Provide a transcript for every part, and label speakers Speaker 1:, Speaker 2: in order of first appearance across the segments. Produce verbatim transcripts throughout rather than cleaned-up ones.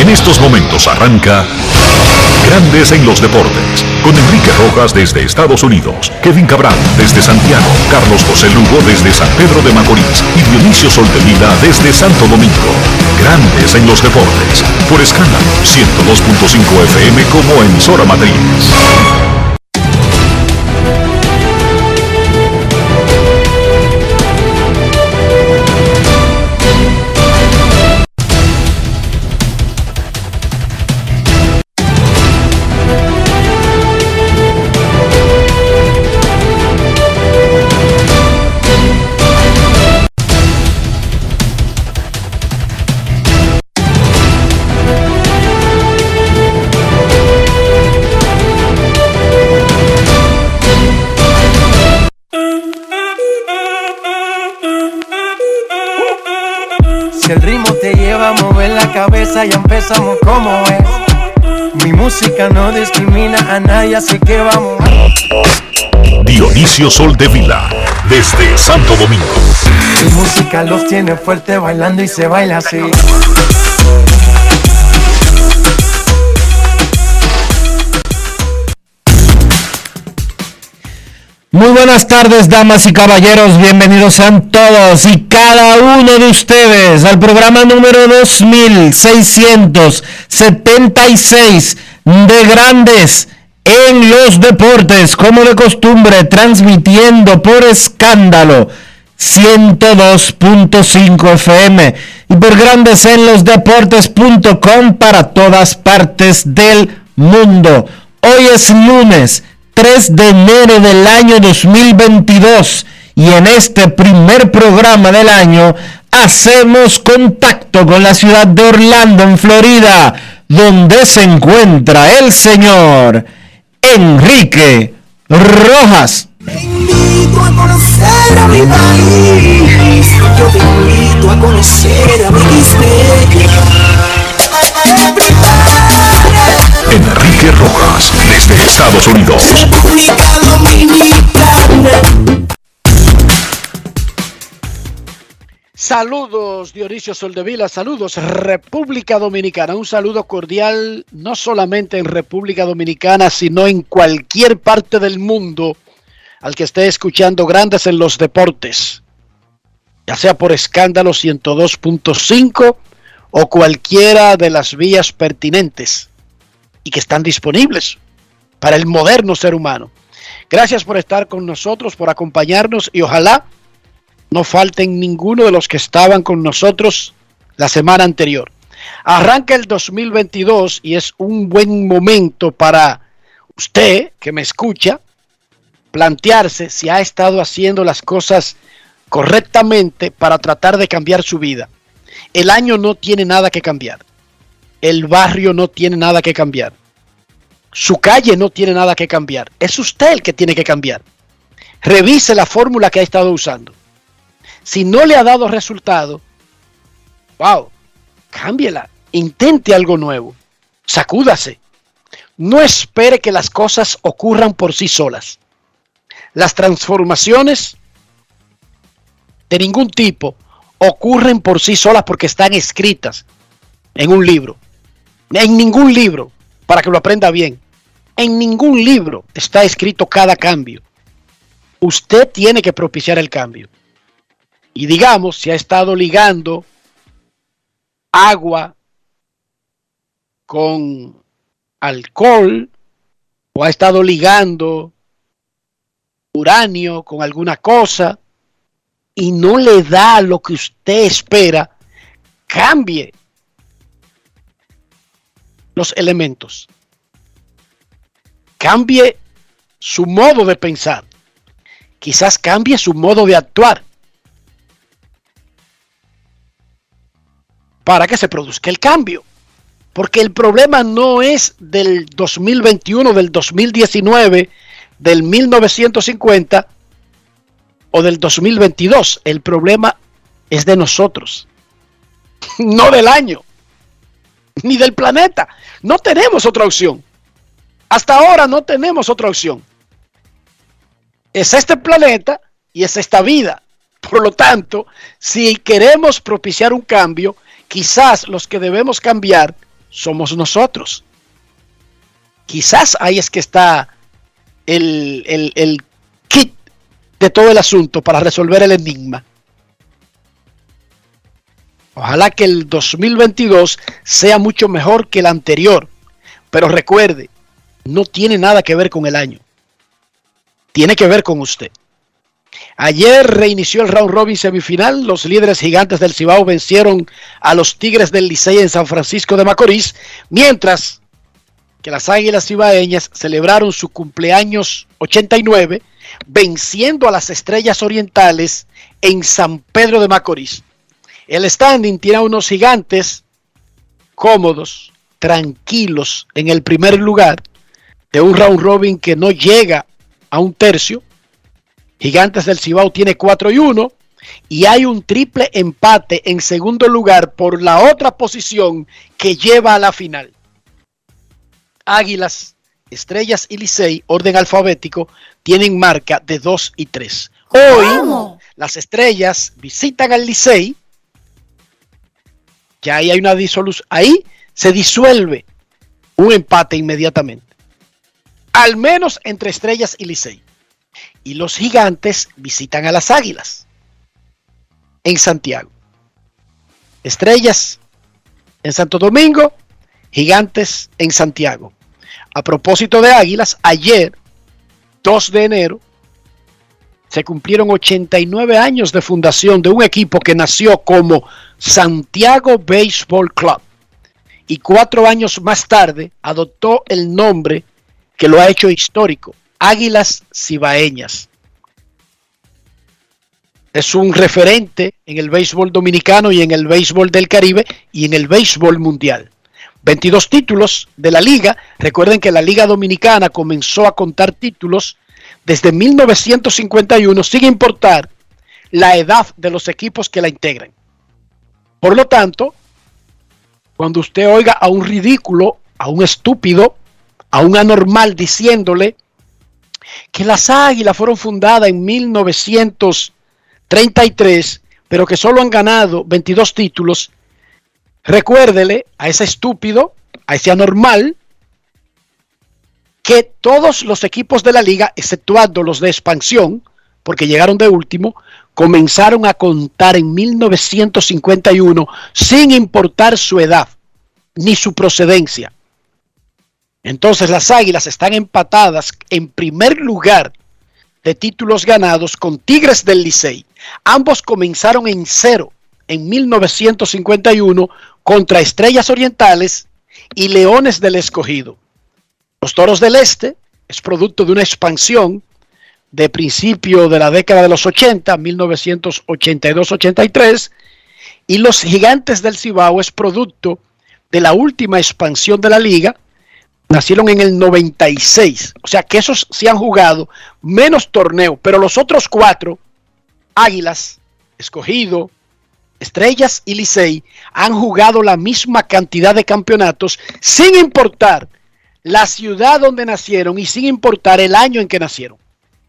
Speaker 1: En estos momentos arranca Grandes en los Deportes, con Enrique Rojas desde Estados Unidos, Kevin Cabral desde Santiago, Carlos José Lugo desde San Pedro de Macorís y Dionisio Solterida desde Santo Domingo. Grandes en los Deportes, por Escándalo ciento dos punto cinco F M como emisora matriz.
Speaker 2: Si el ritmo te lleva a mover la cabeza, ya empezamos como es. Mi música no discrimina a nadie, así que vamos.
Speaker 1: Dionisio Soldevila, desde Santo Domingo.
Speaker 2: Mi música los tiene fuerte bailando y se baila así.
Speaker 3: Muy buenas tardes, damas y caballeros, bienvenidos sean todos y cada uno de ustedes al programa número dos mil seiscientos setenta y seis de Grandes en los Deportes, como de costumbre, transmitiendo por Escándalo ciento dos punto cinco F M y por grandes en los deportes punto com para todas partes del mundo. Hoy es lunes tres de enero del año dos mil veintidós y en este primer programa del año hacemos contacto con la ciudad de Orlando, en Florida, donde se encuentra el señor Enrique Rojas.
Speaker 4: Te invito a conocer a mi país, yo te invito a conocer a mi estrella.
Speaker 1: Enrique Rojas, desde Estados Unidos.
Speaker 4: República Dominicana.
Speaker 5: Saludos, Dionisio Soldevila, saludos, República Dominicana. Un saludo cordial, no solamente en República Dominicana, sino en cualquier parte del mundo al que esté escuchando Grandes en los Deportes, ya sea por Escándalo ciento dos punto cinco o cualquiera de las vías pertinentes y que están disponibles para el moderno ser humano. Gracias por estar con nosotros, por acompañarnos y ojalá no falten ninguno de los que estaban con nosotros la semana anterior. Arranca el dos mil veintidós y es un buen momento para usted que me escucha plantearse si ha estado haciendo las cosas correctamente para tratar de cambiar su vida. El año no tiene nada que cambiar. El barrio no tiene nada que cambiar. Su calle no tiene nada que cambiar. Es usted el que tiene que cambiar. Revise la fórmula que ha estado usando. Si no le ha dado resultado, wow, cámbiela. Intente algo nuevo. Sacúdase. No espere que las cosas ocurran por sí solas. Las transformaciones de ningún tipo ocurren por sí solas porque están escritas en un libro. En ningún libro, para que lo aprenda bien, en ningún libro está escrito cada cambio. Usted tiene que propiciar el cambio. Y digamos, si ha estado ligando agua con alcohol o ha estado ligando uranio con alguna cosa y no le da lo que usted espera, cambie los elementos. Cambie su modo de pensar. Quizás cambie su modo de actuar para que se produzca el cambio. Porque el problema no es del dos mil veintiuno, del dos mil diecinueve, del mil novecientos cincuenta o del dos mil veintidós. El problema es de nosotros, no del año, ni del planeta. No tenemos otra opción. Hasta ahora no tenemos otra opción. Es este planeta y es esta vida. Por lo tanto, si queremos propiciar un cambio, quizás los que debemos cambiar somos nosotros. Quizás ahí es que está el, el, el kit de todo el asunto para resolver el enigma. Ojalá que el dos mil veintidós sea mucho mejor que el anterior, pero recuerde, no tiene nada que ver con el año, tiene que ver con usted. Ayer reinició el round robin semifinal. Los líderes Gigantes del Cibao vencieron a los Tigres del Licey en San Francisco de Macorís, mientras que las Águilas Cibaeñas celebraron su cumpleaños ochenta y nueve, venciendo a las Estrellas Orientales en San Pedro de Macorís. El standing tiene a unos Gigantes cómodos, tranquilos en el primer lugar de un round robin que no llega a un tercio. Gigantes del Cibao tiene cuatro y uno y hay un triple empate en segundo lugar por la otra posición que lleva a la final. Águilas, Estrellas y Licey, orden alfabético, tienen marca de dos y tres. Hoy, ¿cómo? Las Estrellas visitan al Licey. Ya ahí hay una disolución. Ahí se disuelve un empate inmediatamente. Al menos entre Estrellas y Licey. Y los Gigantes visitan a las Águilas en Santiago. Estrellas en Santo Domingo, Gigantes en Santiago. A propósito de Águilas, ayer, dos de enero, se cumplieron ochenta y nueve años de fundación de un equipo que nació como Santiago Baseball Club y cuatro años más tarde adoptó el nombre que lo ha hecho histórico, Águilas Cibaeñas. Es un referente en el béisbol dominicano y en el béisbol del Caribe y en el béisbol mundial. veintidós títulos de la liga. Recuerden que la Liga Dominicana comenzó a contar títulos desde mil novecientos cincuenta y uno, sin importar la edad de los equipos que la integran. Por lo tanto, cuando usted oiga a un ridículo, a un estúpido, a un anormal diciéndole que las Águilas fueron fundadas en mil novecientos treinta y tres, pero que solo han ganado veintidós títulos, recuérdele a ese estúpido, a ese anormal, que todos los equipos de la liga, exceptuando los de expansión, porque llegaron de último, comenzaron a contar en mil novecientos cincuenta y uno sin importar su edad ni su procedencia. Entonces las Águilas están empatadas en primer lugar de títulos ganados con Tigres del Licey. Ambos comenzaron en cero en mil novecientos cincuenta y uno contra Estrellas Orientales y Leones del Escogido. Los Toros del Este es producto de una expansión de principio de la década de los ochenta, mil novecientos ochenta y dos ochenta y tres, y los Gigantes del Cibao es producto de la última expansión de la liga. Nacieron en el noventa y seis, o sea que esos sí han jugado menos torneo, pero los otros cuatro, Águilas, Escogido, Estrellas y Licey, han jugado la misma cantidad de campeonatos sin importar la ciudad donde nacieron y sin importar el año en que nacieron.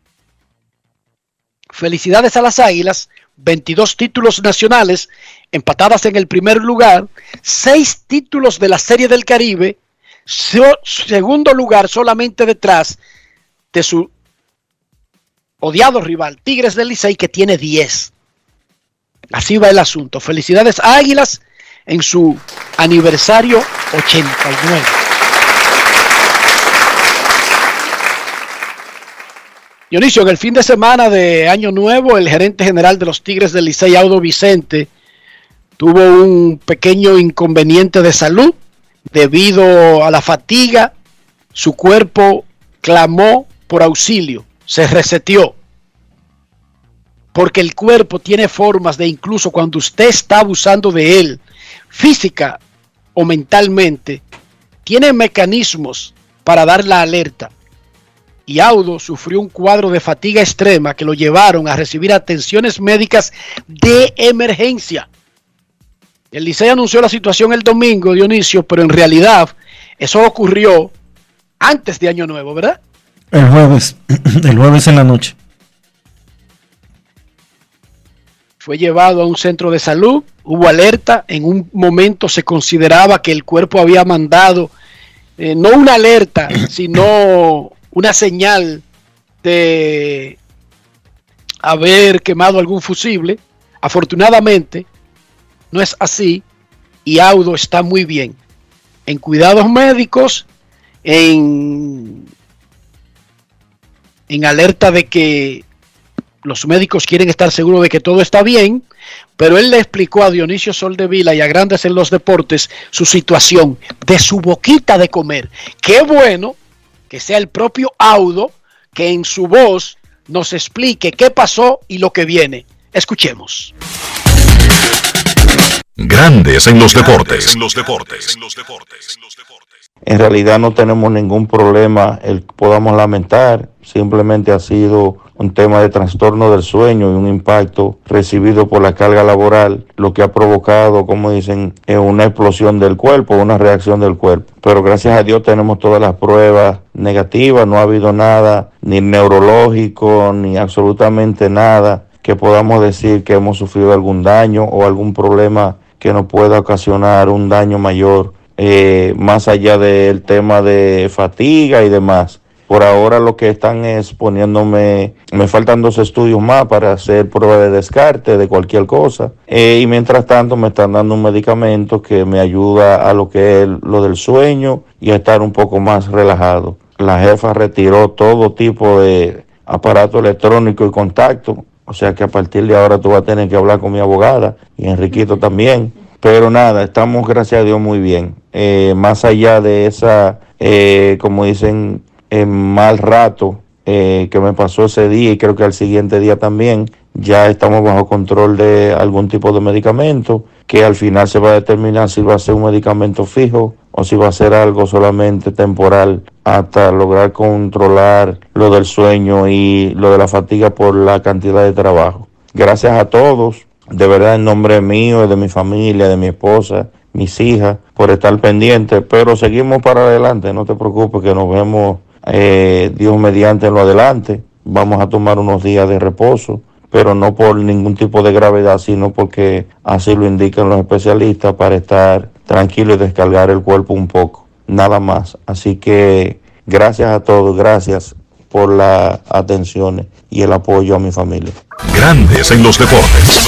Speaker 5: Felicidades a las Águilas, veintidós títulos nacionales, empatadas en el primer lugar, seis títulos de la Serie del Caribe, segundo lugar solamente detrás de su odiado rival Tigres del Licey, que tiene diez. Así va el asunto. Felicidades a Águilas en su aniversario ochenta y nueve. Dionisio, en el fin de semana de Año Nuevo, el gerente general de los Tigres del Licey, Audo Vicente, tuvo un pequeño inconveniente de salud. Debido a la fatiga, su cuerpo clamó por auxilio, se reseteó. Porque el cuerpo tiene formas de, incluso cuando usted está abusando de él, física o mentalmente, tiene mecanismos para dar la alerta. Y Audo sufrió un cuadro de fatiga extrema que lo llevaron a recibir atenciones médicas de emergencia. El Licey anunció la situación el domingo, Dionisio, pero en realidad eso ocurrió antes de Año Nuevo, ¿verdad?
Speaker 3: El jueves, el jueves en la noche.
Speaker 5: fue llevado a un centro de salud, hubo alerta, en un momento se consideraba que el cuerpo había mandado, eh, no una alerta, sino una señal de haber quemado algún fusible. Afortunadamente, no es así y Audo está muy bien, en cuidados médicos, en, en alerta de que los médicos quieren estar seguros de que todo está bien, pero él le explicó a Dionisio Soldevila y a Grandes en los Deportes su situación de su boquita de comer. Qué bueno que sea el propio Audo que en su voz nos explique qué pasó y lo que viene. Escuchemos.
Speaker 1: Grandes en los deportes.
Speaker 6: En los deportes. En realidad no tenemos ningún problema el que podamos lamentar. Simplemente ha sido un tema de trastorno del sueño y un impacto recibido por la carga laboral, lo que ha provocado, como dicen, una explosión del cuerpo, una reacción del cuerpo. Pero gracias a Dios tenemos todas las pruebas negativas, no ha habido nada, ni neurológico, ni absolutamente nada que podamos decir que hemos sufrido algún daño o algún problema que nos pueda ocasionar un daño mayor, eh, más allá del tema de fatiga y demás. Por ahora lo que están es poniéndome, me faltan dos estudios más para hacer prueba de descarte de cualquier cosa. Eh, y mientras tanto me están dando un medicamento que me ayuda a lo que es lo del sueño y a estar un poco más relajado. La jefa retiró todo tipo de aparato electrónico y contacto. O sea que a partir de ahora tú vas a tener que hablar con mi abogada y Enriquito también. Pero nada, estamos gracias a Dios muy bien. Eh, más allá de esa, eh, como dicen, eh, mal rato eh, que me pasó ese día y creo que al siguiente día también, ya estamos bajo control de algún tipo de medicamento que al final se va a determinar si va a ser un medicamento fijo o si va a ser algo solamente temporal hasta lograr controlar lo del sueño y lo de la fatiga por la cantidad de trabajo. Gracias a todos, de verdad en nombre mío, de mi familia, de mi esposa, mis hijas, por estar pendientes, pero seguimos para adelante, no te preocupes que nos vemos eh, Dios mediante en lo adelante. Vamos a tomar unos días de reposo, pero no por ningún tipo de gravedad, sino porque así lo indican los especialistas para estar tranquilo y descargar el cuerpo un poco, nada más. Así que gracias a todos, gracias por las atenciones y el apoyo a mi familia.
Speaker 1: Grandes en los deportes.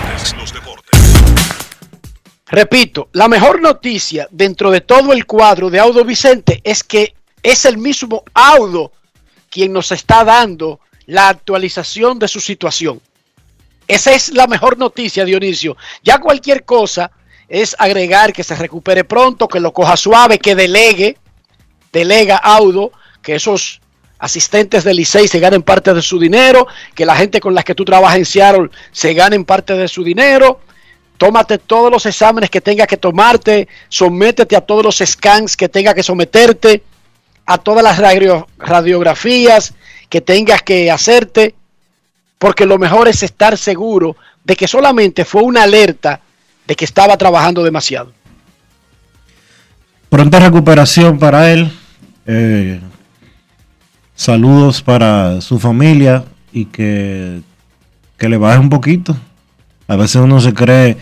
Speaker 5: Repito, la mejor noticia dentro de todo el cuadro de Audo Vicente es que es el mismo Audo quien nos está dando la actualización de su situación. Esa es la mejor noticia, Dionisio. Ya cualquier cosa es agregar que se recupere pronto, que lo coja suave, que delegue, delega Audo, que esos asistentes del Licey se ganen parte de su dinero, que la gente con la que tú trabajas en Seattle se ganen parte de su dinero. Tómate todos los exámenes que tengas que tomarte, sométete a todos los scans que tengas que someterte, a todas las radio, radiografías que tengas que hacerte, porque lo mejor es estar seguro de que solamente fue una alerta de que estaba trabajando demasiado.
Speaker 3: Pronta recuperación para él. Eh, saludos para su familia y que, que le baje un poquito. A veces uno se cree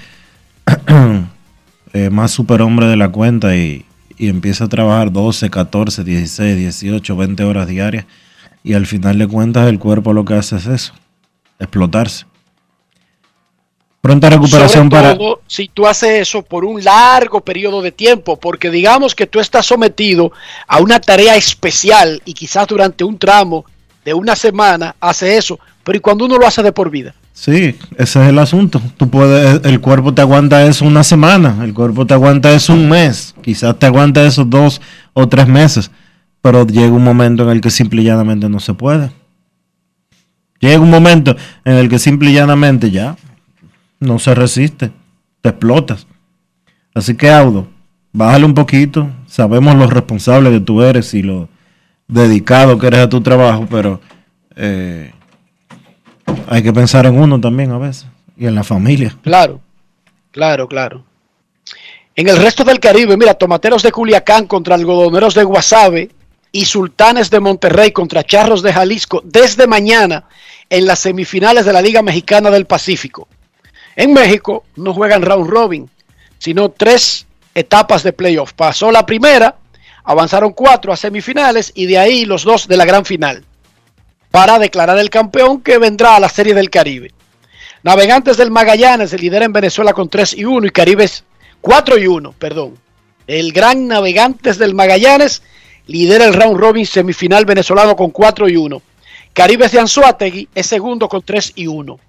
Speaker 3: eh, más superhombre de la cuenta y, y empieza a trabajar doce, catorce, dieciséis, dieciocho, veinte horas diarias y al final de cuentas el cuerpo lo que hace es eso, explotarse. Pronta recuperación
Speaker 5: Sobre
Speaker 3: para...
Speaker 5: todo si tú haces eso por un largo periodo de tiempo, porque digamos que tú estás sometido a una tarea especial y quizás durante un tramo de una semana hace eso, pero ¿y cuando uno lo hace de por vida?
Speaker 3: Sí, ese es el asunto. Tú puedes, el cuerpo te aguanta eso una semana, el cuerpo te aguanta eso un mes, quizás te aguanta eso dos o tres meses, pero llega un momento en el que simple y llanamente no se puede. Llega un momento en el que simple y llanamente ya no se resiste, te explotas. Así que Audo, bájale un poquito, sabemos lo responsable que tú eres y lo dedicado que eres a tu trabajo, pero eh, hay que pensar en uno también a veces y en la familia.
Speaker 5: Claro, claro, claro. En el resto del Caribe, mira, Tomateros de Culiacán contra Algodoneros de Guasave y Sultanes de Monterrey contra Charros de Jalisco desde mañana en las semifinales de la Liga Mexicana del Pacífico. En México no juegan round robin, sino tres etapas de playoff. Pasó la primera, avanzaron cuatro a semifinales y de ahí los dos de la gran final para declarar el campeón que vendrá a la Serie del Caribe. Navegantes del Magallanes lidera en Venezuela con tres y uno y Caribes cuatro y uno, perdón. El gran Navegantes del Magallanes lidera el round robin semifinal venezolano con cuatro y uno. Caribes de Anzoátegui es segundo con tres y uno.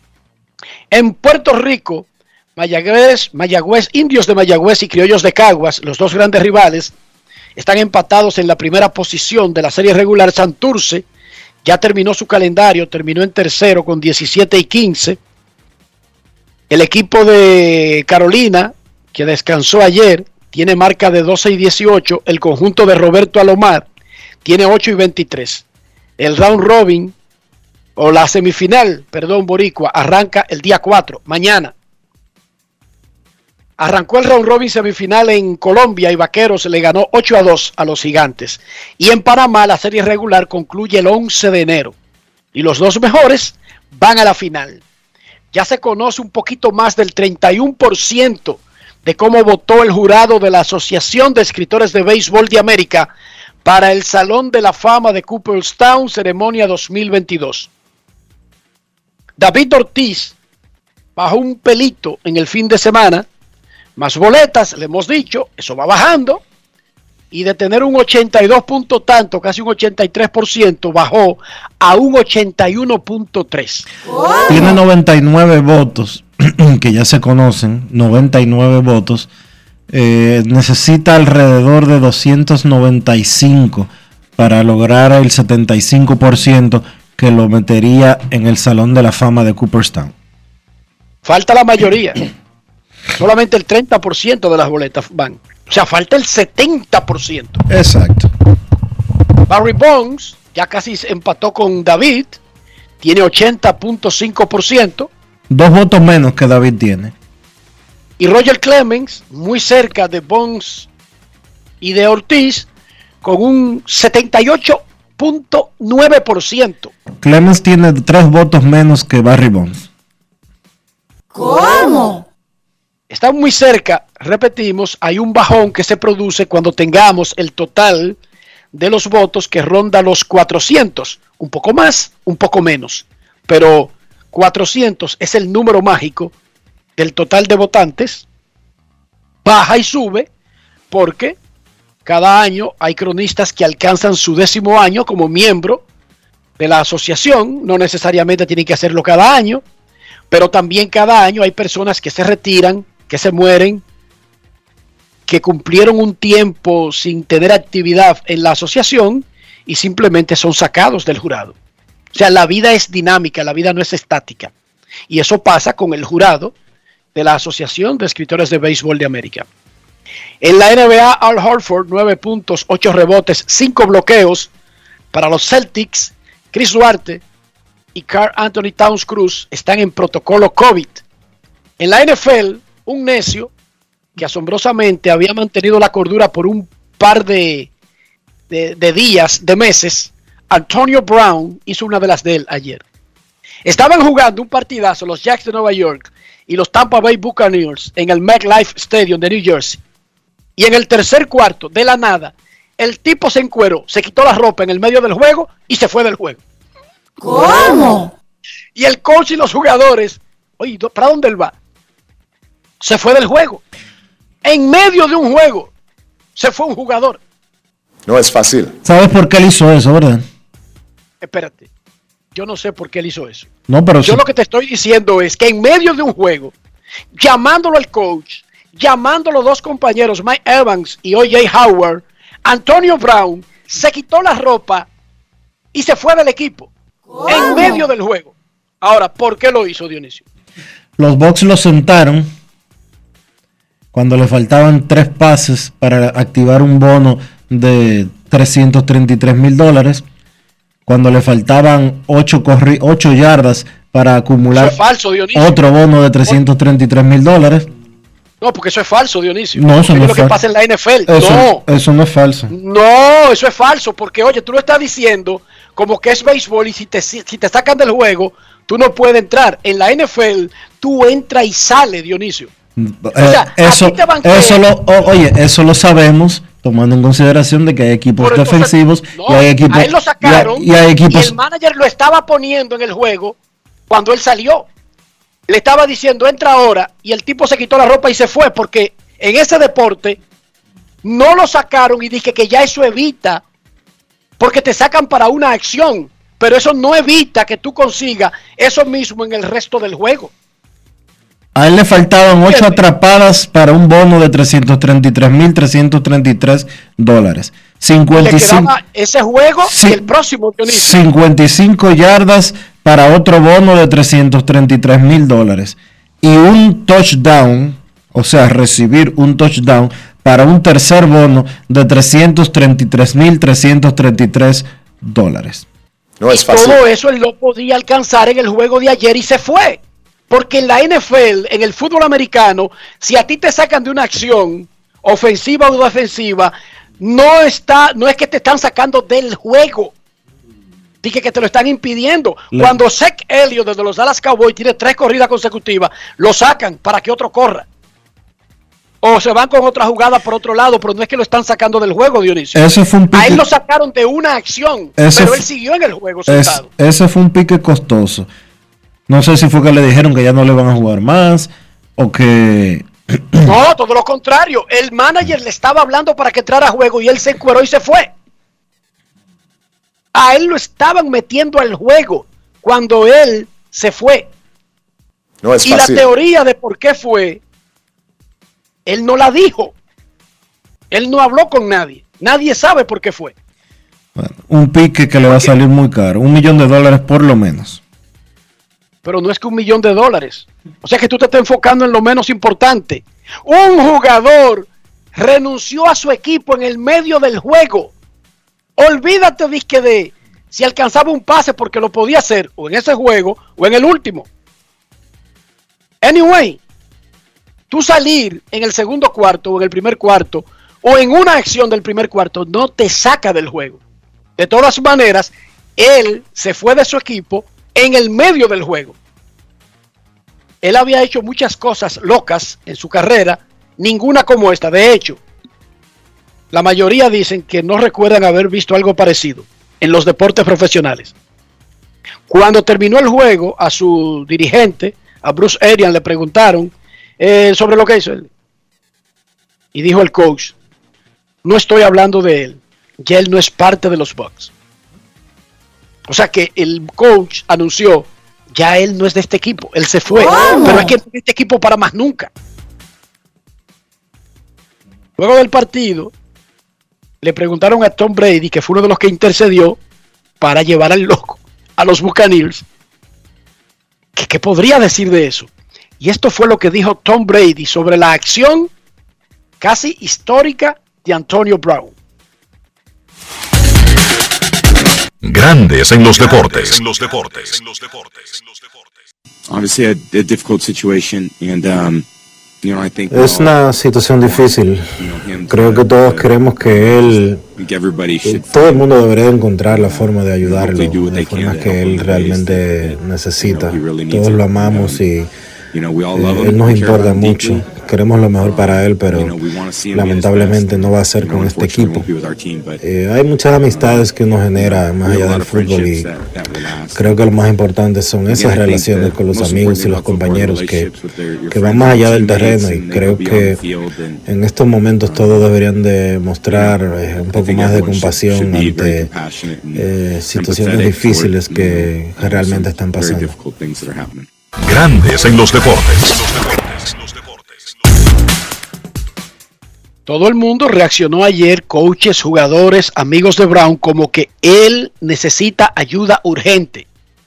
Speaker 5: En Puerto Rico, Mayagüez, Mayagüez, Indios de Mayagüez y Criollos de Caguas, los dos grandes rivales, están empatados en la primera posición de la serie regular. Santurce ya terminó su calendario, terminó en tercero con diecisiete y quince. El equipo de Carolina, que descansó ayer, tiene marca de doce y dieciocho. El conjunto de Roberto Alomar tiene ocho y veintitrés. El round robin, o la semifinal, perdón, boricua, arranca el día cuatro, mañana. Arrancó el round robin semifinal en Colombia y Vaqueros le ganó ocho a dos a los Gigantes. Y en Panamá la serie regular concluye el once de enero. Y los dos mejores van a la final. Ya se conoce un poquito más del treinta y uno por ciento de cómo votó el jurado de la Asociación de Escritores de Béisbol de América para el Salón de la Fama de Cooperstown, ceremonia dos mil veintidós. David Ortiz bajó un pelito en el fin de semana. Más boletas, le hemos dicho, eso va bajando. Y de tener un ochenta y dos punto tanto, casi un ochenta y tres por ciento, bajó a un ochenta y uno punto tres.
Speaker 3: ¡Oh! Tiene noventa y nueve votos, que ya se conocen, noventa y nueve votos. Eh, necesita alrededor de doscientos noventa y cinco para lograr el setenta y cinco por ciento que lo metería en el Salón de la Fama de Cooperstown.
Speaker 5: Falta la mayoría. Solamente el treinta por ciento de las boletas van. O sea, falta el setenta por ciento.
Speaker 3: Exacto.
Speaker 5: Barry Bonds ya casi empató con David. Tiene ochenta punto cinco por ciento.
Speaker 3: Dos votos menos que David tiene.
Speaker 5: Y Roger Clemens, muy cerca de Bonds y de Ortiz, con un setenta y ocho punto nueve por ciento.
Speaker 3: Clemens tiene tres votos menos que Barry Bonds.
Speaker 5: ¿Cómo? Están muy cerca, repetimos, hay un bajón que se produce cuando tengamos el total de los votos que ronda los cuatrocientos, un poco más, un poco menos, pero cuatrocientos es el número mágico del total de votantes. Baja y sube porque cada año hay cronistas que alcanzan su décimo año como miembro de la asociación, no necesariamente tienen que hacerlo cada año, pero también cada año hay personas que se retiran, que se mueren, que cumplieron un tiempo sin tener actividad en la asociación y simplemente son sacados del jurado. O sea, la vida es dinámica, la vida no es estática. Y eso pasa con el jurado de la Asociación de Escritores de Béisbol de América. En la N B A, Al Horford, nueve puntos, ocho rebotes, cinco bloqueos para los Celtics. Chris Duarte y Karl Anthony Towns Cruz están en protocolo COVID. En la N F L, un necio que asombrosamente había mantenido la cordura por un par de, de, de días, de meses, Antonio Brown hizo una de las de él ayer. Estaban jugando un partidazo los Jacks de Nueva York y los Tampa Bay Buccaneers en el MetLife Stadium de New Jersey. Y en el tercer cuarto, de la nada, el tipo se encueró, se quitó la ropa en el medio del juego y se fue del juego.
Speaker 4: ¿Cómo?
Speaker 5: Y el coach y los jugadores, oye, ¿para dónde él va? Se fue del juego. En medio de un juego, se fue un jugador.
Speaker 7: No es fácil.
Speaker 3: ¿Sabes por qué él hizo eso, verdad?
Speaker 5: Espérate. Yo no sé por qué él hizo eso.
Speaker 3: No, pero
Speaker 5: Yo
Speaker 3: sí.
Speaker 5: lo que te estoy diciendo es que en medio de un juego, llamándolo al coach, llamando a los dos compañeros, Mike Evans y O J Howard, Antonio Brown se quitó la ropa y se fue del equipo. ¿Cómo? En medio del juego. Ahora, ¿por qué lo hizo, Dionisio?
Speaker 3: Los Bucks lo sentaron cuando le faltaban tres pases para activar un bono de trescientos treinta y tres mil dólares, cuando le faltaban ocho, corri- ocho yardas para acumular
Speaker 5: eso es falso, Dionisio.
Speaker 3: Otro bono de trescientos treinta y tres mil dólares.
Speaker 5: No, porque eso es falso, Dionisio.
Speaker 3: No, eso no
Speaker 5: es
Speaker 3: es
Speaker 5: lo que
Speaker 3: falso.
Speaker 5: pasa en la N F L.
Speaker 3: Eso
Speaker 5: no.
Speaker 3: eso no es falso.
Speaker 5: No, eso es falso, porque oye, tú lo estás diciendo como que es béisbol y si te, si te sacan del juego, tú no puedes entrar. En la N F L, tú entras y sales, Dionisio.
Speaker 3: O sea, eh, eso, eso lo, o, oye, eso lo sabemos, tomando en consideración de que hay equipos entonces, defensivos no, y hay equipos,
Speaker 5: a él lo sacaron
Speaker 3: y, hay, y, hay equipos,
Speaker 5: y el manager lo estaba poniendo en el juego cuando él salió. Le estaba diciendo, entra ahora, y el tipo se quitó la ropa y se fue, porque en ese deporte no lo sacaron y dije que ya eso evita, porque te sacan para una acción, pero eso no evita que tú consigas eso mismo en el resto del juego.
Speaker 3: A él le faltaban ocho atrapadas para un bono de trescientos treinta y tres mil trescientos treinta y tres dólares. cincuenta y cinco,
Speaker 5: ese juego
Speaker 3: sí,
Speaker 5: y el próximo, Dionisio.
Speaker 3: cincuenta y cinco yardas para otro bono de trescientos treinta y tres mil dólares. Y un touchdown, o sea, recibir un touchdown para un tercer bono de trescientos treinta y tres mil trescientos treinta y tres dólares.
Speaker 5: No es fácil. Todo eso él lo podía alcanzar en el juego de ayer y se fue. Porque en la N F L, en el fútbol americano, si a ti te sacan de una acción ofensiva o defensiva, no está, no es que te están sacando del juego. Dije que te lo están impidiendo. Le... Cuando Zeke Elliott desde los Dallas Cowboys tiene tres corridas consecutivas, lo sacan para que otro corra. O se van con otra jugada por otro lado, pero no es que lo están sacando del juego, Dionisio.
Speaker 3: Ese fue un pique...
Speaker 5: A él lo sacaron de una acción, ese pero él siguió en el juego sentado.
Speaker 3: Es, ese fue un pique costoso. No sé si fue que le dijeron que ya no le van a jugar más o que...
Speaker 5: No, todo lo contrario. El manager le estaba hablando para que entrara a juego y él se encueró y se fue. A él lo estaban metiendo al juego cuando él se fue.
Speaker 7: No es
Speaker 5: y
Speaker 7: fácil.
Speaker 5: La teoría de por qué fue, él no la dijo. Él no habló con nadie. Nadie sabe por qué fue.
Speaker 3: Bueno, un pique que le va a salir muy caro. Un millón de dólares por lo menos.
Speaker 5: Pero no es que un millón de dólares. O sea que tú te estás enfocando en lo menos importante. Un jugador renunció a su equipo en el medio del juego. Olvídate, disque, de si alcanzaba un pase porque lo podía hacer o en ese juego o en el último. Anyway, tú salir en el segundo cuarto o en el primer cuarto o en una acción del primer cuarto no te saca del juego. De todas maneras, él se fue de su equipo en el medio del juego. Él había hecho muchas cosas locas en su carrera, ninguna como esta. De hecho, la mayoría dicen que no recuerdan haber visto algo parecido en los deportes profesionales. Cuando terminó el juego, a su dirigente, a Bruce Arians, le preguntaron eh, sobre lo que hizo él. Y dijo el coach, no estoy hablando de él, ya él no es parte de los Bucs. O sea que el coach anunció, ya él no es de este equipo, él se fue, oh. pero es que no es de este equipo para más nunca. Luego del partido, le preguntaron a Tom Brady, que fue uno de los que intercedió para llevar al loco a los Buccaneers, que qué podría decir de eso. Y esto fue lo que dijo Tom Brady sobre la acción casi histórica de Antonio Brown.
Speaker 1: Grandes en los deportes. En los deportes. En los deportes.
Speaker 8: Obviously a, a difficult situation and um, you know, I think
Speaker 9: es una situación difícil. Creo que todos queremos que él, todo el mundo debería encontrar la forma de ayudarlo, de la forma que él realmente necesita. Todos lo amamos y eh, él nos importa mucho. Queremos lo mejor para él, pero lamentablemente no va a ser con este equipo. Eh, hay muchas amistades que uno genera más allá del fútbol y creo que lo más importante son esas relaciones con los amigos y los compañeros que, que van más allá del terreno, y creo que en estos momentos todos deberían de mostrar eh, un poco más de compasión ante eh, situaciones difíciles que realmente están pasando.
Speaker 1: Grandes en los deportes.
Speaker 5: Todo el mundo reaccionó ayer, coaches, jugadores, amigos de Brown, como que él necesita ayuda urgente.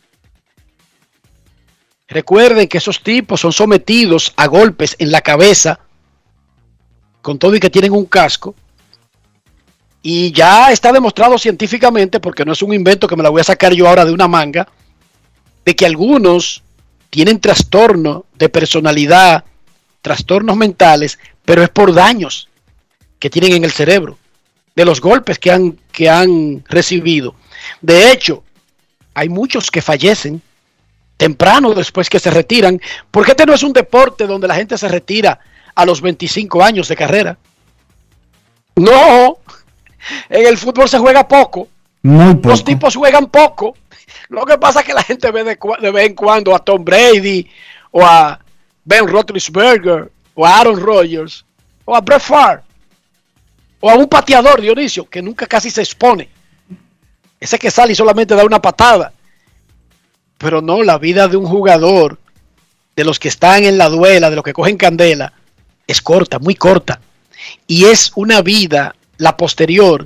Speaker 5: Recuerden que esos tipos son sometidos a golpes en la cabeza, con todo y que tienen un casco. Y ya está demostrado científicamente, porque no es un invento que me la voy a sacar yo ahora de una manga, de que algunos tienen trastorno de personalidad, trastornos mentales, pero es por daños que tienen en el cerebro, de los golpes que han, que han recibido. De hecho, hay muchos que fallecen temprano después que se retiran, porque este no es un deporte donde la gente se retira a los veinticinco años de carrera. No, en el fútbol se juega poco.
Speaker 3: Muy poco.
Speaker 5: Los tipos juegan poco. Lo que pasa es que la gente ve de, de vez en cuando a Tom Brady o a Ben Roethlisberger o a Aaron Rodgers o a Brett Favre o a un pateador, Dionisio, que nunca casi se expone. Ese que sale y solamente da una patada. Pero no, la vida de un jugador, de los que están en la duela, de los que cogen candela, es corta, muy corta. Y es una vida, la posterior,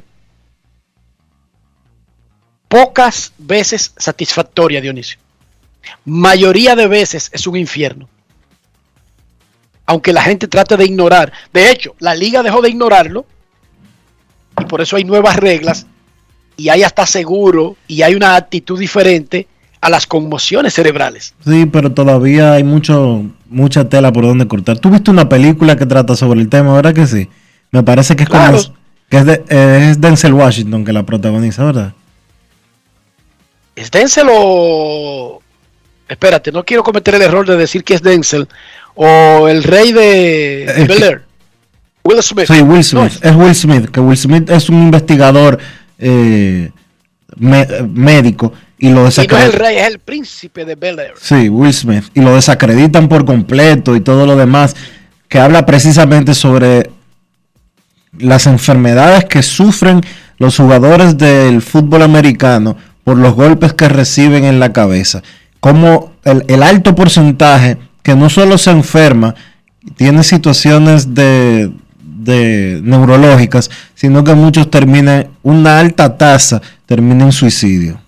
Speaker 5: pocas veces satisfactoria, Dionisio. Mayoría de veces es un infierno. Aunque la gente trate de ignorar. De hecho, la liga dejó de ignorarlo y por eso hay nuevas reglas y hay hasta seguro y hay una actitud diferente a las conmociones cerebrales.
Speaker 3: Sí, pero todavía hay mucho mucha tela por donde cortar. ¿Tú viste una película que trata sobre el tema, verdad que sí? Me parece que es
Speaker 5: claro.
Speaker 3: como que es, de, eh, es Denzel Washington que la protagoniza, ¿verdad?
Speaker 5: ¿Es Denzel o...? Espérate, no quiero cometer el error de decir que es Denzel o el rey de
Speaker 3: eh,
Speaker 5: Bel Air. Will Smith.
Speaker 3: Sí, Will Smith.
Speaker 5: No.
Speaker 3: Es Will Smith, que Will Smith es un investigador eh, me, médico y lo desacreditan.
Speaker 5: Y no es el rey, es el príncipe de Bel Air.
Speaker 3: Sí, Will Smith. Y lo desacreditan por completo y todo lo demás, que habla precisamente sobre las enfermedades que sufren los jugadores del fútbol americano por los golpes que reciben en la cabeza. Como el, el alto porcentaje que no solo se enferma, tiene situaciones de, de neurológicas, sino que muchos terminan, una alta tasa termina en suicidio.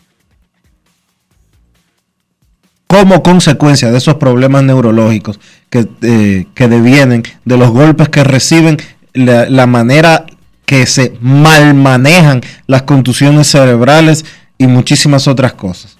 Speaker 3: Como consecuencia de esos problemas neurológicos que, eh, que devienen de los golpes que reciben, la, la manera que se mal manejan las contusiones cerebrales y muchísimas otras cosas.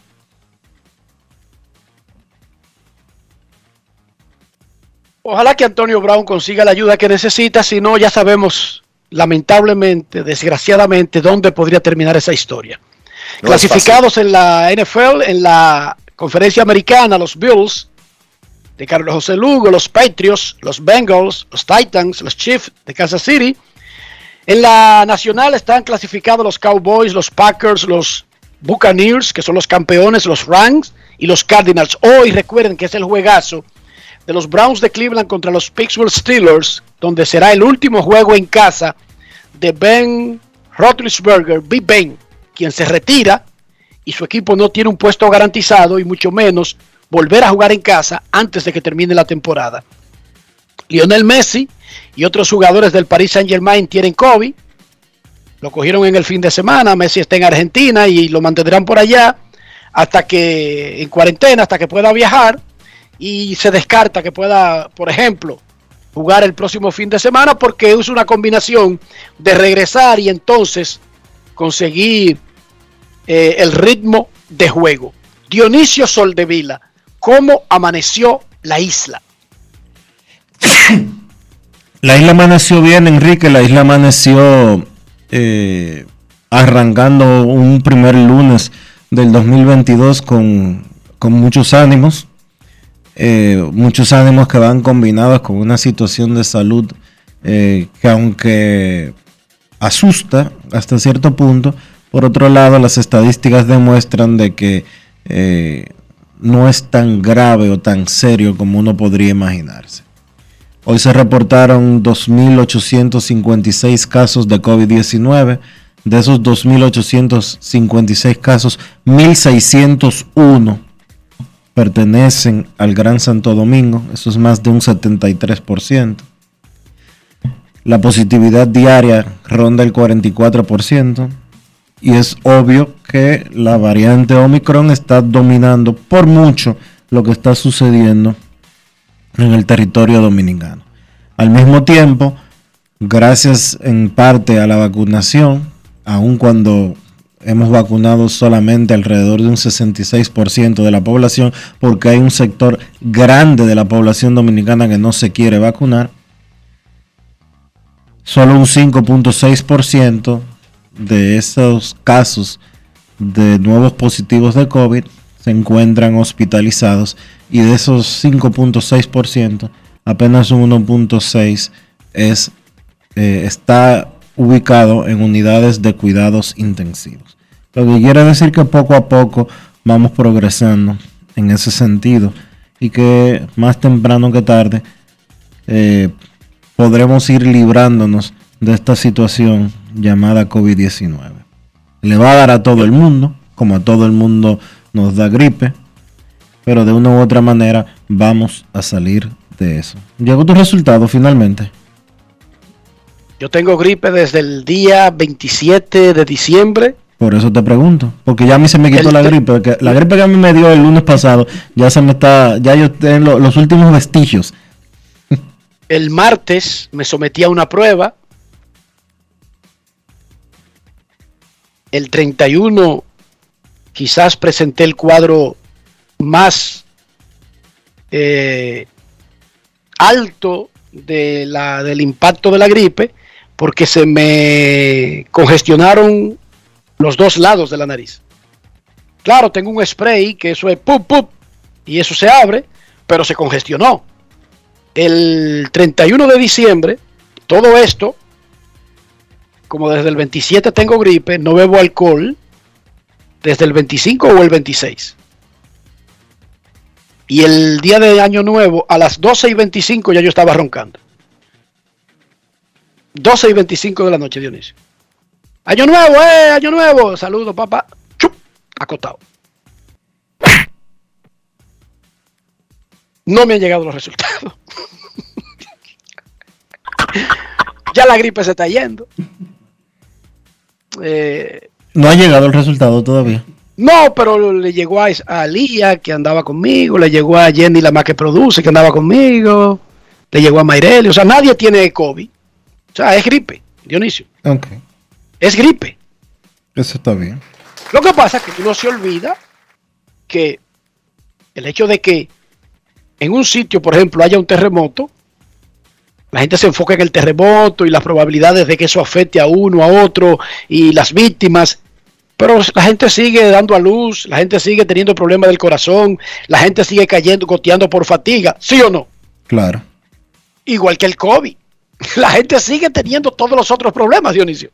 Speaker 5: Ojalá que Antonio Brown consiga la ayuda que necesita, si no ya sabemos, lamentablemente, desgraciadamente, dónde podría terminar esa historia. No clasificados en la N F L, en la conferencia americana, los Bills de Carlos José Lugo, los Patriots, los Bengals, los Titans, los Chiefs de Kansas City. En la nacional están clasificados los Cowboys, los Packers, los Buccaneers, que son los campeones, los Rams y los Cardinals. Hoy recuerden que es el juegazo de los Browns de Cleveland contra los Pittsburgh Steelers, donde será el último juego en casa de Ben Roethlisberger, Big Ben, quien se retira y su equipo no tiene un puesto garantizado y mucho menos volver a jugar en casa antes de que termine la temporada. Lionel Messi y otros jugadores del Paris Saint-Germain tienen COVID, lo cogieron en el fin de semana. Messi está en Argentina y lo mantendrán por allá hasta que, en cuarentena, hasta que pueda viajar. Y se descarta que pueda, por ejemplo, jugar el próximo fin de semana porque es una combinación de regresar y entonces conseguir eh, el ritmo de juego. Dionisio Soldevila, ¿cómo amaneció la isla?
Speaker 3: La isla amaneció bien, Enrique. La isla amaneció eh, arrancando un primer lunes del dos mil veintidós con, con muchos ánimos. Eh, muchos ánimos que van combinados con una situación de salud eh, que aunque asusta hasta cierto punto, por otro lado las estadísticas demuestran de que eh, no es tan grave o tan serio como uno podría imaginarse. Hoy se reportaron dos mil ochocientos cincuenta y seis casos de COVID diecinueve. De esos dos mil ochocientos cincuenta y seis casos, mil seiscientos uno pertenecen al Gran Santo Domingo. Eso es más de un setenta y tres por ciento. La positividad diaria ronda el cuarenta y cuatro por ciento. Y es obvio que la variante Omicron está dominando por mucho lo que está sucediendo en el territorio dominicano. Al mismo tiempo, gracias en parte a la vacunación, aun cuando hemos vacunado solamente alrededor de un sesenta y seis por ciento de la población, porque hay un sector grande de la población dominicana que no se quiere vacunar. Solo un cinco punto seis por ciento de esos casos de nuevos positivos de COVID
Speaker 9: se encuentran hospitalizados, y de esos cinco punto seis por ciento, apenas un uno punto seis por ciento es, eh, está ubicado en unidades de cuidados intensivos. Lo que quiere decir que poco a poco vamos progresando en ese sentido, y que más temprano que tarde eh, podremos ir librándonos de esta situación llamada covid diecinueve. Le va a dar a todo el mundo, como a todo el mundo nos da gripe, pero de una u otra manera vamos a salir de eso. ¿Llegó tu resultado finalmente?
Speaker 5: Yo tengo gripe desde el día veintisiete de diciembre.
Speaker 9: Por eso te pregunto, porque ya a mí se me quitó el la gripe, que la gripe que a mí me dio el lunes pasado, ya se me está, ya yo tengo los últimos vestigios.
Speaker 5: El martes me sometí a una prueba. El treinta y uno quizás presenté el cuadro más eh, alto de la, del impacto de la gripe, porque se me congestionaron los dos lados de la nariz. Claro, tengo un spray que eso es pup, pup, y eso se abre, pero se congestionó. El treinta y uno de diciembre, todo esto, como desde el veintisiete tengo gripe, no bebo alcohol, desde el veinticinco o el veintiséis. Y el día de Año Nuevo, a las doce y veinticinco ya yo estaba roncando. doce y veinticinco de la noche, Dionisio. Año Nuevo, eh, Año Nuevo. Saludos, papá. Chup, acostado. No me han llegado los resultados. Ya la gripe se está yendo. Eh,
Speaker 9: no ha llegado el resultado todavía.
Speaker 5: No, pero le llegó a, a Lía, que andaba conmigo, le llegó a Jenny, la más que produce, que andaba conmigo, le llegó a Mayreli, o sea, nadie tiene COVID. O sea, es gripe, Dionisio.
Speaker 9: Ok.
Speaker 5: Es gripe.
Speaker 9: Eso está bien.
Speaker 5: Lo que pasa es que uno se olvida que el hecho de que en un sitio, por ejemplo, haya un terremoto, la gente se enfoca en el terremoto y las probabilidades de que eso afecte a uno, a otro, y las víctimas. Pero la gente sigue dando a luz, la gente sigue teniendo problemas del corazón, la gente sigue cayendo, goteando por fatiga, ¿sí o no?
Speaker 9: Claro.
Speaker 5: Igual que el COVID. La gente sigue teniendo todos los otros problemas, Dionisio.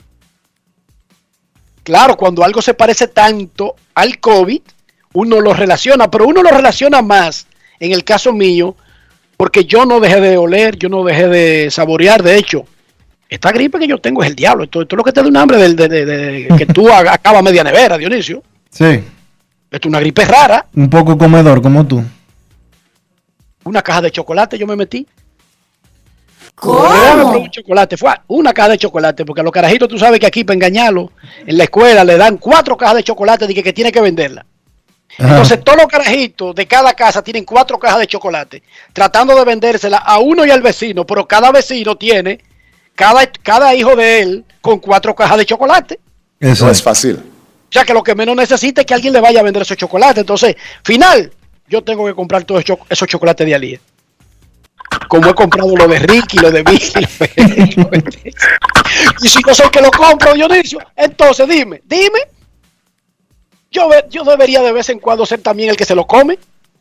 Speaker 5: Claro, cuando algo se parece tanto al COVID, uno lo relaciona, pero uno lo relaciona más, en el caso mío, porque yo no dejé de oler, yo no dejé de saborear. De hecho, esta gripe que yo tengo es el diablo. Esto, esto es lo que te da un hambre de, de, de, de que tú acabas media nevera, Dionisio.
Speaker 9: Sí.
Speaker 5: Esto es una gripe rara.
Speaker 9: Un poco comedor como tú.
Speaker 5: Una caja de chocolate yo me metí.
Speaker 4: ¿Cómo?
Speaker 5: Un chocolate, fue una caja de chocolate, porque a los carajitos tú sabes que aquí para engañarlos en la escuela le dan cuatro cajas de chocolate de que, que tiene que venderla. Ajá. Entonces todos los carajitos de cada casa tienen cuatro cajas de chocolate, tratando de vendérsela a uno y al vecino, pero cada vecino tiene, cada, cada hijo de él, con cuatro cajas de chocolate.
Speaker 7: Eso no es fácil.
Speaker 5: O sea que lo que menos necesita es que alguien le vaya a vender esos chocolates. Entonces, final, yo tengo que comprar todos esos chocolates de Alía. Como he comprado lo de Ricky, lo de Billy, lo de... y si yo soy que lo compro, Dionisio, entonces dime, dime, yo, yo debería de vez en cuando ser también el que se lo come.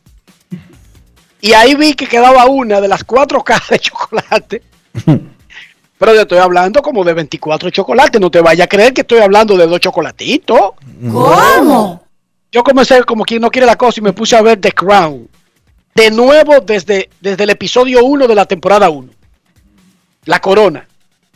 Speaker 5: Y ahí vi que quedaba una de las cuatro cajas de chocolate. Pero yo estoy hablando como de veinticuatro chocolates, no te vayas a creer que estoy hablando de dos chocolatitos.
Speaker 4: ¿Cómo?
Speaker 5: Yo comencé como quien no quiere la cosa y me puse a ver The Crown. De nuevo desde, desde el episodio uno de la temporada uno. La corona.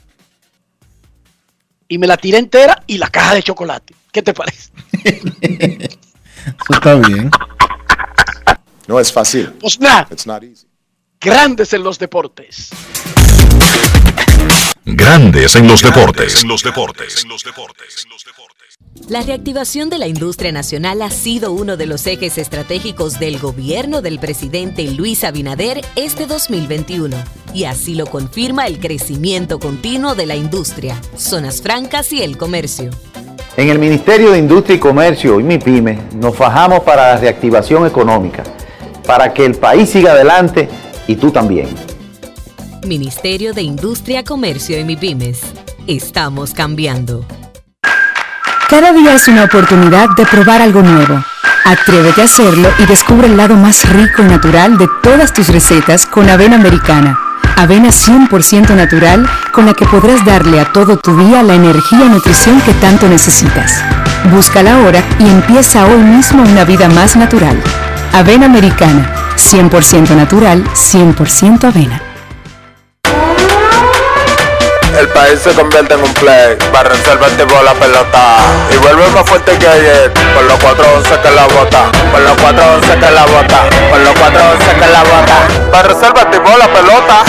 Speaker 5: Y me la tiré entera y la caja de chocolate. ¿Qué te parece?
Speaker 9: Eso está bien.
Speaker 7: No es fácil.
Speaker 5: Pues nada.
Speaker 7: It's not easy.
Speaker 5: Grandes en los deportes.
Speaker 1: Grandes en los deportes. En los deportes. En los deportes.
Speaker 10: La reactivación de la industria nacional ha sido uno de los ejes estratégicos del gobierno del presidente Luis Abinader este dos mil veintiuno. Y así lo confirma el crecimiento continuo de la industria, zonas francas y el comercio.
Speaker 11: En el Ministerio de Industria y Comercio y MIPYME nos fajamos para la reactivación económica, para que el país siga adelante y tú también.
Speaker 10: Ministerio de Industria, Comercio y MIPYMES. Estamos cambiando.
Speaker 12: Cada día es una oportunidad de probar algo nuevo. Atrévete a hacerlo y descubre el lado más rico y natural de todas tus recetas con avena americana. Avena cien por ciento natural con la que podrás darle a todo tu día la energía y nutrición que tanto necesitas. Búscala ahora y empieza hoy mismo una vida más natural. Avena americana, cien por ciento natural, cien por ciento avena.
Speaker 13: El país se convierte en un play, para reservar tipo la pelota y vuelve más fuerte que ayer, por los cuatro once que la bota, por los cuatro once que la bota, por los cuatro once que la bota, para reservar tipo la pelota.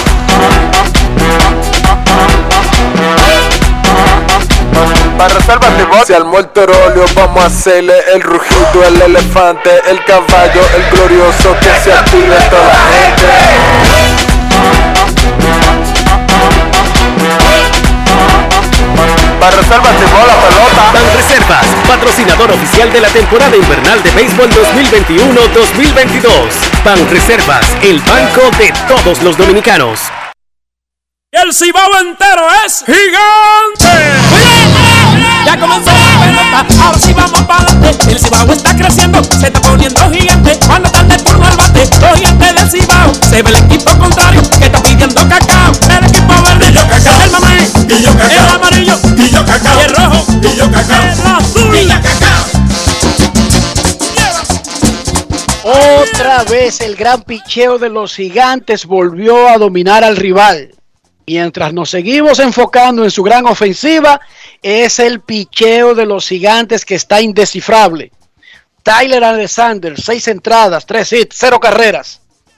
Speaker 13: Para reservar tipo. Si al morterolio vamos a hacerle el rugido, el elefante, el caballo, el glorioso, que se active toda la gente. Banreservas llevó la pelota.
Speaker 14: Banreservas, patrocinador oficial de la temporada invernal de béisbol dos mil veintiuno dos mil veintidós. Banreservas, el banco de todos los dominicanos.
Speaker 15: El Cibao entero es gigante. Ya comenzó la pelota, ahora sí vamos para adelante. El Cibao está creciendo, se está poniendo gigante. Cuando está el turno al bate, los gigantes del Cibao. Se ve el equipo contrario que está pidiendo cacao. El equipo verde, y yo cacao. El mamey, y yo cacao. El amarillo, y yo cacao. Y el rojo, y yo cacao. El azul, y yo cacao.
Speaker 5: Otra vez el gran picheo de los gigantes volvió a dominar al rival. Mientras nos seguimos enfocando en su gran ofensiva, es el picheo de los gigantes que está indescifrable. Tyler Alexander, seis entradas, tres hits, cero carreras.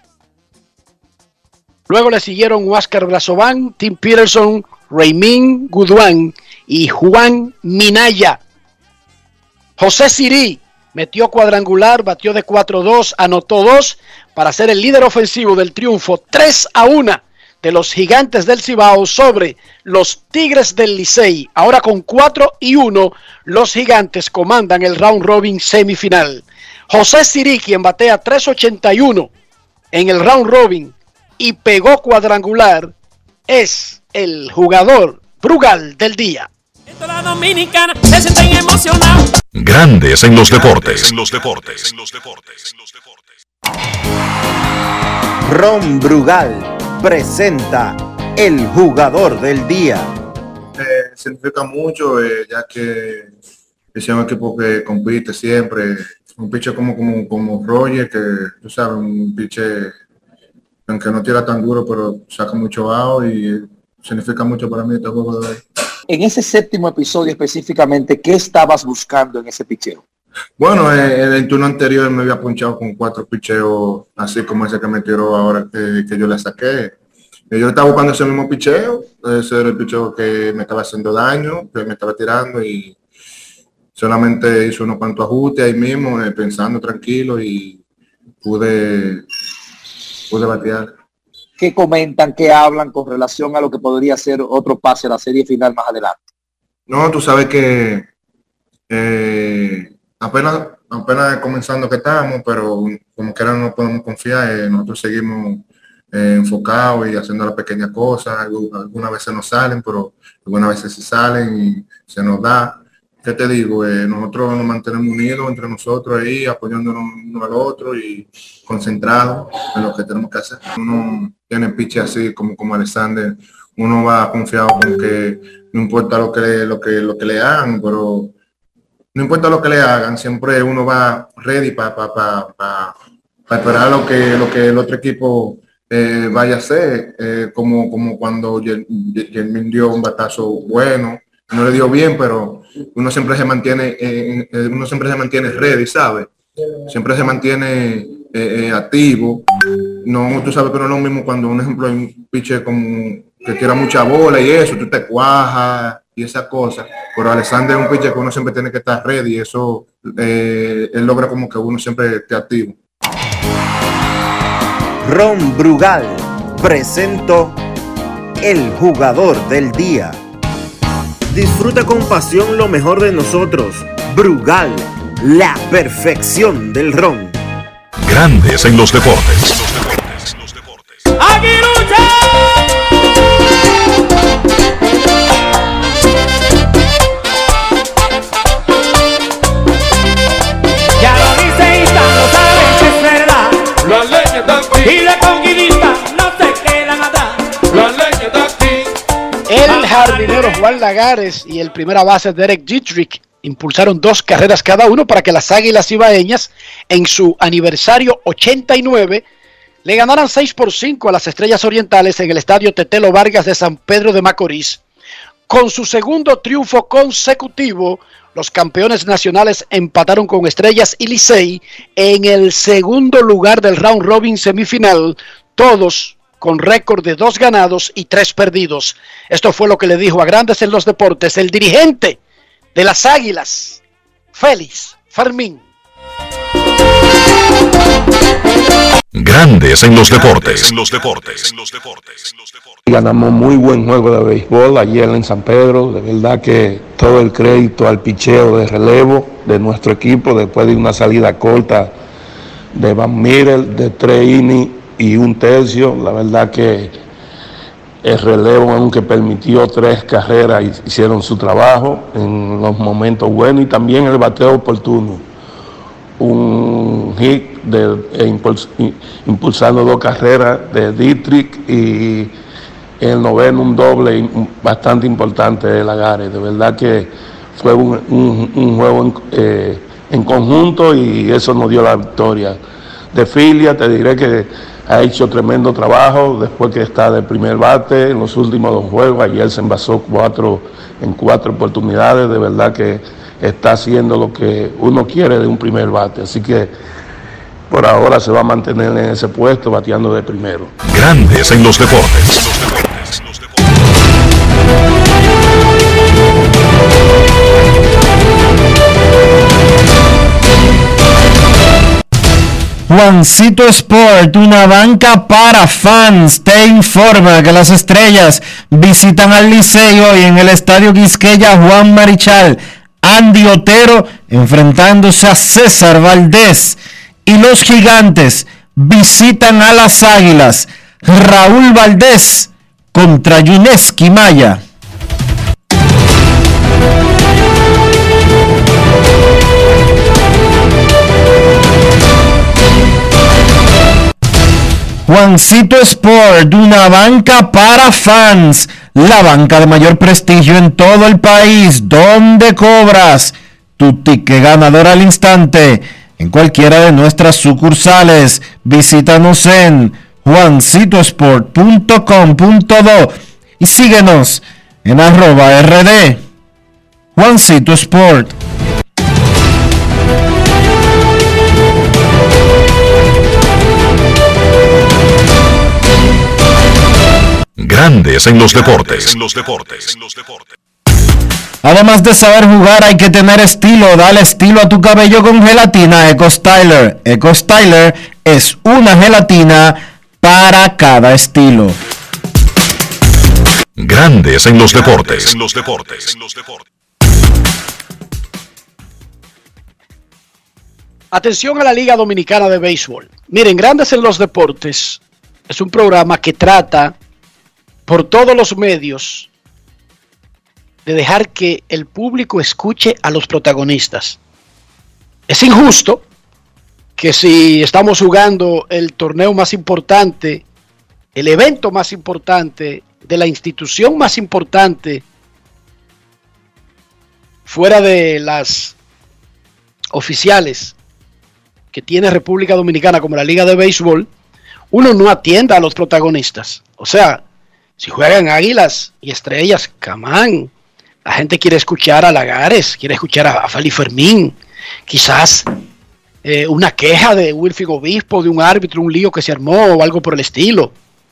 Speaker 5: Luego le siguieron Huáscar Brazovan, Tim Peterson, Raymín Guduán y Juan Minaya. José Sirí metió cuadrangular, batió de cuatro dos, anotó dos para ser el líder ofensivo del triunfo tres a uno de los Gigantes del Cibao sobre los Tigres del Licey. Ahora con cuatro y uno, los Gigantes comandan el round robin semifinal. José Sirí, quien batea tres ochenta y uno en el round robin y pegó cuadrangular, es el jugador Brugal del día.
Speaker 15: La dominicana se sienten emocionados.
Speaker 1: Grandes en los deportes.
Speaker 16: En los deportes. En los deportes.
Speaker 11: Ron Brugal presenta el jugador del día.
Speaker 17: Eh, significa mucho, eh, ya que es un equipo que compite siempre. Un pitcher como, como, como Roger, que tú sabes, un pitcher aunque no tira tan duro, pero saca mucho out y significa mucho para mí este juego de hoy.
Speaker 18: En ese séptimo episodio específicamente, ¿qué estabas buscando en ese picheo?
Speaker 17: Bueno, eh, en el turno anterior me había punchado con cuatro picheos, así como ese que me tiró ahora que, que yo le saqué. Eh, yo estaba buscando ese mismo picheo, ese era el picheo que me estaba haciendo daño, que me estaba tirando y solamente hice unos cuantos ajustes ahí mismo, eh, pensando tranquilo y pude, pude batear.
Speaker 18: ¿Qué comentan, qué hablan con relación a lo que podría ser otro pase a la serie final más adelante?
Speaker 17: No, tú sabes que eh, apenas, apenas comenzando que estamos, pero como que ahora no podemos confiar, eh, nosotros seguimos eh, enfocados y haciendo las pequeñas cosas, algunas veces nos salen, pero algunas veces se salen y se nos da. ¿Qué te digo? Eh, nosotros nos mantenemos unidos entre nosotros ahí, apoyándonos uno al otro y concentrados en lo que tenemos que hacer. Uno tiene piche así como, como Alexander, uno va confiado con que no importa lo que, le, lo, que, lo que le hagan, pero no importa lo que le hagan, siempre uno va ready para pa, pa, pa, pa esperar lo que, lo que el otro equipo eh, vaya a hacer, eh, como, como cuando Yermin dio un batazo bueno. No le dio bien, pero uno siempre se mantiene, eh, eh, uno siempre se mantiene ready, ¿sabes? Siempre se mantiene eh, eh, activo. No, tú sabes que no es lo mismo cuando, un ejemplo, hay un pitcher como que tira mucha bola y eso, tú te cuajas y esas cosas. Pero Alexander es un pitcher que uno siempre tiene que estar ready y eso, eh, él logra como que uno siempre esté activo.
Speaker 11: Ron Brugal presentó el jugador del día. Disfruta con pasión lo mejor de nosotros. Brugal, la perfección del ron.
Speaker 1: Grandes en los deportes.
Speaker 15: ¡Aguilucha! Ya lo
Speaker 5: jardinero Juan Lagares y el primera base Derek Dietrich impulsaron dos carreras cada uno para que las Águilas Ibaeñas, en su aniversario ochenta y nueve, le ganaran seis por cinco a las Estrellas Orientales en el estadio Tetelo Vargas de San Pedro de Macorís. Con su segundo triunfo consecutivo, los campeones nacionales empataron con Estrellas y Licey en el segundo lugar del round robin semifinal, todos con récord de dos ganados y tres perdidos. Esto fue lo que le dijo a Grandes en los Deportes el dirigente de las Águilas, Félix Fermín.
Speaker 1: Grandes en los deportes. En los deportes.
Speaker 6: Ganamos muy buen juego de béisbol ayer en San Pedro. De verdad que todo el crédito al picheo de relevo de nuestro equipo después de una salida corta de Van Meter de tres innings y un tercio. La verdad que el relevo, aunque permitió tres carreras, hicieron su trabajo en los momentos buenos, y también el bateo oportuno. Un hit de, e impuls, impulsando dos carreras de Dietrich, y en el noveno un doble bastante importante de Lagares. De verdad que fue un, un, un juego en, eh, en conjunto, y eso nos dio la victoria. De Filia te diré que ha hecho tremendo trabajo después que está de primer bate en los últimos dos juegos. Ayer se envasó cuatro en cuatro oportunidades. De verdad que está haciendo lo que uno quiere de un primer bate. Así que por ahora se va a mantener en ese puesto, bateando de primero.
Speaker 1: Grandes en los deportes.
Speaker 3: Juancito Sport, una banca para fans, te informa que las Estrellas visitan al Licey hoy en el Estadio Quisqueya Juan Marichal. Andy Otero enfrentándose a César Valdés, y los Gigantes visitan a las Águilas. Raúl Valdés contra Yuneski Maya. Juancito Sport, una banca para fans, la banca de mayor prestigio en todo el país, donde cobras tu ticket ganador al instante en cualquiera de nuestras sucursales. Visítanos en juancito sport punto com punto do y síguenos en arroba rd Juancito Sport.
Speaker 1: Grandes en los deportes. En los deportes.
Speaker 3: Además de saber jugar, hay que tener estilo. Dale estilo a tu cabello con gelatina Eco Styler. Eco Styler es una gelatina para cada estilo.
Speaker 1: Grandes en los deportes. En los deportes.
Speaker 5: Atención a la Liga Dominicana de Béisbol. Miren, Grandes en los Deportes es un programa que trata por todos los medios de dejar que el público escuche a los protagonistas. Es injusto que si estamos jugando el torneo más importante, el evento más importante de la institución más importante fuera de las oficiales que tiene República Dominicana, como la Liga de Béisbol, uno no atienda a los protagonistas. O sea, si juegan Águilas y Estrellas, camán, la gente quiere escuchar a Lagares, quiere escuchar a, a Félix Fermín, quizás eh, una queja de Wilfrid Obispo, de un árbitro, un lío que se armó o algo por el estilo.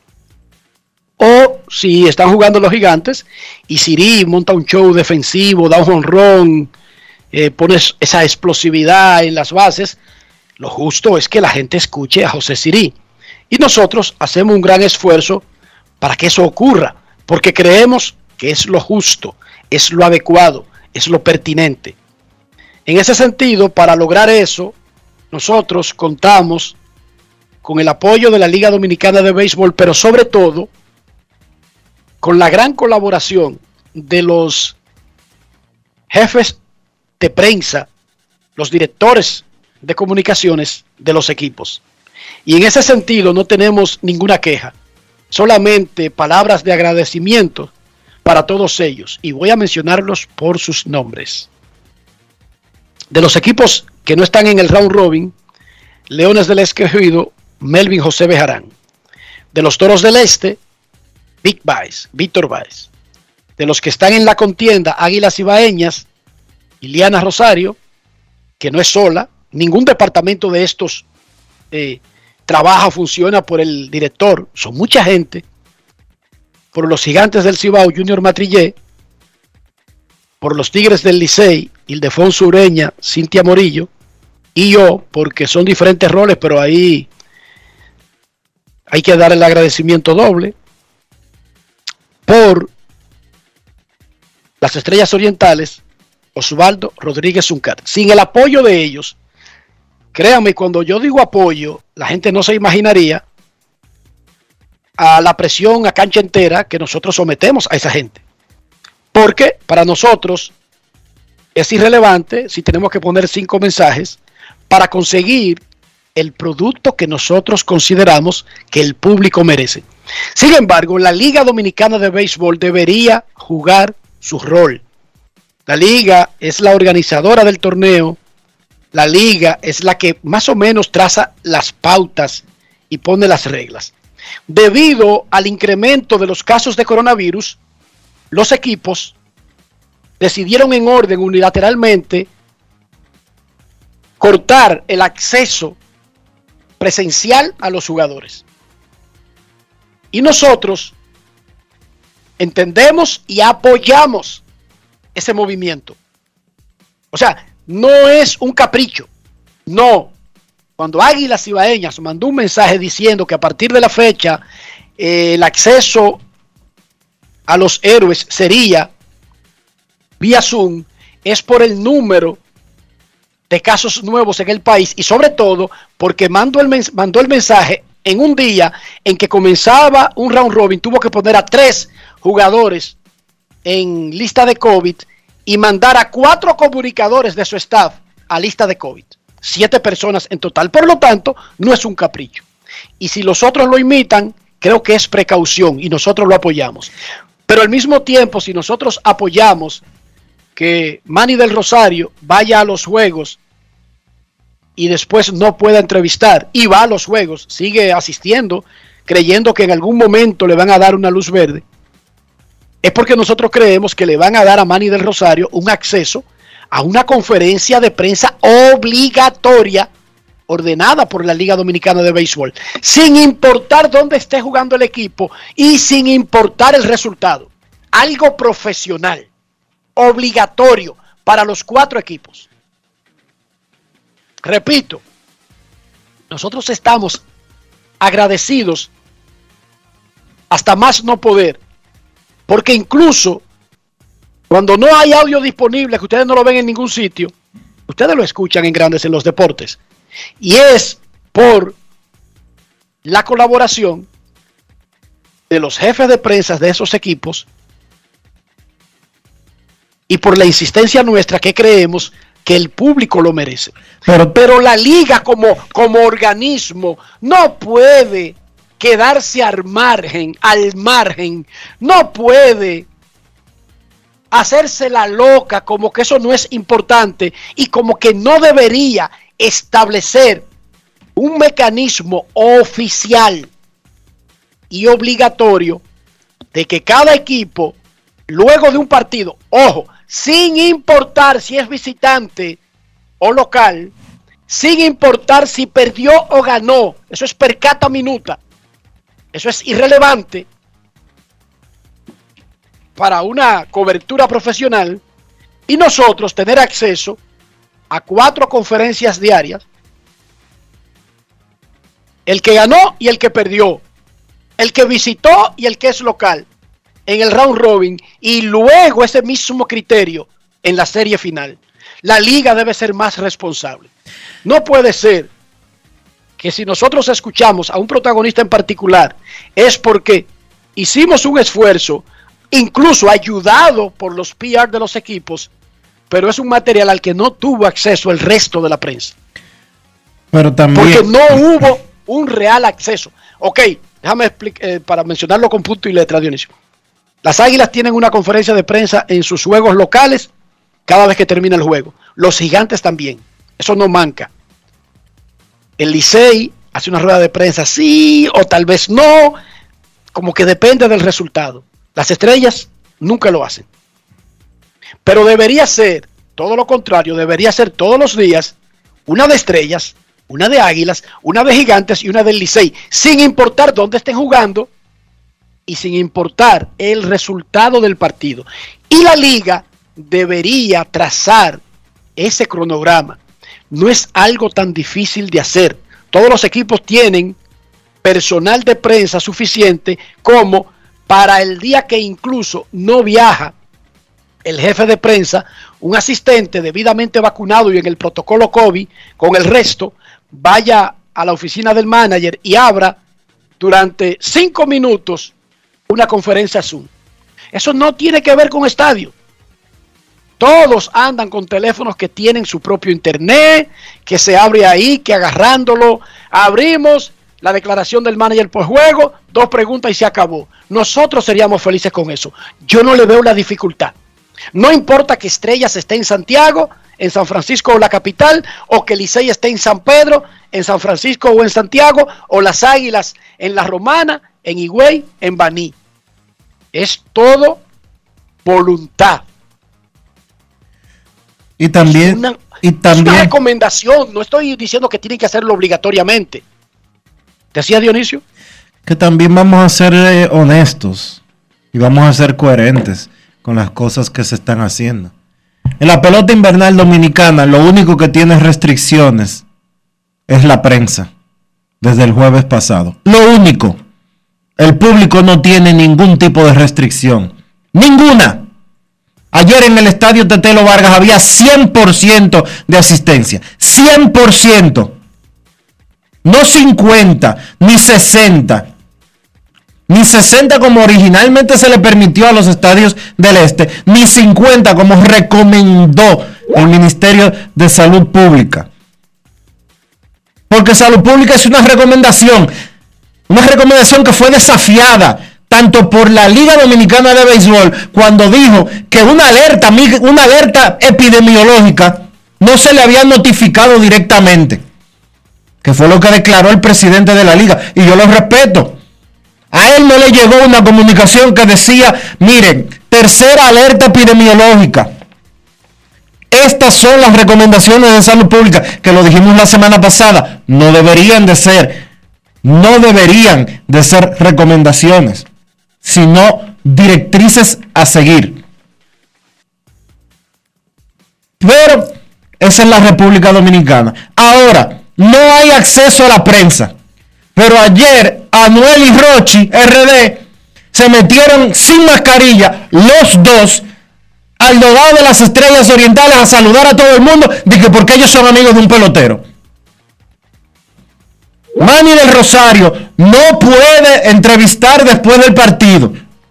Speaker 5: O si están jugando los Gigantes y Siri monta un show defensivo, da un jonrón, eh, pone esa explosividad en las bases, lo justo es que la gente escuche a José Siri. Y nosotros hacemos un gran esfuerzo para que eso ocurra, porque creemos que es lo justo, es lo adecuado, es lo pertinente. En ese sentido, para lograr eso, nosotros contamos con el apoyo de la Liga Dominicana de Béisbol, pero sobre todo con la gran colaboración de los jefes de prensa, los directores de comunicaciones de los equipos. Y en ese sentido no tenemos ninguna queja, solamente palabras de agradecimiento para todos ellos, y voy a mencionarlos por sus nombres. De los equipos que no están en el round robin, Leones del Escogido, Melvin José Bejarán. De los Toros del Este, Vic Baez, Víctor Baez. De los que están en la contienda, Águilas Ibaeñas, Iliana Rosario, que no es sola, ningún departamento de estos eh, trabaja, funciona por el director, son mucha gente. Por los Gigantes del Cibao, Junior Matrillé. Por los Tigres del Licey, Ildefonso Ureña, Cintia Morillo. Y yo, porque son diferentes roles, pero ahí hay que dar el agradecimiento doble. Por las Estrellas Orientales, Osvaldo Rodríguez Zuncar. Sin el apoyo de ellos, créanme, cuando yo digo apoyo, la gente no se imaginaría a la presión a cancha entera que nosotros sometemos a esa gente. Porque para nosotros es irrelevante si tenemos que poner cinco mensajes para conseguir el producto que nosotros consideramos que el público merece. Sin embargo, la Liga Dominicana de Béisbol debería jugar su rol. La liga es la organizadora del torneo. La liga es la que más o menos traza las pautas y pone las reglas. Debido al incremento de los casos de coronavirus, los equipos decidieron en orden unilateralmente cortar el acceso presencial a los jugadores. Y nosotros entendemos y apoyamos ese movimiento. O sea, no es un capricho. No. Cuando Águilas Ibaeñas mandó un mensaje diciendo que a partir de la fecha eh, el acceso a los héroes sería vía Zoom, es por el número de casos nuevos en el país y sobre todo porque mandó el, mens- mandó el mensaje en un día en que comenzaba un round robin, tuvo que poner a tres jugadores en lista de COVID y mandar a cuatro comunicadores de su staff a lista de COVID. Siete personas en total. Por lo tanto, no es un capricho. Y si los otros lo imitan, creo que es precaución y nosotros lo apoyamos. Pero al mismo tiempo, si nosotros apoyamos que Manny del Rosario vaya a los juegos y después no pueda entrevistar y va a los juegos, sigue asistiendo, creyendo que en algún momento le van a dar una luz verde, es porque nosotros creemos que le van a dar a Manny del Rosario un acceso a una conferencia de prensa obligatoria ordenada por la Liga Dominicana de Béisbol, sin importar dónde esté jugando el equipo y sin importar el resultado. Algo profesional, obligatorio para los cuatro equipos. Repito, nosotros estamos agradecidos hasta más no poder, porque incluso cuando no hay audio disponible, que ustedes no lo ven en ningún sitio, ustedes lo escuchan en Grandes en los Deportes. Y es por la colaboración de los jefes de prensa de esos equipos y por la insistencia nuestra que creemos que el público lo merece. Pero, pero la liga como, como organismo no puede quedarse al margen, al margen, no puede hacerse la loca como que eso no es importante y como que no debería establecer un mecanismo oficial y obligatorio de que cada equipo, luego de un partido, ojo, sin importar si es visitante o local, sin importar si perdió o ganó, eso es per cata minuta, eso es irrelevante para una cobertura profesional, y nosotros tener acceso a cuatro conferencias diarias, el que ganó y el que perdió, el que visitó y el que es local, en el round robin, y luego ese mismo criterio en la serie final. La liga debe ser más responsable. No puede ser que si nosotros escuchamos a un protagonista en particular es porque hicimos un esfuerzo, incluso ayudado por los P R de los equipos, pero es un material al que no tuvo acceso el resto de la prensa.
Speaker 3: Pero también,
Speaker 5: porque no hubo un real acceso. Ok, déjame explicar, eh, para mencionarlo con punto y letra, Dionisio. Las Águilas tienen una conferencia de prensa en sus juegos locales cada vez que termina el juego. Los Gigantes también. Eso no manca. El Licey hace una rueda de prensa, sí o tal vez no, como que depende del resultado. Las Estrellas nunca lo hacen. Pero debería ser, todo lo contrario, debería ser todos los días una de Estrellas, una de Águilas, una de Gigantes y una del Licey, sin importar dónde estén jugando y sin importar el resultado del partido. Y la liga debería trazar ese cronograma. No es algo tan difícil de hacer. Todos los equipos tienen personal de prensa suficiente como para el día que incluso no viaja el jefe de prensa, un asistente debidamente vacunado y en el protocolo COVID, con el resto, vaya a la oficina del manager y abra durante cinco minutos una conferencia Zoom. Eso no tiene que ver con estadio. Todos andan con teléfonos que tienen su propio internet, que se abre ahí, que agarrándolo, abrimos la declaración del manager por juego, dos preguntas y se acabó. Nosotros seríamos felices con eso. Yo no le veo la dificultad. No importa que Estrellas esté en Santiago, en San Francisco o la capital, o que Licey esté en San Pedro, en San Francisco o en Santiago, o las Águilas en La Romana, en Higüey, en Baní. Es todo voluntad.
Speaker 3: Y también,
Speaker 5: es una,
Speaker 3: y también,
Speaker 5: es una recomendación, no estoy diciendo que tienen que hacerlo obligatoriamente. ¿Decía Dionisio?
Speaker 3: Que también vamos a ser eh, honestos y vamos a ser coherentes con las cosas que se están haciendo. En la pelota invernal dominicana, lo único que tiene restricciones es la prensa, desde el jueves pasado. Lo único. El público no tiene ningún tipo de restricción. Ninguna. Ayer en el estadio Tetelo Vargas había cien por ciento de asistencia. cien por ciento. No cincuenta, ni sesenta. Ni sesenta como originalmente se le permitió a los estadios del este. Ni cincuenta como recomendó el Ministerio de Salud Pública. Porque Salud Pública es una recomendación. Una recomendación que fue desafiada tanto por la Liga Dominicana de Béisbol, cuando dijo que una alerta, una alerta epidemiológica no se le había notificado directamente, que fue lo que declaró el presidente de la liga, y yo lo respeto. A él no le llegó una comunicación que decía, miren, tercera alerta epidemiológica. Estas son las recomendaciones de salud pública, que lo dijimos la semana pasada, no deberían de ser, no deberían de ser recomendaciones, sino directrices a seguir. Pero esa es la República Dominicana. Ahora, no hay acceso a la prensa. Pero ayer, Anuel y Rochi, R D, se metieron sin mascarilla, los dos, al Dogado de las Estrellas Orientales a saludar a todo el mundo, de que porque ellos son amigos de un pelotero. Manny del Rosario no puede entrevistar después del partido,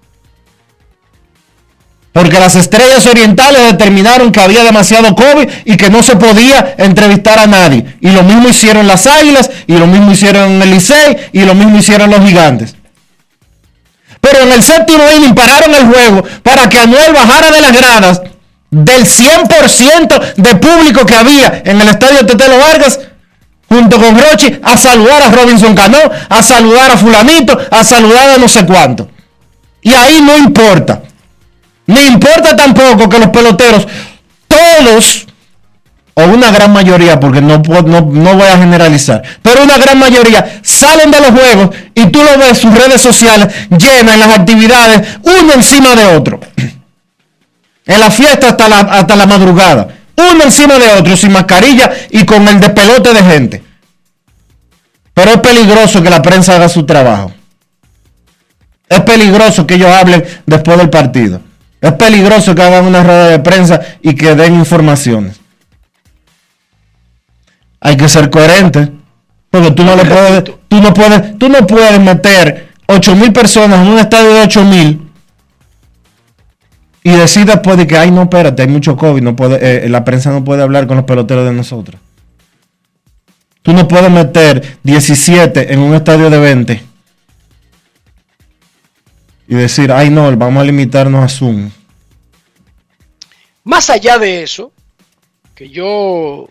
Speaker 3: porque las Estrellas Orientales determinaron que había demasiado COVID y que no se podía entrevistar a nadie. Y lo mismo hicieron las Águilas, y lo mismo hicieron el Licey, y lo mismo hicieron los Gigantes. Pero en el séptimo inning pararon el juego para que Anuel bajara de las gradas del cien por ciento de público que había en el estadio Tetelo Vargas, junto con Rochi, a saludar a Robinson Cano, a saludar a fulanito, a saludar a no sé cuánto. Y ahí no importa. Ni importa tampoco que los peloteros, todos, o una gran mayoría, porque no, no, no voy a generalizar, pero una gran mayoría salen de los juegos y tú lo ves, sus redes sociales llenas, en las actividades, uno encima de otro. En la fiesta hasta la, hasta la madrugada. Uno encima de otro, sin mascarilla y con el despelote de gente. Pero es peligroso que la prensa haga su trabajo. Es peligroso que ellos hablen después del partido. Es peligroso que hagan una rueda de prensa y que den informaciones. Hay que ser coherente, porque tú no le puedes, tú no puedes, tú no puedes meter ocho mil personas en un estadio de ocho mil y decir después de que, ay, no, espérate, hay mucho COVID, no puede, eh, la prensa no puede hablar con los peloteros de nosotros. Tú no puedes meter diecisiete en un estadio de veinte
Speaker 9: y decir, ay no, vamos a limitarnos a Zoom.
Speaker 5: Más allá de eso, que yo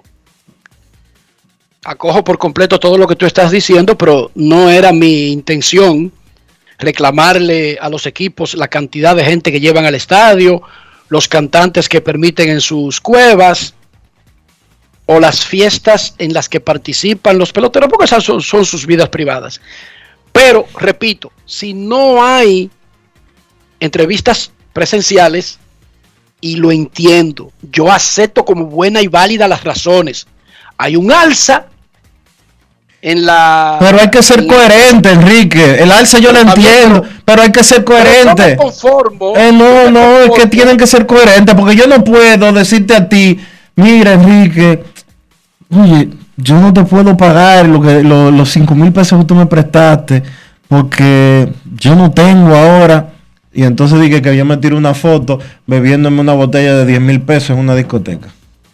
Speaker 5: acojo por completo todo lo que tú estás diciendo, pero no era mi intención reclamarle a los equipos la cantidad de gente que llevan al estadio, los cantantes que permiten en sus cuevas o las fiestas en las que participan los peloteros, porque esas son, son sus vidas privadas. Pero, repito, si no hay entrevistas presenciales, y lo entiendo, yo acepto como buena y válida las razones, hay un alza en la...
Speaker 3: Pero hay que ser coherente, la... Enrique. El alza yo lo entiendo, pero, pero hay que ser coherente.
Speaker 5: No me conformo.
Speaker 3: Eh, no, no, es que tienen que ser coherentes, porque yo no puedo decirte a ti, mira, Enrique, oye, yo no te puedo pagar lo que lo, los cinco mil pesos que tú me prestaste, porque yo no tengo ahora. Y entonces dije que yo me tiro una foto bebiéndome una botella de diez mil pesos en una discoteca.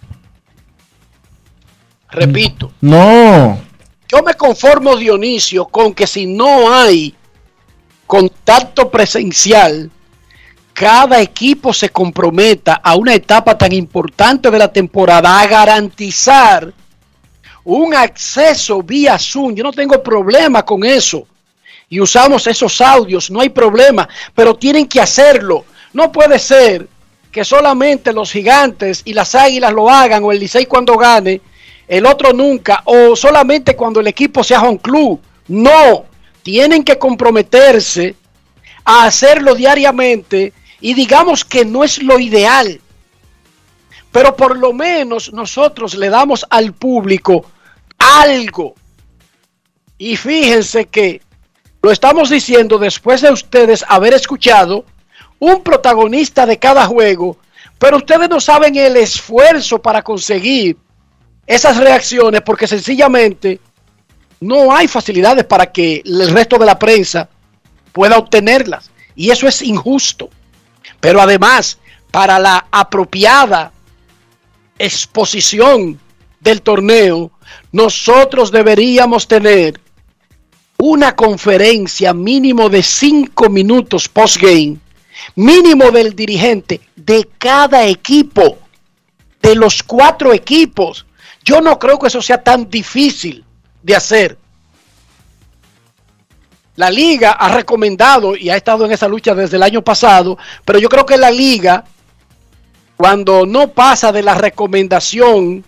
Speaker 5: Repito.
Speaker 3: No.
Speaker 5: Yo me conformo, Dionisio, con que si no hay contacto presencial, cada equipo se comprometa a una etapa tan importante de la temporada a garantizar un acceso vía Zoom. Yo no tengo problema con eso. Y usamos esos audios, no hay problema, pero tienen que hacerlo. No puede ser que solamente los Gigantes y las Águilas lo hagan, o el Licey cuando gane, el otro nunca, o solamente cuando el equipo sea home club. No, tienen que comprometerse a hacerlo diariamente, y digamos que no es lo ideal, pero por lo menos nosotros le damos al público algo. Y fíjense que lo estamos diciendo después de ustedes haber escuchado un protagonista de cada juego, pero ustedes no saben el esfuerzo para conseguir esas reacciones, porque sencillamente no hay facilidades para que el resto de la prensa pueda obtenerlas, y eso es injusto. Pero además, para la apropiada exposición del torneo, nosotros deberíamos tener una conferencia mínimo de cinco minutos post-game, mínimo del dirigente de cada equipo, de los cuatro equipos. Yo no creo que eso sea tan difícil de hacer. La liga ha recomendado y ha estado en esa lucha desde el año pasado, pero yo creo que la liga, cuando no pasa de la recomendación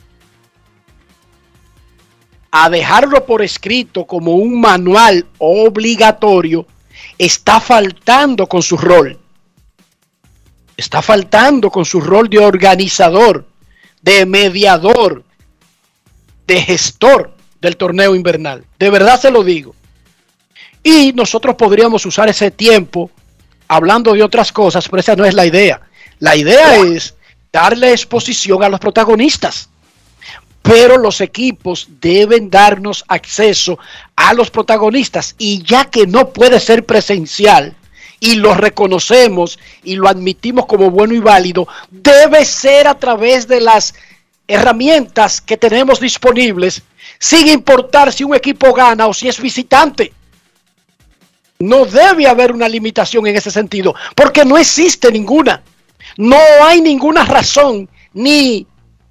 Speaker 5: a dejarlo por escrito como un manual obligatorio, está faltando con su rol. Está faltando con su rol de organizador, de mediador, de gestor del torneo invernal. De verdad se lo digo. Y nosotros podríamos usar ese tiempo hablando de otras cosas, pero esa no es la idea. La idea es darle exposición a los protagonistas. Pero los equipos deben darnos acceso a los protagonistas, y ya que no puede ser presencial y lo reconocemos y lo admitimos como bueno y válido, debe ser a través de las herramientas que tenemos disponibles, sin importar si un equipo gana o si es visitante. No debe haber una limitación en ese sentido, porque no existe ninguna. No hay ninguna razón, ni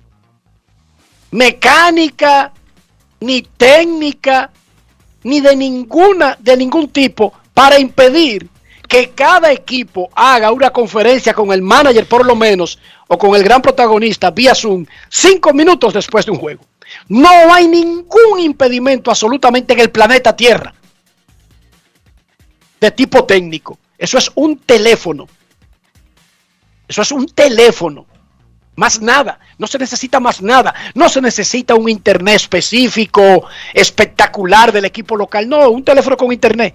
Speaker 5: mecánica, ni técnica, ni de ninguna, de ningún tipo, para impedir que cada equipo haga una conferencia con el manager, por lo menos, o con el gran protagonista vía Zoom, cinco minutos después de un juego. No hay ningún impedimento absolutamente en el planeta Tierra de tipo técnico. Eso es un teléfono. Eso es un teléfono. Más nada, no se necesita más nada, no se necesita un internet específico, espectacular del equipo local, no, un teléfono con internet.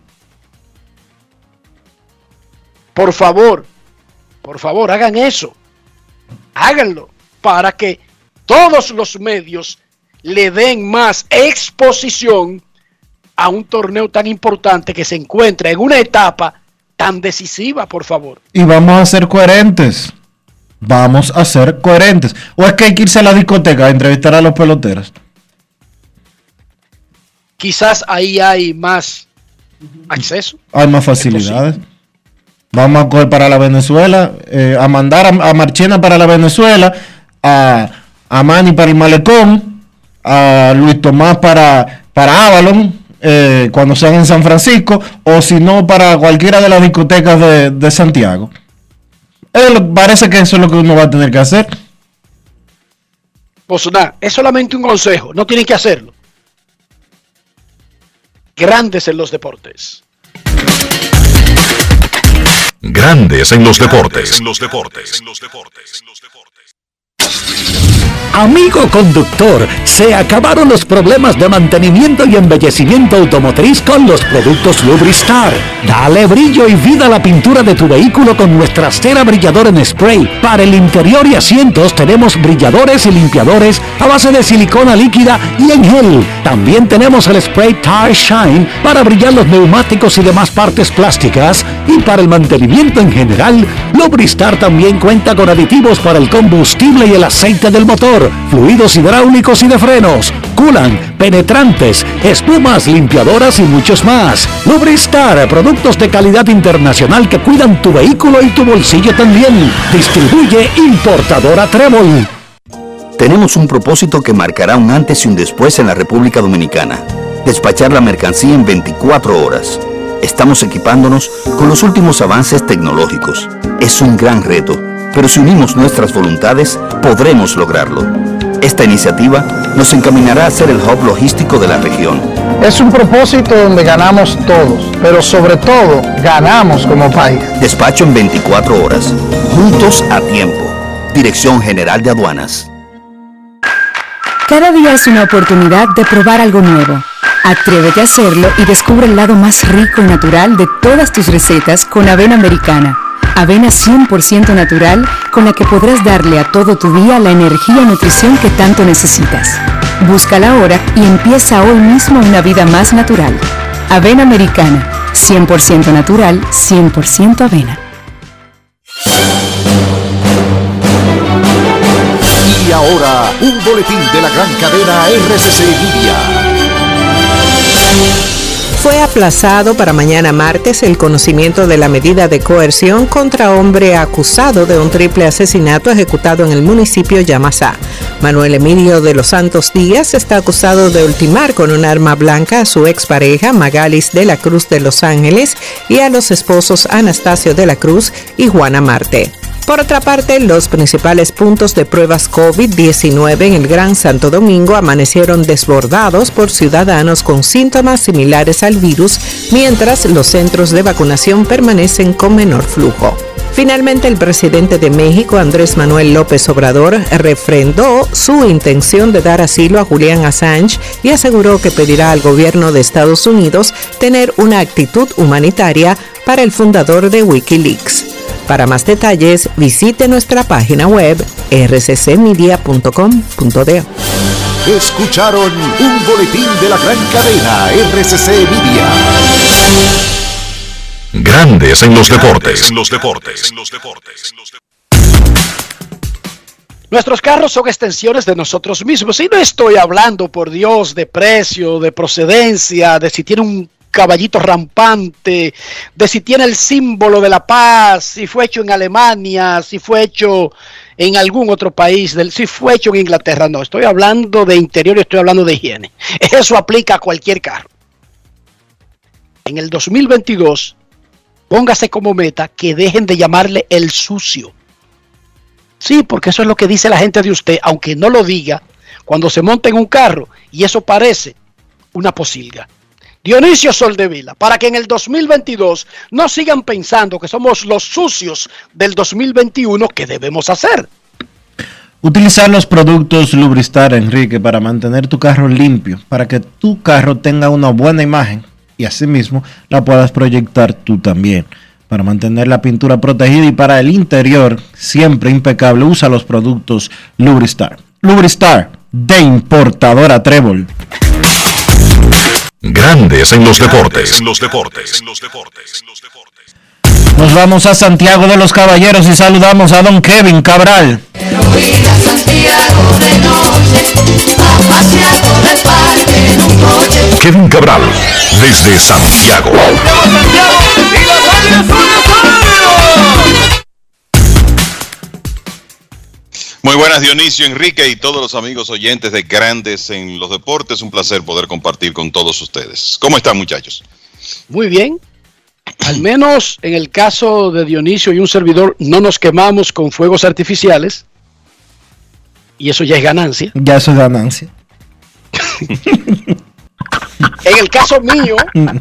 Speaker 5: Por favor, por favor, hagan eso, háganlo, para que todos los medios le den más exposición a un torneo tan importante que se encuentra en una etapa tan decisiva, por favor.
Speaker 3: Y vamos a ser coherentes. Vamos a ser coherentes. ¿O es que hay que irse a la discoteca a entrevistar a los peloteros?
Speaker 5: Quizás ahí hay más acceso.
Speaker 3: Hay más facilidades. Vamos a coger para la Venezuela, eh, a mandar a, a Marchena para la Venezuela, a, a Manny para el Malecón, a Luis Tomás para, para Avalon, eh, cuando sean en San Francisco, o si no, para cualquiera de las discotecas de, de Santiago. Eh, parece que eso es lo que uno va a tener que hacer.
Speaker 5: Pues nada, es solamente un consejo, no tienen que hacerlo. Grandes en los deportes.
Speaker 1: Grandes en los deportes. En los deportes. En los deportes.
Speaker 19: Amigo conductor, se acabaron los problemas de mantenimiento y embellecimiento automotriz con los productos Lubristar. Dale brillo y vida a la pintura de tu vehículo con nuestra cera brilladora en spray. Para el interior y asientos tenemos brilladores y limpiadores a base de silicona líquida y en gel. También tenemos el spray Tire Shine para brillar los neumáticos y demás partes plásticas. Y para el mantenimiento en general, Lubristar también cuenta con aditivos para el combustible y el aceite del motor, fluidos hidráulicos y de frenos, culan, penetrantes, espumas, limpiadoras y muchos más. Lubristar, productos de calidad internacional que cuidan tu vehículo y tu bolsillo también. Distribuye importadora Trébol.
Speaker 20: Tenemos un propósito que marcará un antes y un después en la República Dominicana. Despachar la mercancía en veinticuatro horas. Estamos equipándonos con los últimos avances tecnológicos. Es un gran reto, pero si unimos nuestras voluntades, podremos lograrlo. Esta iniciativa nos encaminará a ser el hub logístico de la región.
Speaker 21: Es un propósito donde ganamos todos, pero sobre todo, ganamos como país.
Speaker 20: Despacho en veinticuatro horas, juntos a tiempo. Dirección General de Aduanas.
Speaker 12: Cada día es una oportunidad de probar algo nuevo. Atrévete a hacerlo y descubre el lado más rico y natural de todas tus recetas con avena americana. Avena cien por ciento natural con la que podrás darle a todo tu día la energía y nutrición que tanto necesitas. Búscala ahora y empieza hoy mismo una vida más natural. Avena americana, cien por ciento natural, cien por ciento avena.
Speaker 1: Y ahora, un boletín de la gran cadena R C C Media.
Speaker 22: Fue aplazado para mañana martes el conocimiento de la medida de coerción contra hombre acusado de un triple asesinato ejecutado en el municipio Yamasá. Manuel Emilio de los Santos Díaz está acusado de ultimar con un arma blanca a su expareja Magalis de la Cruz de Los Ángeles y a los esposos Anastasio de la Cruz y Juana Marte. Por otra parte, los principales puntos de pruebas COVID diecinueve en el Gran Santo Domingo amanecieron desbordados por ciudadanos con síntomas similares al virus, mientras los centros de vacunación permanecen con menor flujo. Finalmente, el presidente de México, Andrés Manuel López Obrador, refrendó su intención de dar asilo a Julian Assange y aseguró que pedirá al gobierno de Estados Unidos tener una actitud humanitaria para el fundador de Wikileaks. Para más detalles, visite nuestra página web r c c media punto com punto d o.
Speaker 1: Escucharon un boletín de la gran cadena R C C Media. Grandes en los deportes. En los deportes. En los deportes.
Speaker 5: Nuestros carros son extensiones de nosotros mismos. Y no estoy hablando, por Dios, de precio, de procedencia, de si tiene un caballito rampante, de si tiene el símbolo de la paz, si fue hecho en Alemania, si fue hecho en algún otro país, del, si fue hecho en Inglaterra. No, estoy hablando de interior y estoy hablando de higiene. Eso aplica a cualquier carro. En el dos mil veintidós, póngase como meta que dejen de llamarle el sucio. Sí, porque eso es lo que dice la gente de usted, aunque no lo diga, cuando se monta en un carro y eso parece una posilga. Dionisio Soldevila, para que en el dos mil veintidós no sigan pensando que somos los sucios del dos mil veintiuno, ¿qué debemos hacer?
Speaker 3: Utilizar los productos Lubristar, Enrique, para mantener tu carro limpio, para que tu carro tenga una buena imagen y asimismo la puedas proyectar tú también. Para mantener la pintura protegida y para el interior siempre impecable, usa los productos Lubristar. Lubristar, de importadora Trébol.
Speaker 1: Grandes en los deportes. En los deportes. En los deportes.
Speaker 3: Nos vamos a Santiago de los Caballeros y saludamos a don Kevin Cabral.
Speaker 4: Santiago de noche, pasear por el parque en un coche.
Speaker 1: Kevin Cabral, desde Santiago.
Speaker 2: Muy buenas, Dionisio, Enrique y todos los amigos oyentes de Grandes en los Deportes. Un placer poder compartir con todos ustedes. ¿Cómo están, muchachos?
Speaker 5: Muy bien. Al menos en el caso de Dionisio y un servidor no nos quemamos con fuegos artificiales. Y eso ya es ganancia.
Speaker 3: Ya eso es ganancia.
Speaker 5: En el caso mío,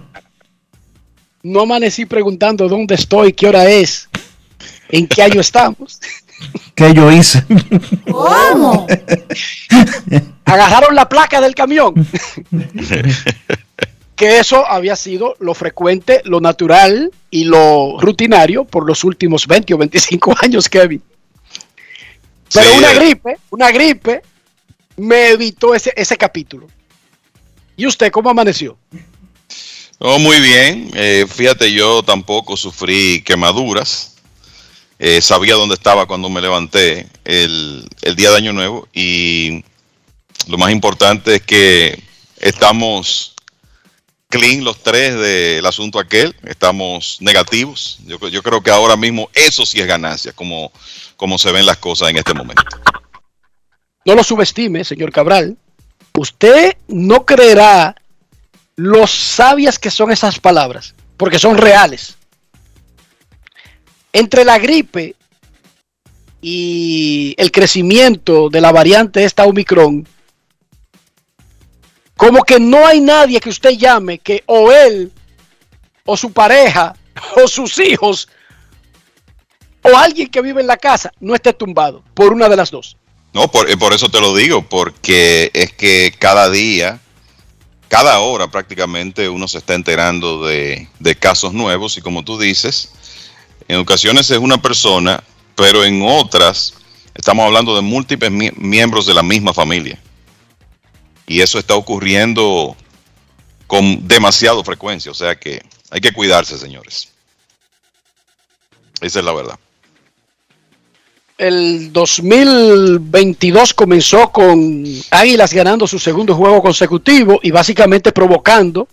Speaker 5: no amanecí preguntando dónde estoy, qué hora es, en qué año estamos.
Speaker 3: ¿Qué yo hice?
Speaker 5: ¿Cómo? Agarraron la placa del camión. Que eso había sido lo frecuente, lo natural y lo rutinario por los últimos veinte o veinticinco años, Kevin. Pero sí, una gripe, una gripe me evitó ese, ese capítulo. ¿Y usted cómo amaneció?
Speaker 2: Oh, muy bien. Eh, fíjate, yo tampoco sufrí quemaduras. Eh, sabía dónde estaba cuando me levanté el, el día de Año Nuevo. Y lo más importante es que estamos clean los tres del asunto aquel. Estamos negativos. Yo, yo creo que ahora mismo eso sí es ganancia, como, como se ven las cosas en este momento.
Speaker 5: No lo subestime, señor Cabral. Usted no creerá lo sabias que son esas palabras, porque son reales. Entre la gripe y el crecimiento de la variante esta Omicron, como que no hay nadie que usted llame que o él, o su pareja, o sus hijos, o alguien que vive en la casa no esté tumbado por una de las dos.
Speaker 2: No, por, por eso te lo digo, porque es que cada día, cada hora prácticamente uno se está enterando de, de casos nuevos y como tú dices, en ocasiones es una persona, pero en otras estamos hablando de múltiples mi- miembros de la misma familia. Y eso está ocurriendo con demasiada frecuencia, o sea que hay que cuidarse, señores. Esa es la verdad.
Speaker 5: El dos mil veintidós comenzó con Águilas ganando su segundo juego consecutivo y básicamente provocando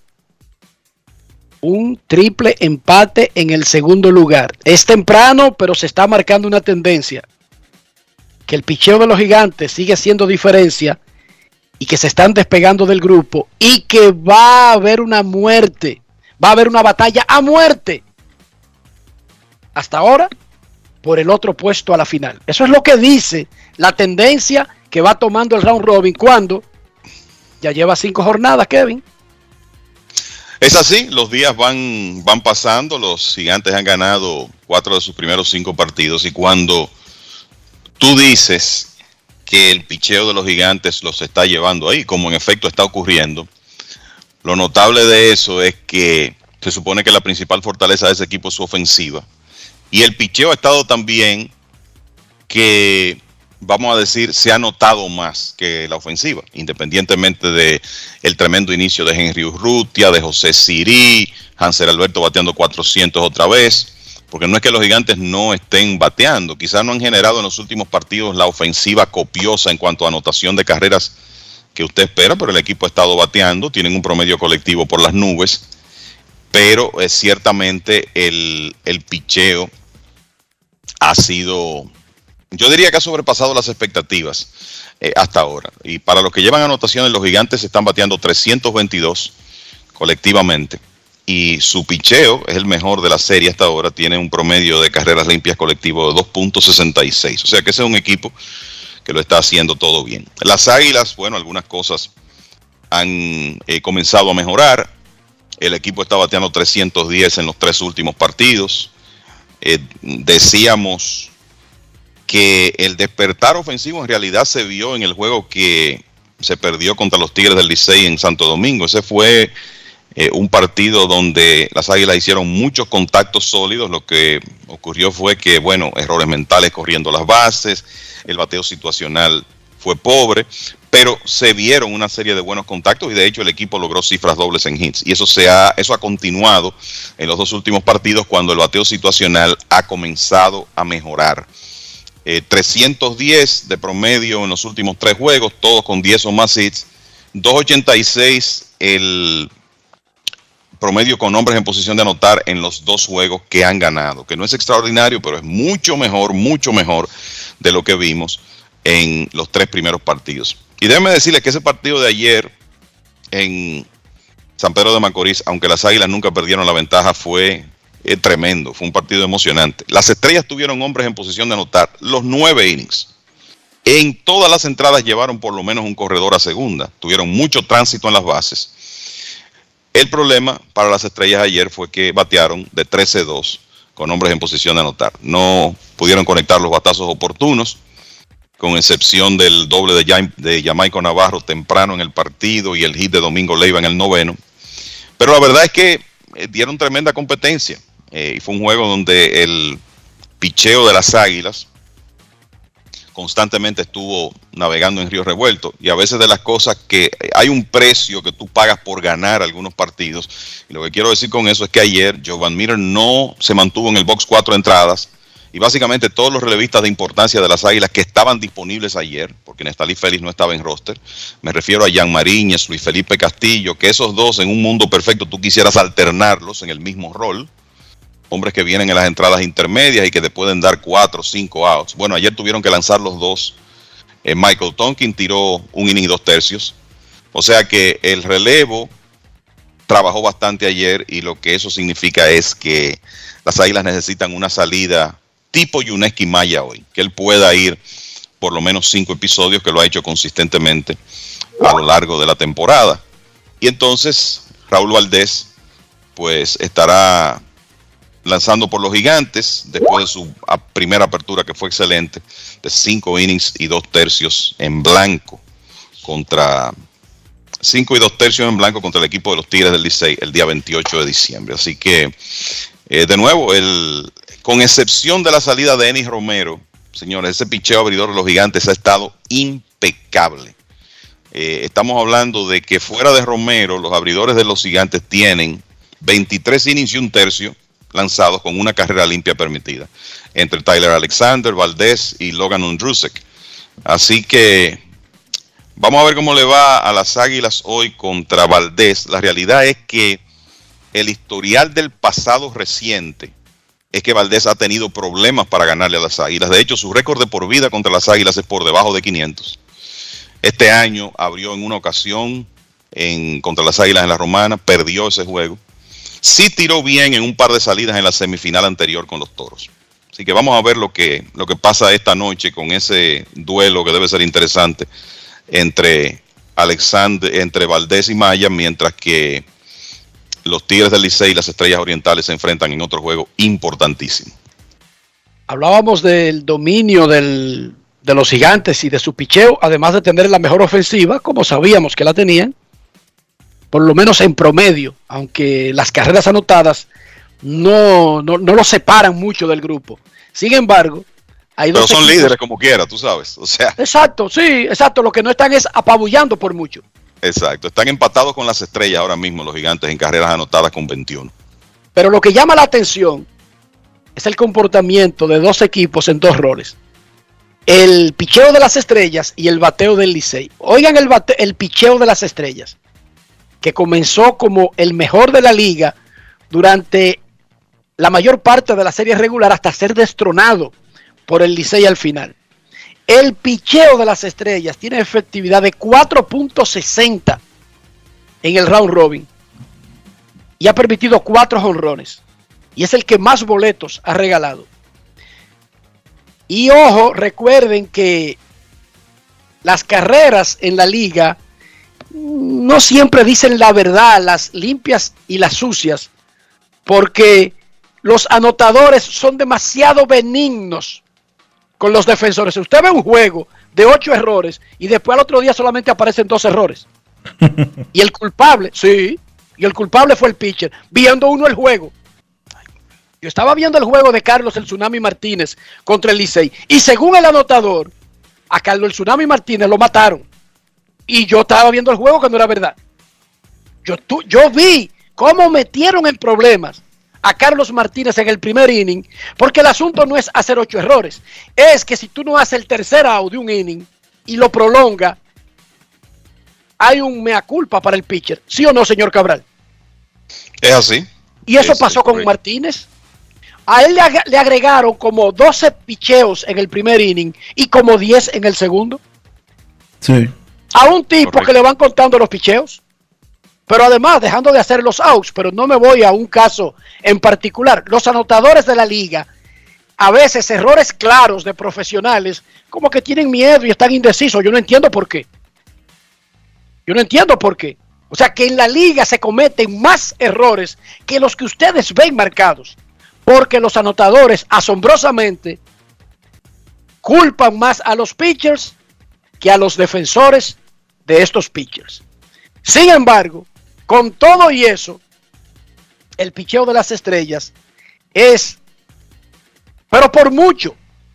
Speaker 5: un triple empate en el segundo lugar. Es temprano, pero se está marcando una tendencia. Que el picheo de los Gigantes sigue siendo diferencia y que se están despegando del grupo y que va a haber una muerte. Va a haber una batalla a muerte. Hasta ahora, por el otro puesto a la final. Eso es lo que dice la tendencia que va tomando el round robin cuando ya lleva cinco jornadas, Kevin.
Speaker 2: Es así, los días van, van pasando, los Gigantes han ganado cuatro de sus primeros cinco partidos y cuando tú dices que el picheo de los Gigantes los está llevando ahí, como en efecto está ocurriendo, lo notable de eso es que se supone que la principal fortaleza de ese equipo es su ofensiva y el picheo ha estado tan bien que, vamos a decir, se ha notado más que la ofensiva, independientemente de el tremendo inicio de Henry Urrutia, de José Sirí, Hanser Alberto bateando cuatrocientos otra vez, porque no es que los Gigantes no estén bateando, quizás no han generado en los últimos partidos la ofensiva copiosa en cuanto a anotación de carreras que usted espera, pero el equipo ha estado bateando, tienen un promedio colectivo por las nubes, pero eh, ciertamente el, el picheo ha sido, yo diría que ha sobrepasado las expectativas eh, hasta ahora. Y para los que llevan anotaciones, los Gigantes están bateando trescientos veintidós colectivamente. Y su picheo es el mejor de la serie hasta ahora. Tiene un promedio de carreras limpias colectivo de dos punto sesenta y seis. O sea que ese es un equipo que lo está haciendo todo bien. Las Águilas, bueno, algunas cosas han eh, comenzado a mejorar. El equipo está bateando trescientos diez en los tres últimos partidos. Eh, decíamos que el despertar ofensivo en realidad se vio en el juego que se perdió contra los Tigres del Licey en Santo Domingo. Ese fue eh, un partido donde las Águilas hicieron muchos contactos sólidos. Lo que ocurrió fue que, bueno, errores mentales corriendo las bases, el bateo situacional fue pobre, pero se vieron una serie de buenos contactos y de hecho el equipo logró cifras dobles en hits y eso se ha, eso ha continuado en los dos últimos partidos cuando el bateo situacional ha comenzado a mejorar. eh, trescientos diez de promedio en los últimos tres juegos, todos con diez o más hits, doscientos ochenta y seis el promedio con hombres en posición de anotar en los dos juegos que han ganado, que no es extraordinario, pero es mucho mejor, mucho mejor de lo que vimos en los tres primeros partidos. Y déjenme decirles que ese partido de ayer en San Pedro de Macorís, aunque las Águilas nunca perdieron la ventaja, fue eh, tremendo, fue un partido emocionante. Las Estrellas tuvieron hombres en posición de anotar los nueve innings. En todas las entradas llevaron por lo menos un corredor a segunda, tuvieron mucho tránsito en las bases. El problema para las Estrellas ayer fue que batearon de trece dos con hombres en posición de anotar. No pudieron conectar los batazos oportunos, con excepción del doble de, Jam- de Jamaico Navarro temprano en el partido y el hit de Domingo Leiva en el noveno. Pero la verdad es que eh, dieron tremenda competencia. Eh, y fue un juego donde el picheo de las Águilas constantemente estuvo navegando en río revuelto, y a veces de las cosas que hay un precio que tú pagas por ganar algunos partidos, y lo que quiero decir con eso es que ayer Jovan Miller no se mantuvo en el box cuatro entradas, y básicamente todos los relevistas de importancia de las Águilas que estaban disponibles ayer, porque Nestalí Félix no estaba en roster, me refiero a Jan Mariñez, Luis Felipe Castillo, que esos dos en un mundo perfecto tú quisieras alternarlos en el mismo rol, hombres que vienen en las entradas intermedias y que te pueden dar cuatro o cinco outs. Bueno, ayer tuvieron que lanzar los dos. Eh, Michael Tonkin tiró un inning y dos tercios. O sea que el relevo trabajó bastante ayer, y lo que eso significa es que las Águilas necesitan una salida tipo Yuneski Maya hoy, que él pueda ir por lo menos cinco episodios, que lo ha hecho consistentemente a lo largo de la temporada. Y entonces Raúl Valdés pues estará lanzando por los Gigantes después de su primera apertura, que fue excelente, de cinco innings y dos tercios en blanco contra cinco y dos tercios en blanco contra el equipo de los Tigres del Licey el día veintiocho de diciembre. Así que eh, de nuevo, el, con excepción de la salida de Enis Romero, señores, ese picheo abridor de los Gigantes ha estado impecable. Eh, estamos hablando de que fuera de Romero, los abridores de los Gigantes tienen veintitrés innings y un tercio lanzados con una carrera limpia permitida, entre Tyler Alexander, Valdés y Logan Ondrusek. Así que vamos a ver cómo le va a las Águilas hoy contra Valdés. La realidad es que el historial del pasado reciente es que Valdés ha tenido problemas para ganarle a las Águilas. De hecho, su récord de por vida contra las Águilas es por debajo de quinientos. Este año abrió en una ocasión en, contra las Águilas en la Romana, perdió ese juego. Sí tiró bien en un par de salidas en la semifinal anterior con los Toros. Así que vamos a ver lo que, lo que pasa esta noche con ese duelo que debe ser interesante entre Alexander, entre Valdés y Maya, mientras que los Tigres del Licey y las Estrellas Orientales se enfrentan en otro juego importantísimo.
Speaker 5: Hablábamos del dominio del, de los Gigantes y de su picheo, además de tener la mejor ofensiva, como sabíamos que la tenían, por lo menos en promedio, aunque las carreras anotadas no, no, no los separan mucho del grupo. Sin embargo, hay dos.
Speaker 2: Pero son
Speaker 5: equipos,
Speaker 2: líderes como quiera, tú sabes. O sea.
Speaker 5: Exacto, sí, exacto. Lo que no están es apabullando por mucho.
Speaker 2: Exacto. Están empatados con las Estrellas ahora mismo los Gigantes en carreras anotadas con veintiuno.
Speaker 5: Pero lo que llama la atención es el comportamiento de dos equipos en dos roles. El picheo de las Estrellas y el bateo del Licey. Oigan el, bate, el picheo de las Estrellas, que comenzó como el mejor de la liga durante la mayor parte de la serie regular hasta ser destronado por el Licey al final. El picheo de las Estrellas tiene efectividad de cuatro punto sesenta en el round robin y ha permitido cuatro jonrones y es el que más boletos ha regalado. Y ojo, recuerden que las carreras en la liga no siempre dicen la verdad, las limpias y las sucias, porque los anotadores son demasiado benignos con los defensores. Usted ve un juego de ocho errores y después al otro día solamente aparecen dos errores. Y el culpable, sí, y el culpable fue el pitcher, viendo uno el juego. Yo estaba viendo el juego de Carlos el Tsunami Martínez contra el Licey, y según el anotador, a Carlos el Tsunami Martínez lo mataron. Y yo estaba viendo el juego que no era verdad. Yo, tú, yo vi cómo metieron en problemas a Carlos Martínez en el primer inning, porque el asunto no es hacer ocho errores, es que si tú no haces el tercer out de un inning y lo prolonga, hay un mea culpa para el pitcher, ¿sí o no, señor Cabral?
Speaker 2: Es así.
Speaker 5: Y eso
Speaker 2: es,
Speaker 5: pasó
Speaker 2: es
Speaker 5: con Martínez. A él le, ag le agregaron como doce picheos en el primer inning y como diez en el segundo.
Speaker 3: Sí.
Speaker 5: A un tipo
Speaker 2: Correcto.
Speaker 5: que le van contando los picheos. Pero además, dejando de hacer los outs, pero no me voy a un caso en particular. Los anotadores de la liga, a veces errores claros de profesionales, como que tienen miedo y están indecisos. Yo no entiendo por qué. Yo no entiendo por qué. O sea, que en la liga se cometen más errores que los que ustedes ven marcados. Porque los anotadores, asombrosamente, culpan más a los pitchers que a los defensores de estos pitchers. Sin embargo, con todo y eso, el picheo de las Estrellas es, pero por mucho,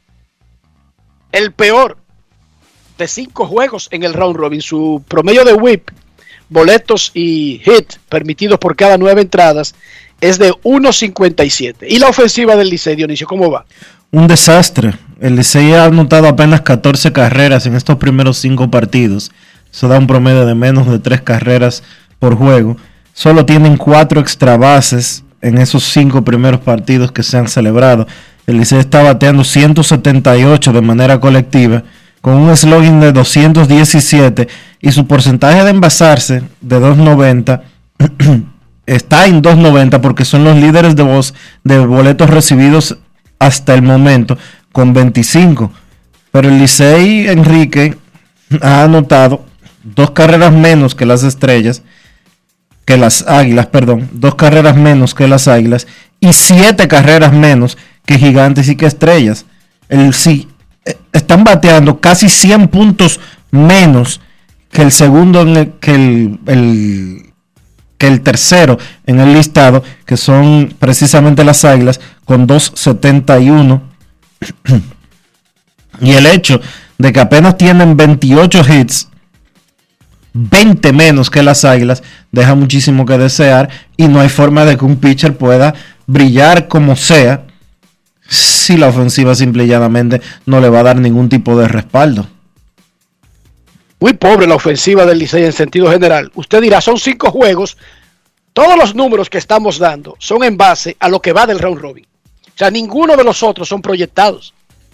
Speaker 5: el peor de cinco juegos en el round robin. Su promedio de whip, boletos y hit permitidos por cada nueve entradas es de uno cincuenta y siete. ¿Y la ofensiva del Licey, Dionisio, cómo va?
Speaker 3: Un desastre. El Licey ha anotado apenas catorce carreras en estos primeros cinco partidos. Eso da un promedio de menos de tres carreras por juego. Solo tienen cuatro extra bases en esos cinco primeros partidos que se han celebrado. El Licey está bateando ciento setenta y ocho de manera colectiva, con un slugging de doscientos diecisiete y su porcentaje de envasarse de dos noventa está en dos noventa porque son los líderes de voz de boletos recibidos hasta el momento con veinticinco. Pero el Licey, Enrique, ha anotado dos carreras menos que las Estrellas, que las Águilas, perdón, dos carreras menos que las Águilas y siete carreras menos que Gigantes y que Estrellas. El, sí, están bateando casi cien puntos menos que el segundo, en el, que, el, el, que el tercero en el listado, que son precisamente las Águilas, con dos setenta y uno. Y el hecho de que apenas tienen veintiocho hits, veinte menos que las Águilas, deja muchísimo que desear y no hay forma de que un pitcher pueda brillar como sea si la ofensiva simple y llanamente no le va a dar ningún tipo de respaldo.
Speaker 5: Muy pobre la ofensiva del Licey en sentido general. Usted dirá, son cinco juegos, todos los números que estamos dando son en base a lo que va del round robin. O sea, ninguno de los otros son proyectados.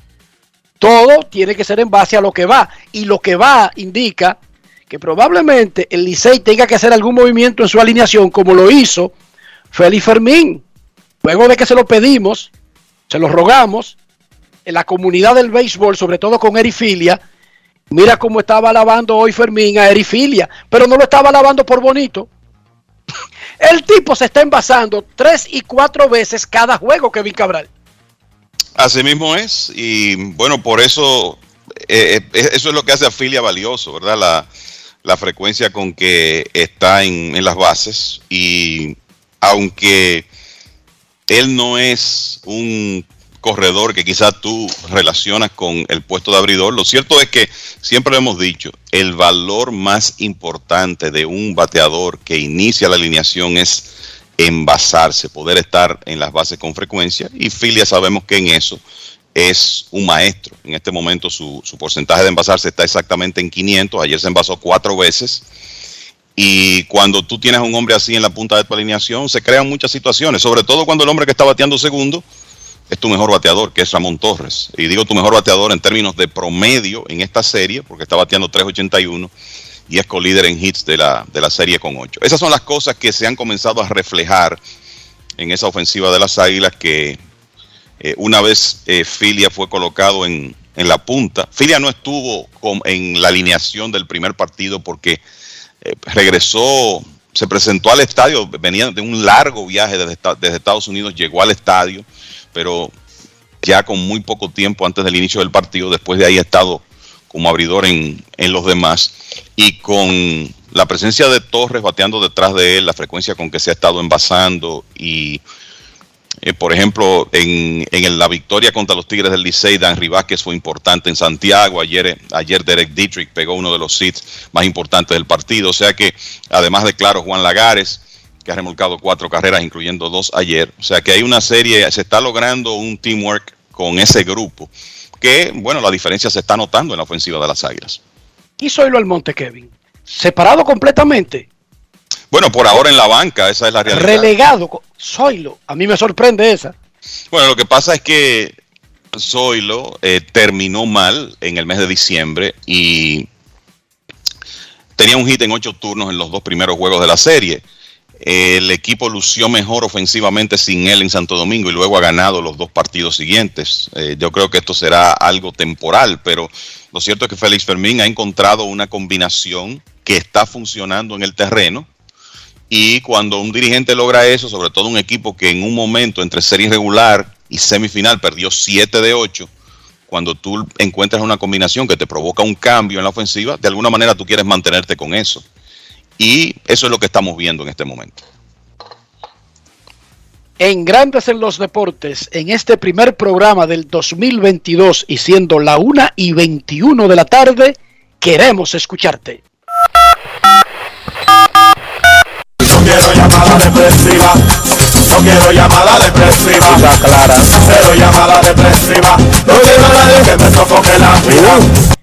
Speaker 5: Todo tiene que ser en base a lo que va, y lo que va indica que probablemente el Licey tenga que hacer algún movimiento en su alineación, como lo hizo Félix Fermín. Luego de que se lo pedimos, se lo rogamos, en la comunidad del béisbol, sobre todo con Erifilia, mira cómo estaba alabando hoy Fermín a Erifilia, pero no lo estaba alabando por bonito. El tipo se está envasando tres y cuatro veces cada juego, Kevin Cabral.
Speaker 2: Así mismo es, y bueno, por eso, eh, eso es lo que hace a Filia valioso, ¿verdad? La, la frecuencia con que está en, en las bases, y aunque él no es un corredor que quizás tú relacionas con el puesto de abridor, lo cierto es que, siempre lo hemos dicho, el valor más importante de un bateador que inicia la alineación es envasarse, poder estar en las bases con frecuencia, y Filia sabemos que en eso es un maestro. En este momento su, su porcentaje de envasarse está exactamente en quinientos, ayer se envasó cuatro veces, y cuando tú tienes a un hombre así en la punta de tu alineación, se crean muchas situaciones, sobre todo cuando el hombre que está bateando segundo es tu mejor bateador, que es Ramón Torres, y digo tu mejor bateador en términos de promedio en esta serie, porque está bateando tres ochenta y uno, y es colíder en hits de la, de la serie con ocho. Esas son las cosas que se han comenzado a reflejar en esa ofensiva de las Águilas, que eh, una vez eh, Filia fue colocado en, en la punta. Filia no estuvo con, en la alineación del primer partido porque eh, regresó, se presentó al estadio, venía de un largo viaje desde, desde Estados Unidos, llegó al estadio, pero ya con muy poco tiempo antes del inicio del partido. Después de ahí ha estado como abridor en, en los demás, y con la presencia de Torres bateando detrás de él, la frecuencia con que se ha estado envasando, y eh, por ejemplo en, en la victoria contra los Tigres del Licey, Danry Vázquez fue importante en Santiago. Ayer, ayer Derek Dietrich pegó uno de los hits más importantes del partido, o sea que además de, claro, Juan Lagares, que ha remolcado cuatro carreras, incluyendo dos ayer. O sea que hay una serie, se está logrando un teamwork con ese grupo, que, bueno, la diferencia se está notando en la ofensiva de las Águilas.
Speaker 5: ¿Y Zoilo Almonte, Kevin? ¿Separado completamente?
Speaker 2: Bueno, por ahora en la banca, esa es la realidad.
Speaker 5: Relegado, Zoilo, a mí me sorprende esa.
Speaker 2: Bueno, lo que pasa es que Zoilo eh, terminó mal en el mes de diciembre y tenía un hit en ocho turnos en los dos primeros juegos de la serie. El equipo lució mejor ofensivamente sin él en Santo Domingo y luego ha ganado los dos partidos siguientes. Eh, yo creo que esto será algo temporal, pero lo cierto es que Félix Fermín ha encontrado una combinación que está funcionando en el terreno, y cuando un dirigente logra eso, sobre todo un equipo que en un momento entre serie regular y semifinal perdió siete de ocho, cuando tú encuentras una combinación que te provoca un cambio en la ofensiva, de alguna manera tú quieres mantenerte con eso. Y eso es lo que estamos viendo en este momento.
Speaker 5: En Grandes en los Deportes, en este primer programa del dos mil veintidós y siendo la una y veintiuno de la tarde, queremos escucharte.
Speaker 15: No quiero llamada depresiva, no quiero llamada depresiva, está clara. Cero llamada depresiva, no quiero a nadie que me sofoque la vida.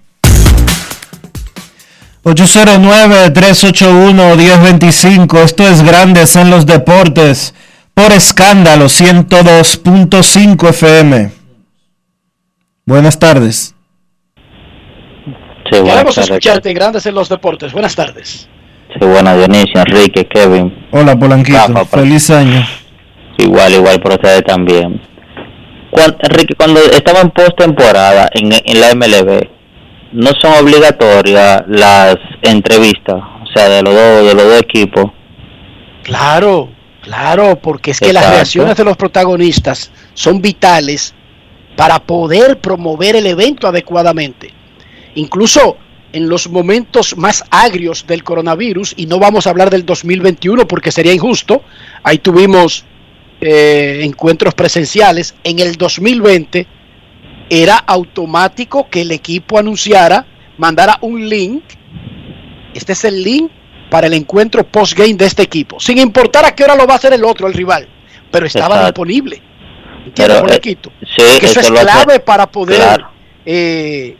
Speaker 3: ocho cero nueve, tres ocho uno, uno cero dos cinco. Esto es Grandes en los Deportes por Escándalo ciento dos punto cinco F M. Buenas tardes.
Speaker 7: Sí, buenas
Speaker 5: Queremos
Speaker 7: tardes.
Speaker 5: escucharte, Grandes en los Deportes. Buenas tardes.
Speaker 7: Sí, buenas, Dionisio, Enrique, Kevin.
Speaker 3: Hola, Polanquito.
Speaker 7: Rafa,
Speaker 3: Feliz año.
Speaker 7: Igual, igual por ustedes también. Cuando, Enrique, cuando estaba en postemporada en, en la M L B, ¿no son obligatorias las entrevistas? O sea, de los dos, de los dos equipos.
Speaker 5: Claro, claro, porque es que
Speaker 7: Exacto.
Speaker 5: las reacciones de los protagonistas son vitales para poder promover el evento adecuadamente. Incluso en los momentos más agrios del coronavirus, y no vamos a hablar del dos mil veintiuno porque sería injusto, ahí tuvimos eh, encuentros presenciales. En el dos mil veinte era automático que el equipo anunciara, mandara un link. Este es el link para el encuentro post-game de este equipo, sin importar a qué hora lo va a hacer el otro, el rival, pero estaba
Speaker 7: Exacto.
Speaker 5: disponible. ¿Entiendes, Polanquito?
Speaker 7: Eh, sí,
Speaker 5: que eso,
Speaker 7: eso
Speaker 5: es clave
Speaker 7: hace,
Speaker 5: para poder
Speaker 7: claro.
Speaker 5: eh,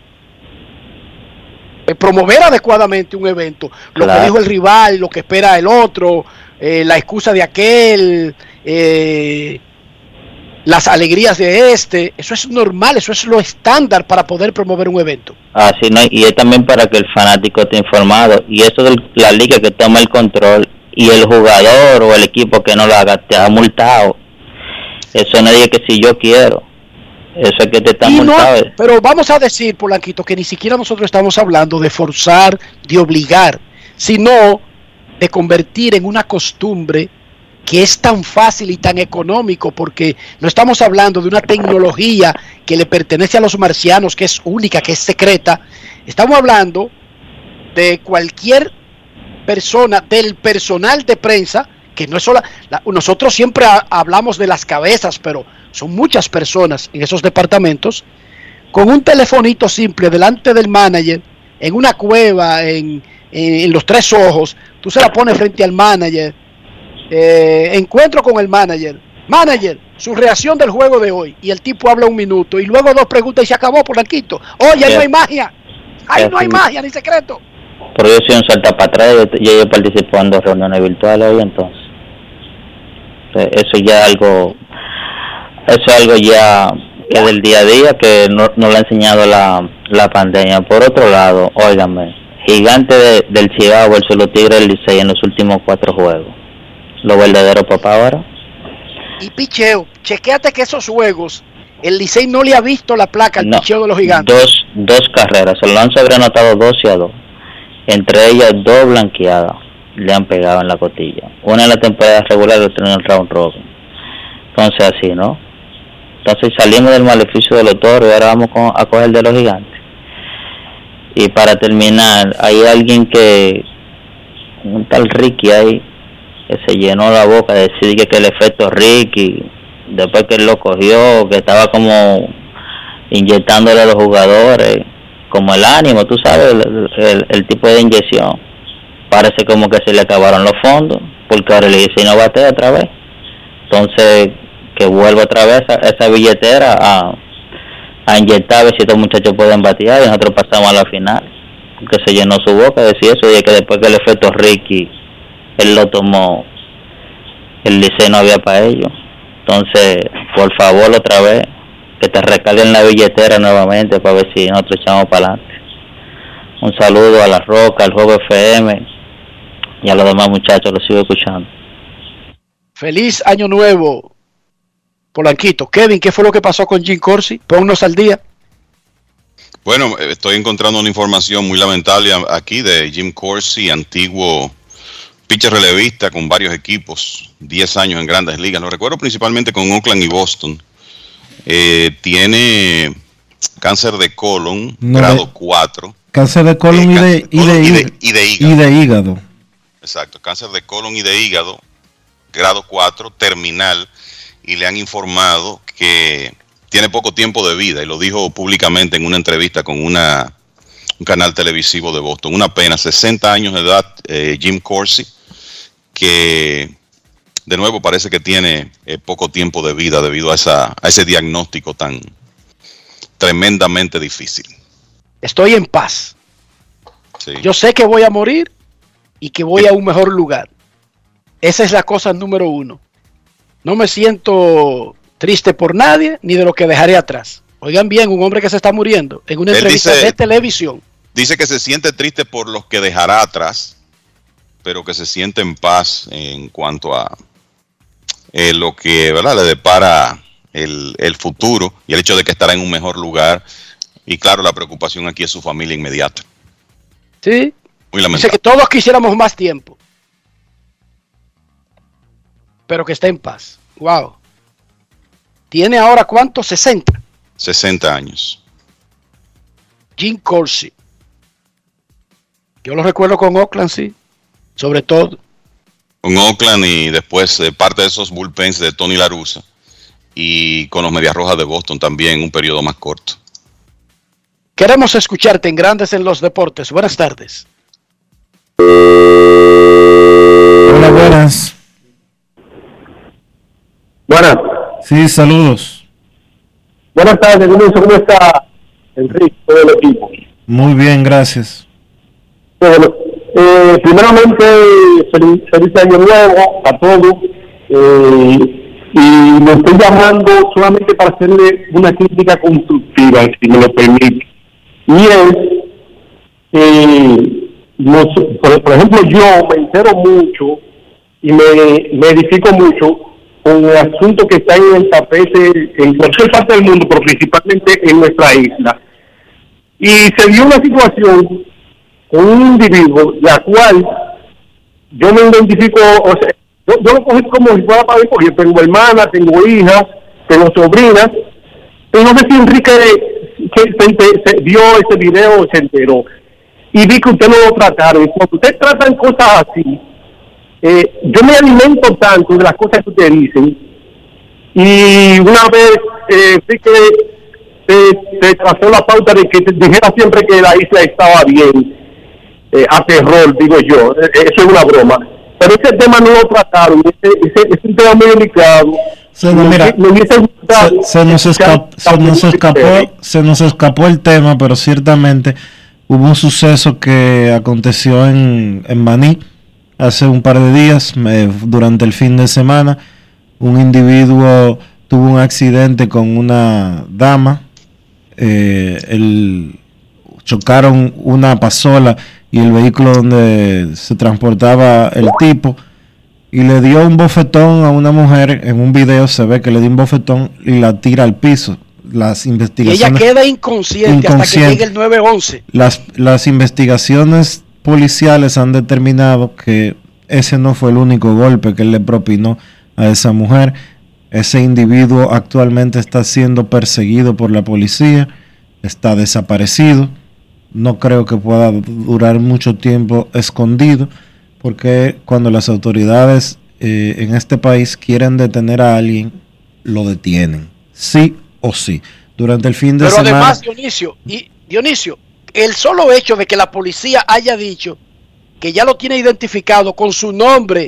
Speaker 5: promover adecuadamente un evento. Lo
Speaker 7: Claro.
Speaker 5: que dijo el rival, lo que espera el otro, eh, la excusa de aquel, eh, las alegrías de este, eso es normal, eso es lo estándar para poder promover un evento.
Speaker 7: Así no, y es también para que el fanático esté informado, y eso de la liga que toma el control y el jugador o el equipo que no lo haga te ha multado. Eso no dice que si yo quiero, eso es que te está
Speaker 5: Y no,
Speaker 7: multado.
Speaker 5: pero vamos a decir, Polanquito, que ni siquiera nosotros estamos hablando de forzar, de obligar, sino de convertir en una costumbre que es tan fácil y tan económico, porque no estamos hablando de una tecnología que le pertenece a los marcianos, que es única, que es secreta. Estamos hablando de cualquier persona, del personal de prensa, que no es sola, la, nosotros siempre ha, hablamos de las cabezas, pero son muchas personas en esos departamentos, con un telefonito simple delante del manager, en una cueva, en, en, en los tres ojos, tú se la pones frente al manager. Eh, encuentro con el manager, manager, su reacción del juego de hoy, y el tipo habla un minuto y luego dos preguntas y se acabó, Polanquito. Oye, ahí no hay magia, ahí no hay magia ni secreto.
Speaker 7: Pero yo soy un salta para atrás, yo, yo, yo participo en dos reuniones virtuales hoy, entonces eso ya algo, eso es algo ya que del día a día que no, no lo ha enseñado la, la pandemia. Por otro lado, óigame, Gigante de, del Cibao versus los Tigres del Licey en los últimos cuatro juegos. Lo verdadero papá ahora.
Speaker 5: Y picheo, chequéate que esos juegos el Licey no le ha visto la placa al no, picheo de los Gigantes.
Speaker 7: Dos, dos carreras, se lo han sobreanotado doce a dos, entre ellas dos blanqueadas le han pegado en la costilla, una en la temporada regular y otra en el round robin. Entonces así, ¿no? Entonces salimos del maleficio de los Toros y ahora vamos con, a coger de los Gigantes. Y para terminar, hay alguien que, un tal Ricky ahí, que se llenó la boca de decir que, que el efecto Ricky, después que él lo cogió, que estaba como inyectándole a los jugadores, como el ánimo, tú sabes, el, el, el tipo de inyección. Parece como que se le acabaron los fondos porque ahora el Licey no batea otra vez. Entonces, que vuelva otra vez a esa billetera a, a inyectar a ver si estos muchachos pueden batear y nosotros pasamos a la final. Que se llenó su boca, decía eso, y que después que el efecto Ricky, él lo tomó, el Licey no había para ello. Entonces, por favor, otra vez, que te recarguen la billetera nuevamente para ver si nosotros echamos para adelante. Un saludo a La Roca, al Juego F M y a los demás muchachos, los sigo escuchando.
Speaker 5: Feliz año nuevo, Polanquito. Kevin, ¿qué fue lo que pasó con Jim Corsi? Ponnos al día.
Speaker 2: Bueno, estoy encontrando una información muy lamentable aquí de Jim Corsi, antiguo pitcher relevista con varios equipos, diez años en Grandes Ligas. Lo recuerdo principalmente con Oakland y Boston. Eh, tiene cáncer de colon, no, grado cuatro.
Speaker 3: Cáncer de colon, eh, y, de, y, de, y, de, y, de, hígado. y de hígado.
Speaker 2: Exacto, cáncer de colon y de hígado, grado cuatro, terminal, y le han informado que tiene poco tiempo de vida, y lo dijo públicamente en una entrevista con una, un canal televisivo de Boston. Una pena, sesenta años de edad, eh, Jim Corsi, que de nuevo parece que tiene eh, poco tiempo de vida debido a, esa, a ese diagnóstico tan tremendamente difícil.
Speaker 5: Estoy en paz. Sí. Yo sé que voy a morir y que voy a un mejor lugar. Esa es la cosa número uno. No me siento triste por nadie ni de lo que dejaré atrás. Oigan bien, un hombre que se está muriendo en una Él entrevista dice, de televisión.
Speaker 2: Dice que se siente triste por los que dejará atrás, pero que se siente en paz en cuanto a eh, lo que, ¿verdad?, le depara el, el futuro y el hecho de que estará en un mejor lugar. Y claro, la preocupación aquí es su familia inmediata.
Speaker 5: Sí.
Speaker 2: Muy lamentable.
Speaker 5: Dice que todos quisiéramos más tiempo, pero que esté en paz. Wow. ¿Tiene ahora cuánto? sesenta.
Speaker 2: sesenta años.
Speaker 5: Jim Corsi. Yo lo recuerdo con Oakland, sí. Sobre todo.
Speaker 2: Con Oakland y después eh, parte de esos bullpens de Tony La Russa. Y con los Medias Rojas de Boston también, un periodo más corto.
Speaker 5: Queremos escucharte en Grandes en los Deportes. Buenas tardes.
Speaker 3: Hola, buenas.
Speaker 8: Buenas.
Speaker 3: Sí, saludos.
Speaker 8: Buenas tardes, ¿cómo está Enrique, todo el equipo?
Speaker 3: Muy bien, gracias.
Speaker 8: Bueno, eh, primeramente, feliz, feliz año nuevo a todos. Eh, y me estoy llamando solamente para hacerle una crítica constructiva, si me lo permite. Y es, eh, nos, por, por ejemplo, yo me entero mucho y me, me edifico mucho con el asunto que está en el tapete en cualquier parte del mundo, pero principalmente en nuestra isla. Y se dio una situación con un individuo, la cual yo me identifico, o sea, yo, yo lo cogí como si fuera para mí, porque tengo hermanas, tengo hijas, tengo sobrinas, y no sé si Enrique que se, se, se vio ese video, se enteró, y vi que usted no lo trataron, y cuando usted tratan cosas así, eh, yo me alimento tanto de las cosas que ustedes dicen, y una vez eh, sí que se, se trazó la pauta de que dijera siempre que la isla estaba bien, eh, a terror, digo yo, eh, eso es una broma, pero ese tema no lo trataron, ese, ese, es un tema muy delicado.
Speaker 3: Se, no, mira, se, se, nos escapó, se nos escapó, se nos escapó el tema, pero ciertamente hubo un suceso que aconteció en, en Baní hace un par de días, eh, durante el fin de semana. Un individuo tuvo un accidente con una dama, eh, el, chocaron una pasola y el vehículo donde se transportaba el tipo, y le dio un bofetón a una mujer. En un video se ve que le dio un bofetón y la tira al piso. Las investigaciones,
Speaker 5: y ella queda inconsciente, inconsciente hasta que llegue el nueve once.
Speaker 3: Las, las investigaciones policiales han determinado que ese no fue el único golpe que él le propinó a esa mujer. Ese individuo actualmente está siendo perseguido por la policía, está desaparecido. No creo que pueda durar mucho tiempo escondido, porque cuando las autoridades eh, en este país quieren detener a alguien, lo detienen, sí o sí. Durante el fin de
Speaker 5: Pero
Speaker 3: semana...
Speaker 5: Pero además, Dionisio, y Dionisio, el solo hecho de que la policía haya dicho que ya lo tiene identificado con su nombre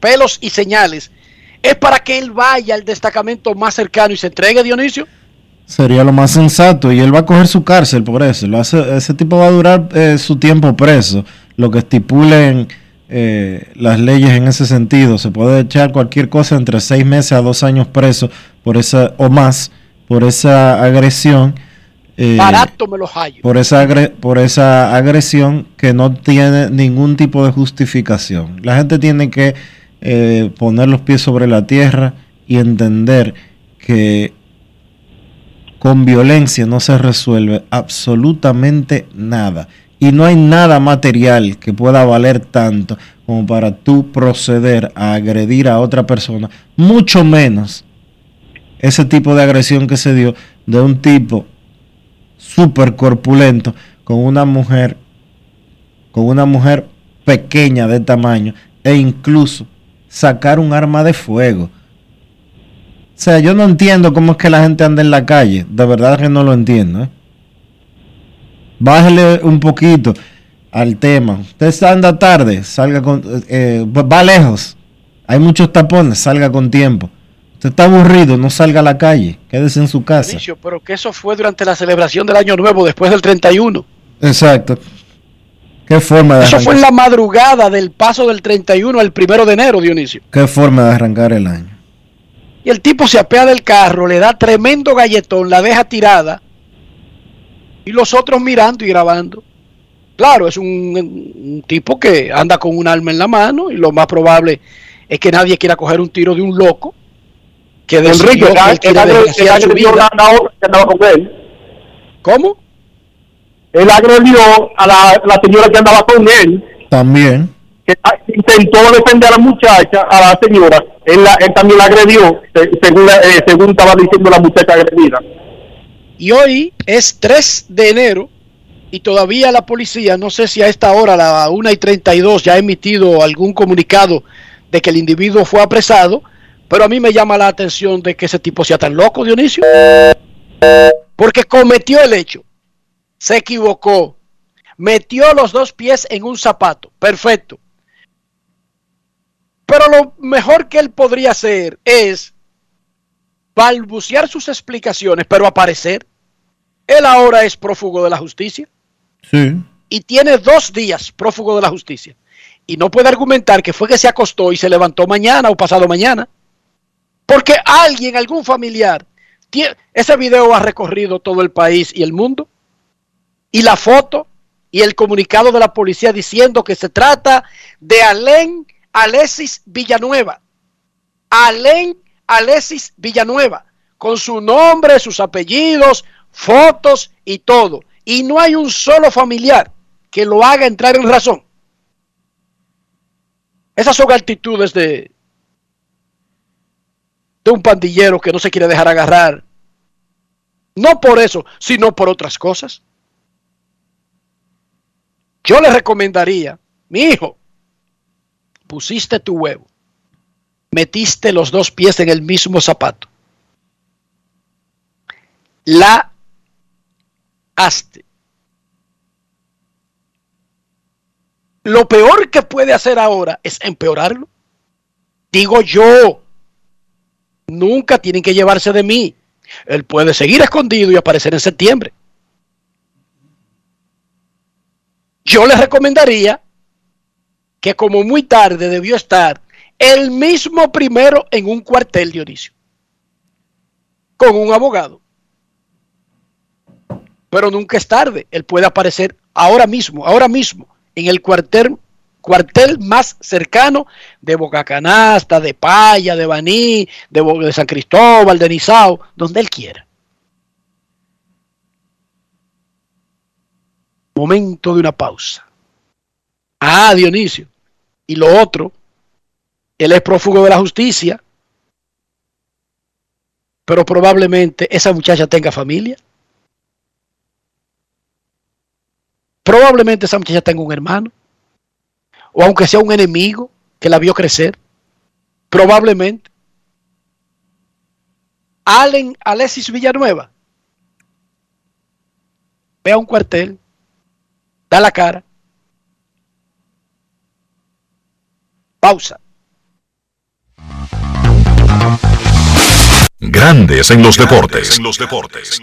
Speaker 5: pelos y señales, es para que él vaya al destacamento más cercano y se entregue, Dionisio.
Speaker 3: Sería lo más sensato y él va a coger su cárcel por eso. Lo hace, ese tipo va a durar eh, su tiempo preso, lo que estipulen eh, las leyes en ese sentido. Se puede echar cualquier cosa entre seis meses a dos años preso por esa o más por esa agresión. Eh,
Speaker 5: Barato me lo hallo.
Speaker 3: Por esa, agre, por esa agresión que no tiene ningún tipo de justificación. La gente tiene que eh, poner los pies sobre la tierra y entender que con violencia no se resuelve absolutamente nada. Y no hay nada material que pueda valer tanto como para tú proceder a agredir a otra persona. Mucho menos ese tipo de agresión que se dio de un tipo súper corpulento con una mujer, con una mujer pequeña de tamaño e incluso sacar un arma de fuego. O sea, yo no entiendo cómo es que la gente anda en la calle. De verdad que no lo entiendo, ¿eh? Bájale un poquito al tema. Usted anda tarde, salga con... Eh, va lejos. Hay muchos tapones, salga con tiempo. Usted está aburrido, no salga a la calle. Quédese en su casa.
Speaker 5: Inicio, pero que eso fue durante la celebración del Año Nuevo, después del treinta y uno.
Speaker 3: Exacto. ¿Qué forma de
Speaker 5: Eso
Speaker 3: arrancar?
Speaker 5: fue en la madrugada del paso del treinta y uno al primero de enero, Dionisio.
Speaker 3: ¿Qué forma de arrancar el año?
Speaker 5: Y el tipo se apea del carro, le da tremendo galletón, la deja tirada y los otros mirando y grabando. Claro, es un, un tipo que anda con un arma en la mano y lo más probable es que nadie quiera coger un tiro de un loco que decidió que él quiere desgraciar su vida. ¿Cómo?
Speaker 8: Él agredió a la, la señora que andaba con él.
Speaker 3: También.
Speaker 8: Que intentó defender a la muchacha, a la señora. Él, la, él también la agredió, según, eh, según estaba diciendo la muchacha agredida.
Speaker 5: Y hoy es tres de enero y todavía la policía, no sé si a esta hora, a la una y treinta y dos, ya ha emitido algún comunicado de que el individuo fue apresado, pero a mí me llama la atención de que ese tipo sea tan loco, Dionisio, porque cometió el hecho, se equivocó, metió los dos pies en un zapato, perfecto. Pero lo mejor que él podría hacer es balbucear sus explicaciones, pero aparecer. Él ahora es prófugo de la justicia.
Speaker 3: Sí.
Speaker 5: Y tiene dos días prófugo de la justicia. Y no puede argumentar que fue que se acostó y se levantó mañana o pasado mañana. Porque alguien, algún familiar, tiene, ese video ha recorrido todo el país y el mundo. Y la foto y el comunicado de la policía diciendo que se trata de Alén Alexis Villanueva. Alén Alexis Villanueva. Con su nombre, sus apellidos, fotos y todo. Y no hay un solo familiar que lo haga entrar en razón. Esas son actitudes de, de un pandillero que no se quiere dejar agarrar. No por eso, sino por otras cosas. Yo le recomendaría, mi hijo, pusiste tu huevo, metiste los dos pies en el mismo zapato, la hazte. Lo peor que puede hacer ahora es empeorarlo. Digo yo, nunca tienen que llevarse de mí. Él puede seguir escondido y aparecer en septiembre. Yo les recomendaría que como muy tarde debió estar el mismo primero en un cuartel, Dionisio, con un abogado. Pero nunca es tarde. Él puede aparecer ahora mismo, ahora mismo, en el cuartel, cuartel más cercano de Boca Canasta, de Paya, de Baní, de, de San Cristóbal, de Nizao, donde él quiera. Momento de una pausa. Ah, Dionisio. Y lo otro, él es prófugo de la justicia, pero probablemente esa muchacha tenga familia. Probablemente esa muchacha tenga un hermano, o aunque sea un enemigo que la vio crecer. Probablemente. Allen Alexis Villanueva, ve a un cuartel, da la cara. Pausa.
Speaker 1: Grandes en los deportes.
Speaker 16: En los deportes.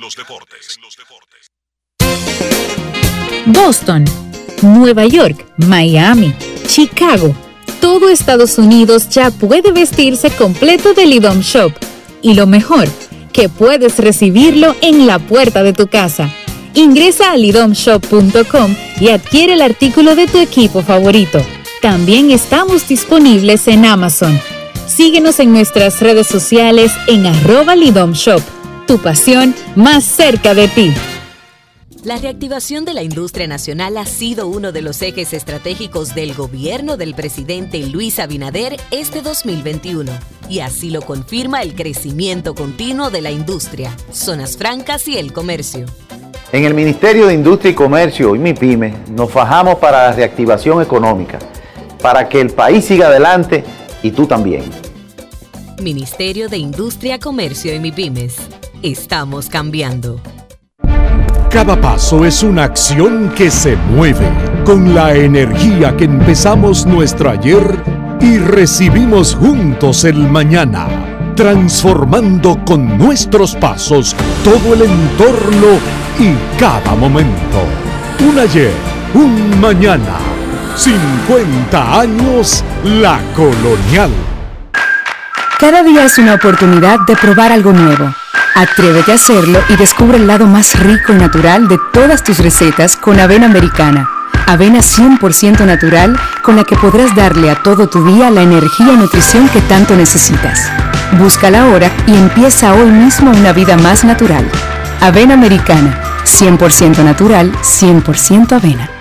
Speaker 10: Boston, Nueva York, Miami, Chicago. Todo Estados Unidos ya puede vestirse completo del IDOM Shop. Y lo mejor, que puedes recibirlo en la puerta de tu casa. Ingresa a lidom shop punto com y adquiere el artículo de tu equipo favorito. También estamos disponibles en Amazon. Síguenos en nuestras redes sociales en arroba Lidom Shop. Tu pasión más cerca de ti.
Speaker 13: La reactivación de la industria nacional ha sido uno de los ejes estratégicos del gobierno del presidente Luis Abinader este dos mil veintiuno. Y así lo confirma el crecimiento continuo de la industria, zonas francas y el comercio.
Speaker 23: En el Ministerio de Industria y Comercio y MIPYME nos fajamos para la reactivación económica, para que el país siga adelante y tú también.
Speaker 13: Ministerio de Industria, Comercio y MIPYMES. Estamos cambiando.
Speaker 24: Cada paso es una acción que se mueve con la energía que empezamos nuestro ayer y recibimos juntos el mañana, transformando con nuestros pasos todo el entorno y cada momento. Un ayer, un mañana, cincuenta años La Colonial.
Speaker 12: Cada día es una oportunidad de probar algo nuevo. Atrévete a hacerlo y descubre el lado más rico y natural de todas tus recetas con avena americana. Avena cien por ciento natural con la que podrás darle a todo tu día la energía y nutrición que tanto necesitas. Búscala ahora y empieza hoy mismo una vida más natural. Avena americana, cien por ciento natural, cien por ciento avena.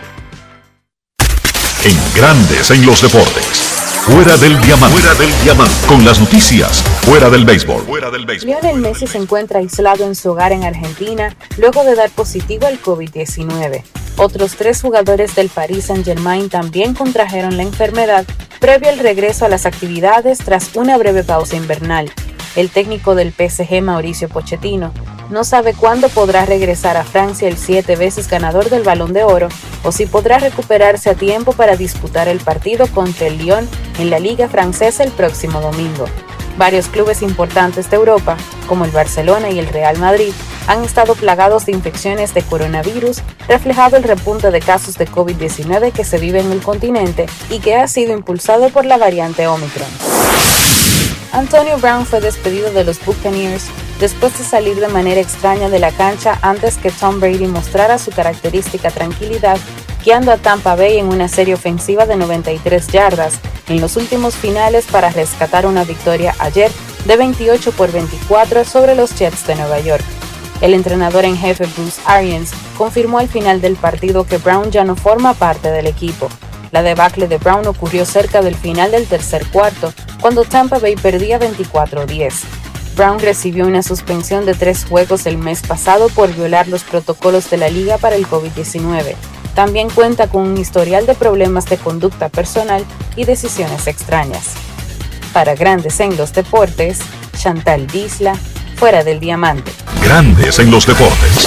Speaker 1: En Grandes en los deportes. Fuera del diamante. Fuera del diamante. Con las noticias. Fuera del béisbol. Fuera del béisbol.
Speaker 25: Lionel Messi se encuentra aislado en su hogar en Argentina luego de dar positivo al covid diecinueve. Otros tres jugadores del Paris Saint-Germain también contrajeron la enfermedad previo al regreso a las actividades tras una breve pausa invernal. El técnico del P S G, Mauricio Pochettino, no sabe cuándo podrá regresar a Francia el siete veces ganador del Balón de Oro o si podrá recuperarse a tiempo para disputar el partido contra el Lyon en la Liga Francesa el próximo domingo. Varios clubes importantes de Europa, como el Barcelona y el Real Madrid, han estado plagados de infecciones de coronavirus, reflejado el repunte de casos de covid diecinueve que se vive en el continente y que ha sido impulsado por la variante Omicron. Antonio Brown fue despedido de los Buccaneers después de salir de manera extraña de la cancha antes que Tom Brady mostrara su característica tranquilidad, guiando a Tampa Bay en una serie ofensiva de noventa y tres yardas en los últimos finales para rescatar una victoria ayer de veintiocho por veinticuatro sobre los Jets de Nueva York. El entrenador en jefe Bruce Arians confirmó al final del partido que Brown ya no forma parte del equipo. La debacle de Brown ocurrió cerca del final del tercer cuarto, cuando Tampa Bay perdía veinticuatro a diez. Brown recibió una suspensión de tres juegos el mes pasado por violar los protocolos de la liga para el covid diecinueve. También cuenta con un historial de problemas de conducta personal y decisiones extrañas. Para Grandes en los Deportes, Chantal Disla, Fuera del Diamante.
Speaker 1: Grandes en los deportes.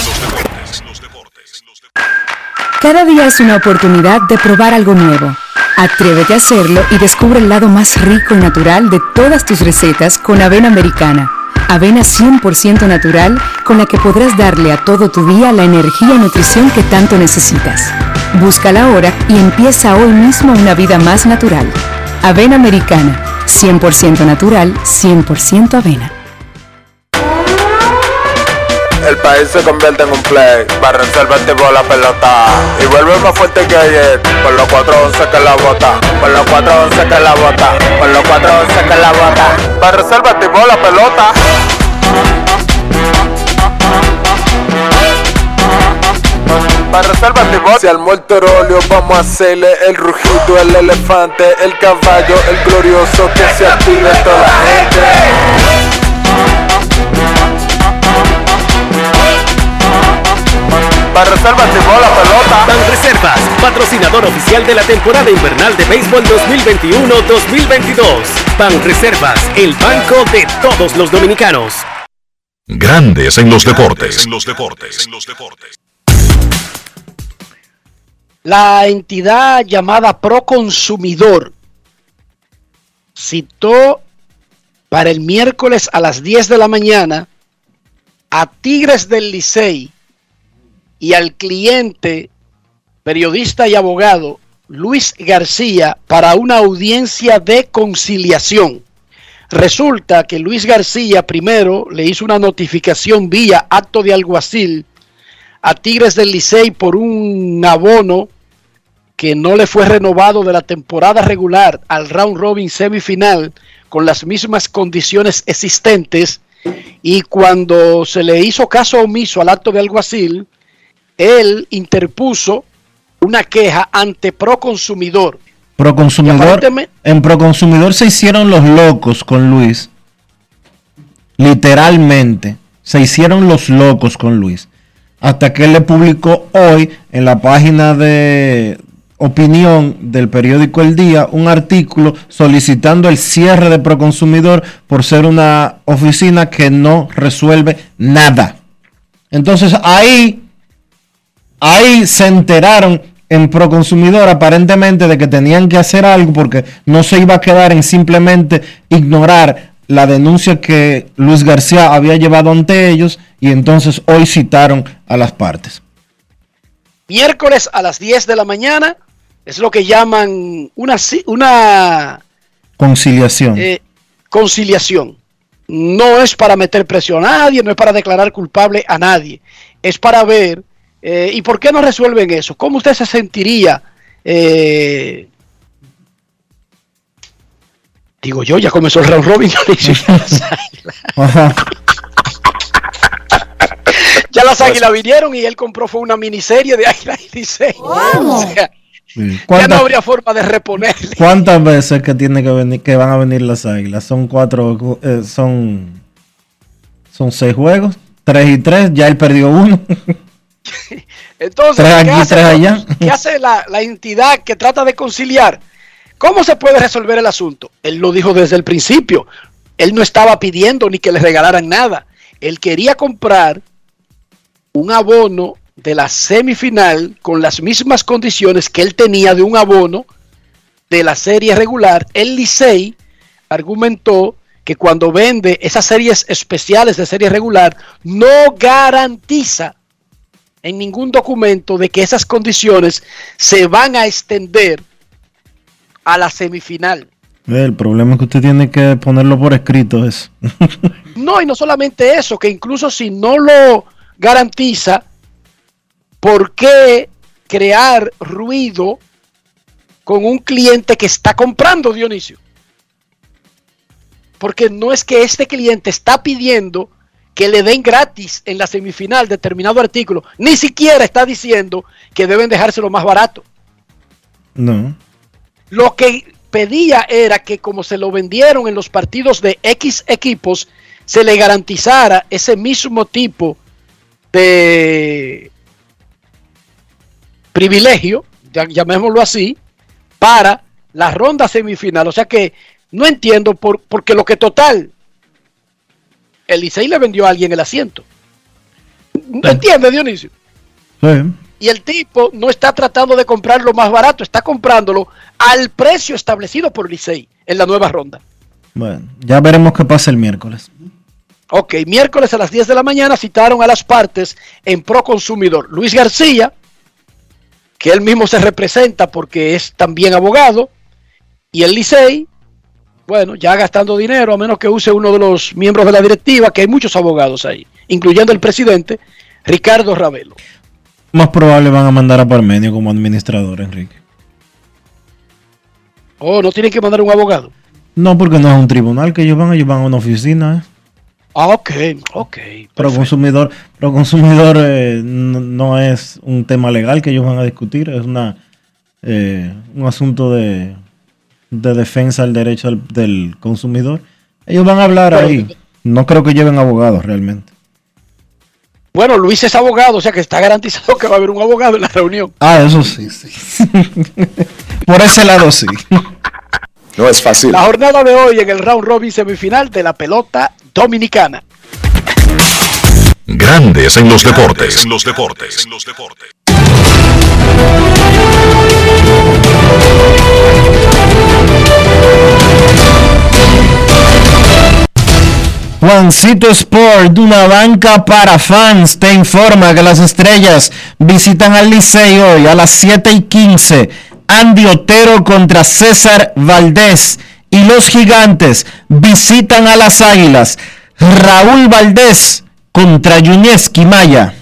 Speaker 12: Cada día es una oportunidad de probar algo nuevo. Atrévete a hacerlo y descubre el lado más rico y natural de todas tus recetas con avena americana. Avena cien por ciento natural con la que podrás darle a todo tu día la energía y nutrición que tanto necesitas. Búscala ahora y empieza hoy mismo una vida más natural. Avena americana, cien por ciento natural, cien por ciento avena.
Speaker 26: El país se convierte en un play, para reservar tipo la pelota y vuelve más fuerte que ayer, por los cuatro once que la bota, por los cuatro once que la bota, por los cuatro once que la bota, para reservar tipo la pelota. Para reservar tipo, si al muerto óleo vamos a hacerle el rugido, el elefante, el caballo, el glorioso, que se active toda la gente. Banreservas llevó la pelota.
Speaker 14: Banreservas, patrocinador oficial de la temporada invernal de béisbol dos mil veintiuno dos mil veintidós. Banreservas, el banco de todos los dominicanos.
Speaker 1: Grandes en los deportes.
Speaker 16: En los deportes. En los deportes.
Speaker 5: La entidad llamada Proconsumidor citó para el miércoles a las diez de la mañana a Tigres del Licey y al cliente, periodista y abogado Luis García, para una audiencia de conciliación. Resulta que Luis García primero le hizo una notificación vía acto de alguacil a Tigres del Licey por un abono que no le fue renovado de la temporada regular al round robin semifinal con las mismas condiciones existentes, y cuando se le hizo caso omiso al acto de alguacil, él interpuso una queja ante Proconsumidor.
Speaker 3: Proconsumidor, en Proconsumidor se hicieron los locos con Luis. Literalmente, se hicieron los locos con Luis. Hasta que él le publicó hoy en la página de opinión del periódico El Día un artículo solicitando el cierre de Proconsumidor por ser una oficina que no resuelve nada. Entonces ahí, ahí se enteraron en Proconsumidor aparentemente de que tenían que hacer algo, porque no se iba a quedar en simplemente ignorar la denuncia que Luis García había llevado ante ellos, y entonces hoy citaron a las partes.
Speaker 5: Miércoles a las diez de la mañana es lo que llaman una, una
Speaker 3: conciliación.
Speaker 5: Eh, conciliación. No es para meter presión a nadie, no es para declarar culpable a nadie. Es para ver, eh, ¿y por qué no resuelven eso? ¿Cómo usted se sentiría? Eh, digo yo, ya comenzó el round robin. Ya las Águilas vinieron y él compró fue una miniserie de Águilas y Licey. O sea, ya no habría forma de reponerle.
Speaker 3: ¿Cuántas veces que tiene que venir, que van a venir las Águilas? Son cuatro, eh, son, son seis juegos, tres y tres, ya él perdió uno.
Speaker 5: Entonces,
Speaker 3: tres aquí,
Speaker 5: ¿qué hace,
Speaker 3: tres allá?
Speaker 5: ¿qué hace la, la entidad que trata de conciliar? ¿Cómo se puede resolver el asunto? Él lo dijo desde el principio. Él no estaba pidiendo ni que le regalaran nada. Él quería comprar un abono de la semifinal con las mismas condiciones que él tenía de un abono de la serie regular. El Licey argumentó que cuando vende esas series especiales de serie regular no garantiza en ningún documento de que esas condiciones se van a extender a la semifinal.
Speaker 3: El problema es que usted tiene que ponerlo por escrito eso.
Speaker 5: No, y no solamente eso, que incluso si no lo garantiza, ¿por qué crear ruido con un cliente que está comprando, Dionisio? Porque no es que este cliente está pidiendo que le den gratis en la semifinal determinado artículo, ni siquiera está diciendo que deben dejárselo más barato.
Speaker 3: No.
Speaker 5: Lo que pedía era que, como se lo vendieron en los partidos de X equipos, se le garantizara ese mismo tipo de privilegio, llamémoslo así, para la ronda semifinal. O sea que no entiendo por, porque lo que total el Licey le vendió a alguien el asiento. ¿No entiende, Dionisio?
Speaker 3: Sí.
Speaker 5: Y el tipo no está tratando de comprarlo más barato, está comprándolo al precio establecido por Licey en la nueva ronda.
Speaker 3: Bueno, ya veremos qué pasa el miércoles.
Speaker 5: Ok, miércoles a las diez de la mañana citaron a las partes en Proconsumidor. Luis García, que él mismo se representa porque es también abogado, y el Licey, bueno, ya gastando dinero, a menos que use uno de los miembros de la directiva, que hay muchos abogados ahí, incluyendo el presidente, Ricardo Ravelo.
Speaker 3: Más probable van a mandar a Parmenio como administrador, Enrique.
Speaker 5: Oh, ¿no tienen que mandar un abogado?
Speaker 3: No, porque no es un tribunal que ellos van, ellos van a una oficina, ¿eh?
Speaker 5: Ah, ok, ok.
Speaker 3: Pro consumidor, pro consumidor eh, no, no es un tema legal que ellos van a discutir, es una eh, un asunto de, de defensa del derecho del, del consumidor. Ellos van a hablar Pero, ahí. No creo que lleven abogados realmente.
Speaker 5: Bueno, Luis es abogado, o sea que está garantizado que va a haber un abogado en la reunión.
Speaker 3: Ah, eso sí, sí. Por ese lado sí.
Speaker 6: No es fácil.
Speaker 5: La jornada de hoy en el round robin semifinal de la pelota dominicana.
Speaker 1: Grandes en los deportes. En los deportes. En los deportes.
Speaker 3: Juancito Sport, una banca para fans, te informa que las Estrellas visitan al Licey hoy a las siete y quince. Andy Otero contra César Valdés. Y los Gigantes visitan a las Águilas. Raúl Valdés contra Yunieski Maya.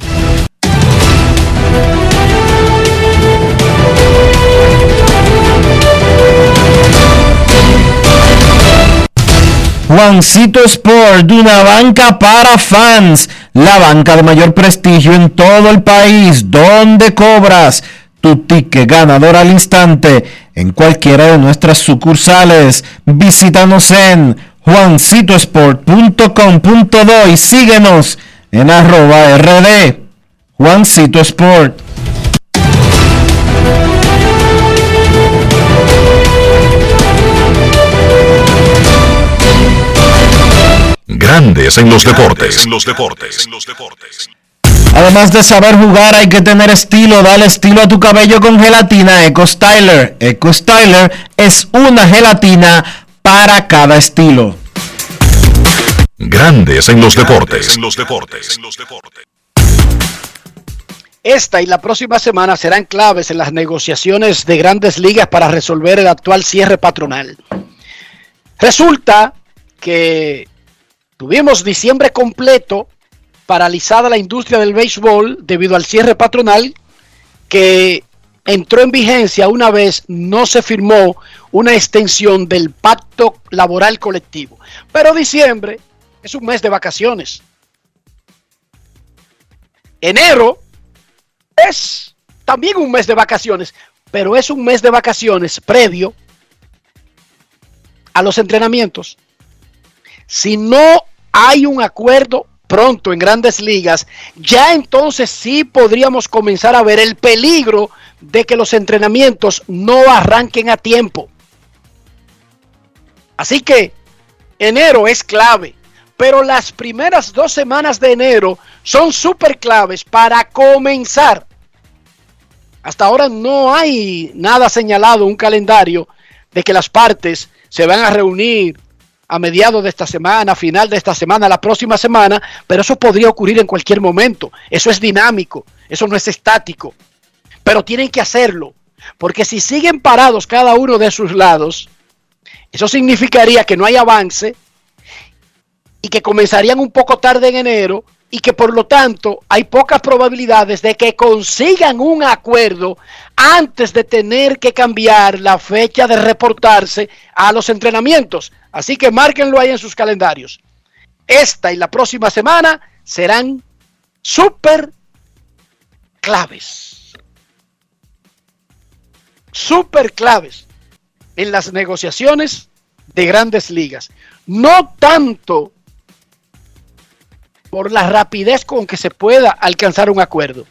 Speaker 3: Juancito Sport, una banca para fans, la banca de mayor prestigio en todo el país, donde cobras tu ticket ganador al instante en cualquiera de nuestras sucursales. Visítanos en juancito sport punto com punto do y síguenos en arroba rd Juancito Sport.
Speaker 1: Grandes en los deportes. En los deportes. En los deportes.
Speaker 3: Además de saber jugar, hay que tener estilo. Dale estilo a tu cabello con gelatina Eco Styler. Eco Styler es una gelatina para cada estilo.
Speaker 1: Grandes en los deportes. En los deportes. En los deportes.
Speaker 5: Esta y la próxima semana serán claves en las negociaciones de Grandes Ligas para resolver el actual cierre patronal. Resulta que tuvimos diciembre completo paralizada la industria del béisbol debido al cierre patronal que entró en vigencia una vez no se firmó una extensión del pacto laboral colectivo. Pero diciembre es un mes de vacaciones. Enero es también un mes de vacaciones, pero es un mes de vacaciones previo a los entrenamientos. Si no hay un acuerdo pronto en Grandes Ligas, ya entonces sí podríamos comenzar a ver el peligro de que los entrenamientos no arranquen a tiempo. Así que enero es clave, pero las primeras dos semanas de enero son súper claves para comenzar. Hasta ahora no hay nada señalado, un calendario de que las partes se van a reunir a mediados de esta semana, a final de esta semana, la próxima semana, pero eso podría ocurrir en cualquier momento. Eso es dinámico, eso no es estático, pero tienen que hacerlo, porque si siguen parados cada uno de sus lados, eso significaría que no hay avance y que comenzarían un poco tarde en enero y que por lo tanto hay pocas probabilidades de que consigan un acuerdo antes de tener que cambiar la fecha de reportarse a los entrenamientos. Así que márquenlo ahí en sus calendarios. Esta y la próxima semana serán súper claves. Súper claves en las negociaciones de Grandes Ligas. No tanto por la rapidez con que se pueda alcanzar un acuerdo,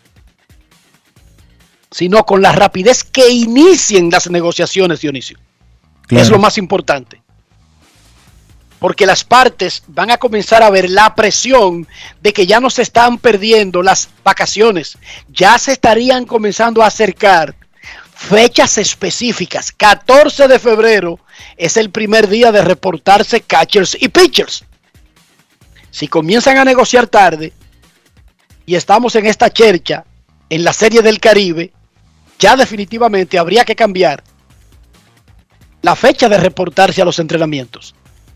Speaker 5: sino con la rapidez que inicien las negociaciones, Dionisio. Claro. Es lo más importante. Porque las partes van a comenzar a ver la presión de que ya no se están perdiendo las vacaciones, ya se estarían comenzando a acercar fechas específicas. catorce de febrero es el primer día de reportarse catchers y pitchers. Si comienzan a negociar tarde y estamos en esta chercha en la Serie del Caribe, ya definitivamente habría que cambiar la fecha de reportarse a los entrenamientos,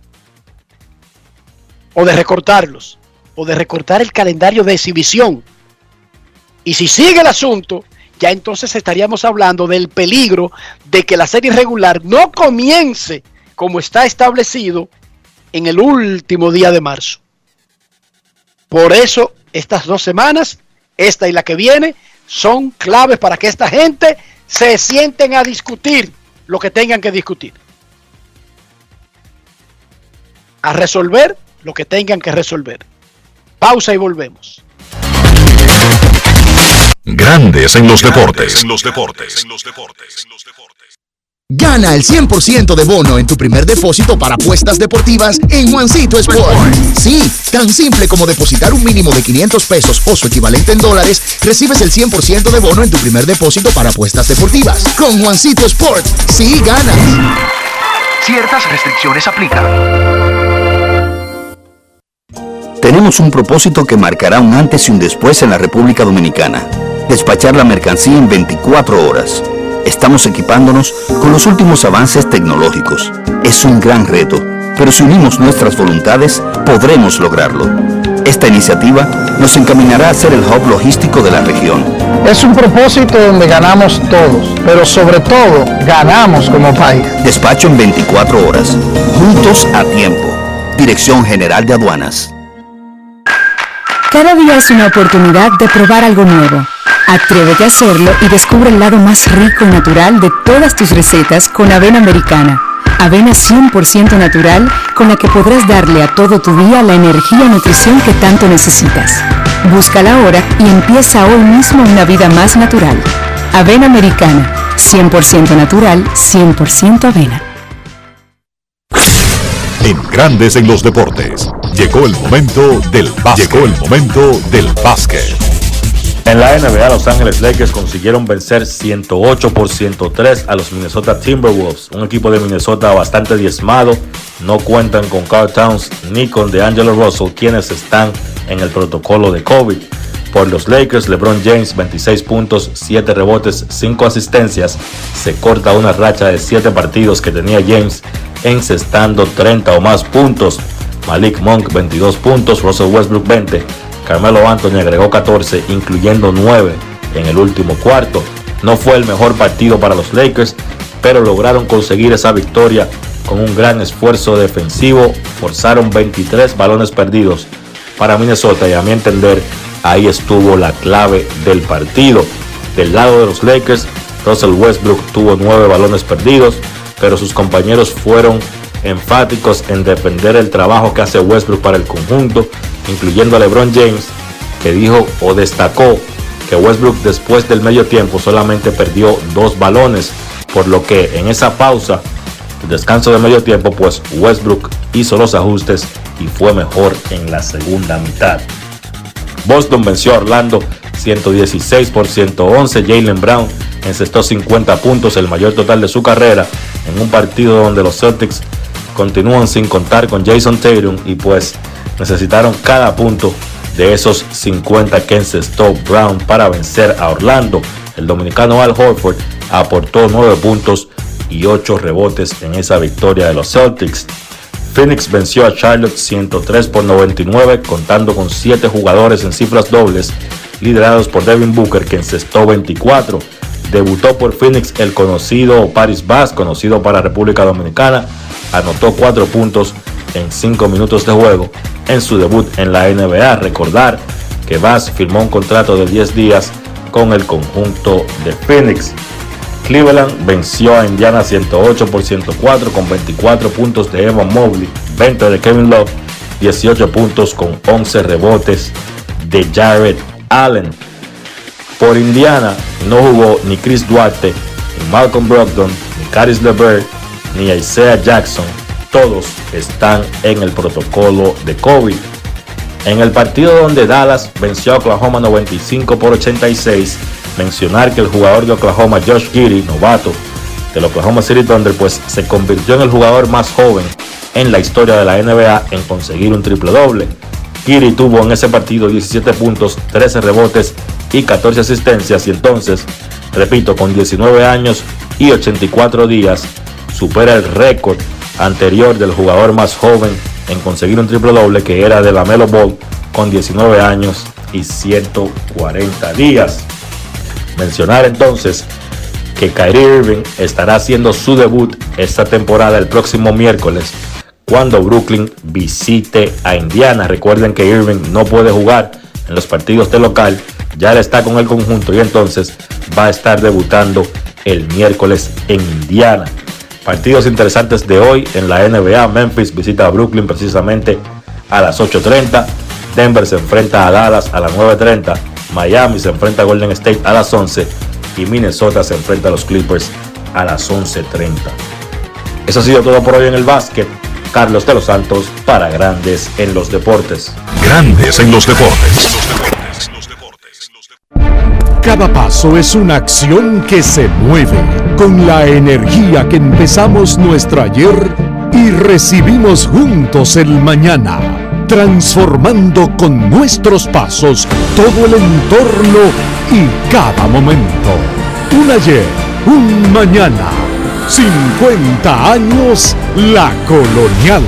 Speaker 5: o de recortarlos, o de recortar el calendario de exhibición. Y si sigue el asunto, ya entonces estaríamos hablando del peligro de que la serie regular no comience como está establecido en el último día de marzo. Por eso, estas dos semanas, esta y la que viene, son claves para que esta gente se sienten a discutir lo que tengan que discutir. A resolver lo que tengan que resolver. Pausa y volvemos.
Speaker 1: Grandes en los deportes. En los deportes. En los deportes.
Speaker 9: Gana el cien por ciento de bono en tu primer depósito para apuestas deportivas en Juancito Sport. Sí, tan simple como depositar un mínimo de quinientos pesos o su equivalente en dólares, recibes el cien por ciento de bono en tu primer depósito para apuestas deportivas. Con Juancito Sport, sí ganas.
Speaker 11: Ciertas restricciones aplican. Tenemos un propósito que marcará un antes y un después en la República Dominicana. Despachar la mercancía en veinticuatro horas. Estamos equipándonos con los últimos avances tecnológicos. Es un gran reto, pero si unimos nuestras voluntades, podremos lograrlo. Esta iniciativa nos encaminará a ser el hub logístico de la región.
Speaker 17: Es un propósito donde ganamos todos, pero sobre todo ganamos como país.
Speaker 11: Despacho en veinticuatro horas. Juntos a tiempo. Dirección General de Aduanas.
Speaker 12: Cada día es una oportunidad de probar algo nuevo. Atrévete a hacerlo y descubre el lado más rico y natural de todas tus recetas con avena americana. Avena cien por ciento natural con la que podrás darle a todo tu día la energía y nutrición que tanto necesitas. Búscala ahora y empieza hoy mismo una vida más natural. Avena americana, cien por ciento natural, cien por ciento avena.
Speaker 1: En Grandes en los Deportes, llegó el momento del básquet. Llegó el momento del básquet.
Speaker 18: En la N B A, Los Ángeles Lakers consiguieron vencer ciento ocho por ciento tres a los Minnesota Timberwolves, un equipo de Minnesota bastante diezmado. No cuentan con Karl Towns ni con DeAngelo Russell, quienes están en el protocolo de COVID. Por los Lakers, LeBron James, veintiséis puntos, siete rebotes, cinco asistencias. Se corta una racha de siete partidos que tenía James encestando treinta o más puntos. Malik Monk, veintidós puntos, Russell Westbrook, veinte. Carmelo Anthony agregó catorce, incluyendo nueve en el último cuarto. No fue el mejor partido para los Lakers, pero lograron conseguir esa victoria con un gran esfuerzo defensivo. Forzaron veintitrés balones perdidos para Minnesota y a mi entender ahí estuvo la clave del partido. Del lado de los Lakers, Russell Westbrook tuvo nueve balones perdidos, pero sus compañeros fueron enfáticos en defender el trabajo que hace Westbrook para el conjunto, incluyendo a LeBron James, que dijo o destacó que Westbrook después del medio tiempo solamente perdió dos balones, por lo que en esa pausa, el descanso de medio tiempo, pues Westbrook hizo los ajustes y fue mejor en la segunda mitad. Boston venció a Orlando ciento dieciséis por ciento once. Jaylen Brown encestó cincuenta puntos, el mayor total de su carrera, en un partido donde los Celtics continúan sin contar con Jason Tatum y pues necesitaron cada punto de esos cincuenta que encestó Brown para vencer a Orlando. El dominicano Al Horford aportó nueve puntos y ocho rebotes en esa victoria de los Celtics. Phoenix venció a Charlotte ciento tres por noventa y nueve, contando con siete jugadores en cifras dobles, liderados por Devin Booker, que encestó veinticuatro. Debutó por Phoenix el conocido Paris Bass, conocido para República Dominicana. Anotó cuatro puntos en cinco minutos de juego en su debut en la N B A. Recordar que Bass firmó un contrato de diez días con el conjunto de Phoenix. Cleveland venció a Indiana ciento ocho por ciento cuatro con veinticuatro puntos de Evan Mobley, veinte de Kevin Love, dieciocho puntos con once rebotes de Jarrett Allen. Por Indiana no jugó ni Chris Duarte, ni Malcolm Brogdon, ni Caris LeVert, ni Isaiah Jackson. Todos están en el protocolo de COVID. En el partido donde Dallas venció a Oklahoma noventa y cinco por ochenta y seis, mencionar que el jugador de Oklahoma, Josh Giddey, novato del Oklahoma City Thunder, pues se convirtió en el jugador más joven en la historia de la N B A en conseguir un triple doble. Giddey tuvo en ese partido diecisiete puntos, trece rebotes y catorce asistencias, y entonces, repito, con diecinueve años y ochenta y cuatro días, supera el récord anterior del jugador más joven en conseguir un triple doble, que era de LaMelo Ball, con diecinueve años y ciento cuarenta días. Mencionar entonces que Kyrie Irving estará haciendo su debut esta temporada el próximo miércoles, cuando Brooklyn visite a Indiana. Recuerden que Irving no puede jugar en los partidos de local, ya él está con el conjunto y entonces va a estar debutando el miércoles en Indiana. Partidos interesantes de hoy en la N B A. Memphis visita a Brooklyn precisamente a las ocho treinta. Denver se enfrenta a Dallas a las nueve treinta. Miami se enfrenta a Golden State a las once. Y Minnesota se enfrenta a los Clippers a las once treinta. Eso ha sido todo por hoy en el básquet. Carlos de los Santos para Grandes en los Deportes.
Speaker 1: Grandes en los Deportes.
Speaker 24: Cada paso es una acción que se mueve con la energía que empezamos nuestro ayer y recibimos juntos el mañana, transformando con nuestros pasos todo el entorno y cada momento. Un ayer, un mañana, cincuenta años La Colonial.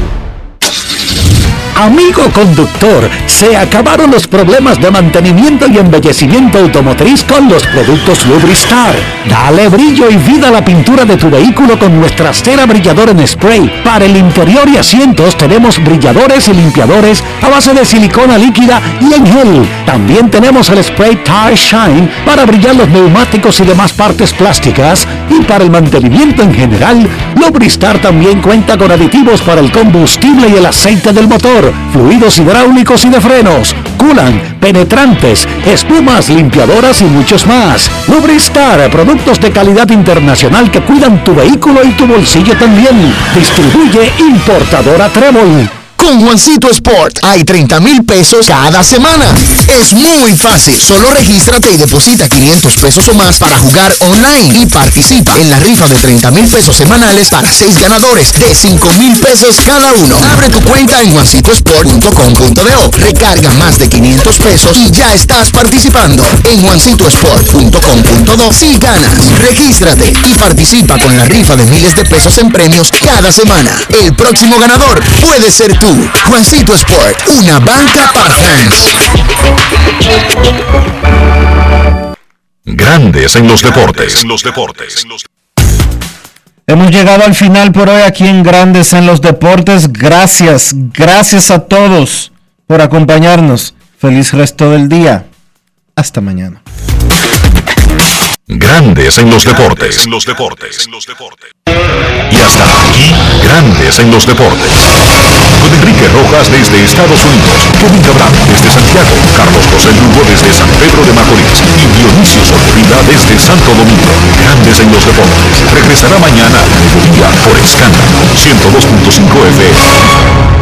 Speaker 4: Amigo conductor, se acabaron los problemas de mantenimiento y embellecimiento automotriz con los productos Lubristar. Dale brillo y vida a la pintura de tu vehículo con nuestra cera brilladora en spray. Para el interior y asientos tenemos brilladores y limpiadores a base de silicona líquida y en gel. También tenemos el spray Tire Shine para brillar los neumáticos y demás partes plásticas. Y para el mantenimiento en general, Lubristar también cuenta con aditivos para el combustible y el aceite del motor, fluidos hidráulicos y de frenos, culan, penetrantes, espumas, limpiadoras y muchos más. Lubristar, productos de calidad internacional que cuidan tu vehículo y tu bolsillo también. Distribuye importadora Trébol.
Speaker 9: Con Juancito Sport hay treinta mil pesos cada semana. Es muy fácil. Solo regístrate y deposita quinientos pesos o más para jugar online y participa en la rifa de treinta mil pesos semanales para seis ganadores de cinco mil pesos cada uno. Abre tu cuenta en juancito sport punto com punto do. Recarga más de quinientos pesos y ya estás participando. En juancito sport punto com punto do. Si ganas, regístrate y participa con la rifa de miles de pesos en premios cada semana. El próximo ganador puede ser tú. Juancito Sport, una banca para fans.
Speaker 1: Grandes en los deportes. En los deportes.
Speaker 3: Hemos llegado al final por hoy aquí en Grandes en los Deportes. Gracias, gracias a todos por acompañarnos. Feliz resto del día. Hasta mañana.
Speaker 1: Grandes en los deportes. En los deportes. Y hasta aquí, Grandes en los deportes. Con Enrique Rojas desde Estados Unidos, Kevin Cabral desde Santiago, Carlos José Lugo desde San Pedro de Macorís y Dionisio Solterida desde Santo Domingo. Grandes en los deportes. Regresará mañana a mediodía por Escándalo ciento dos punto cinco F M.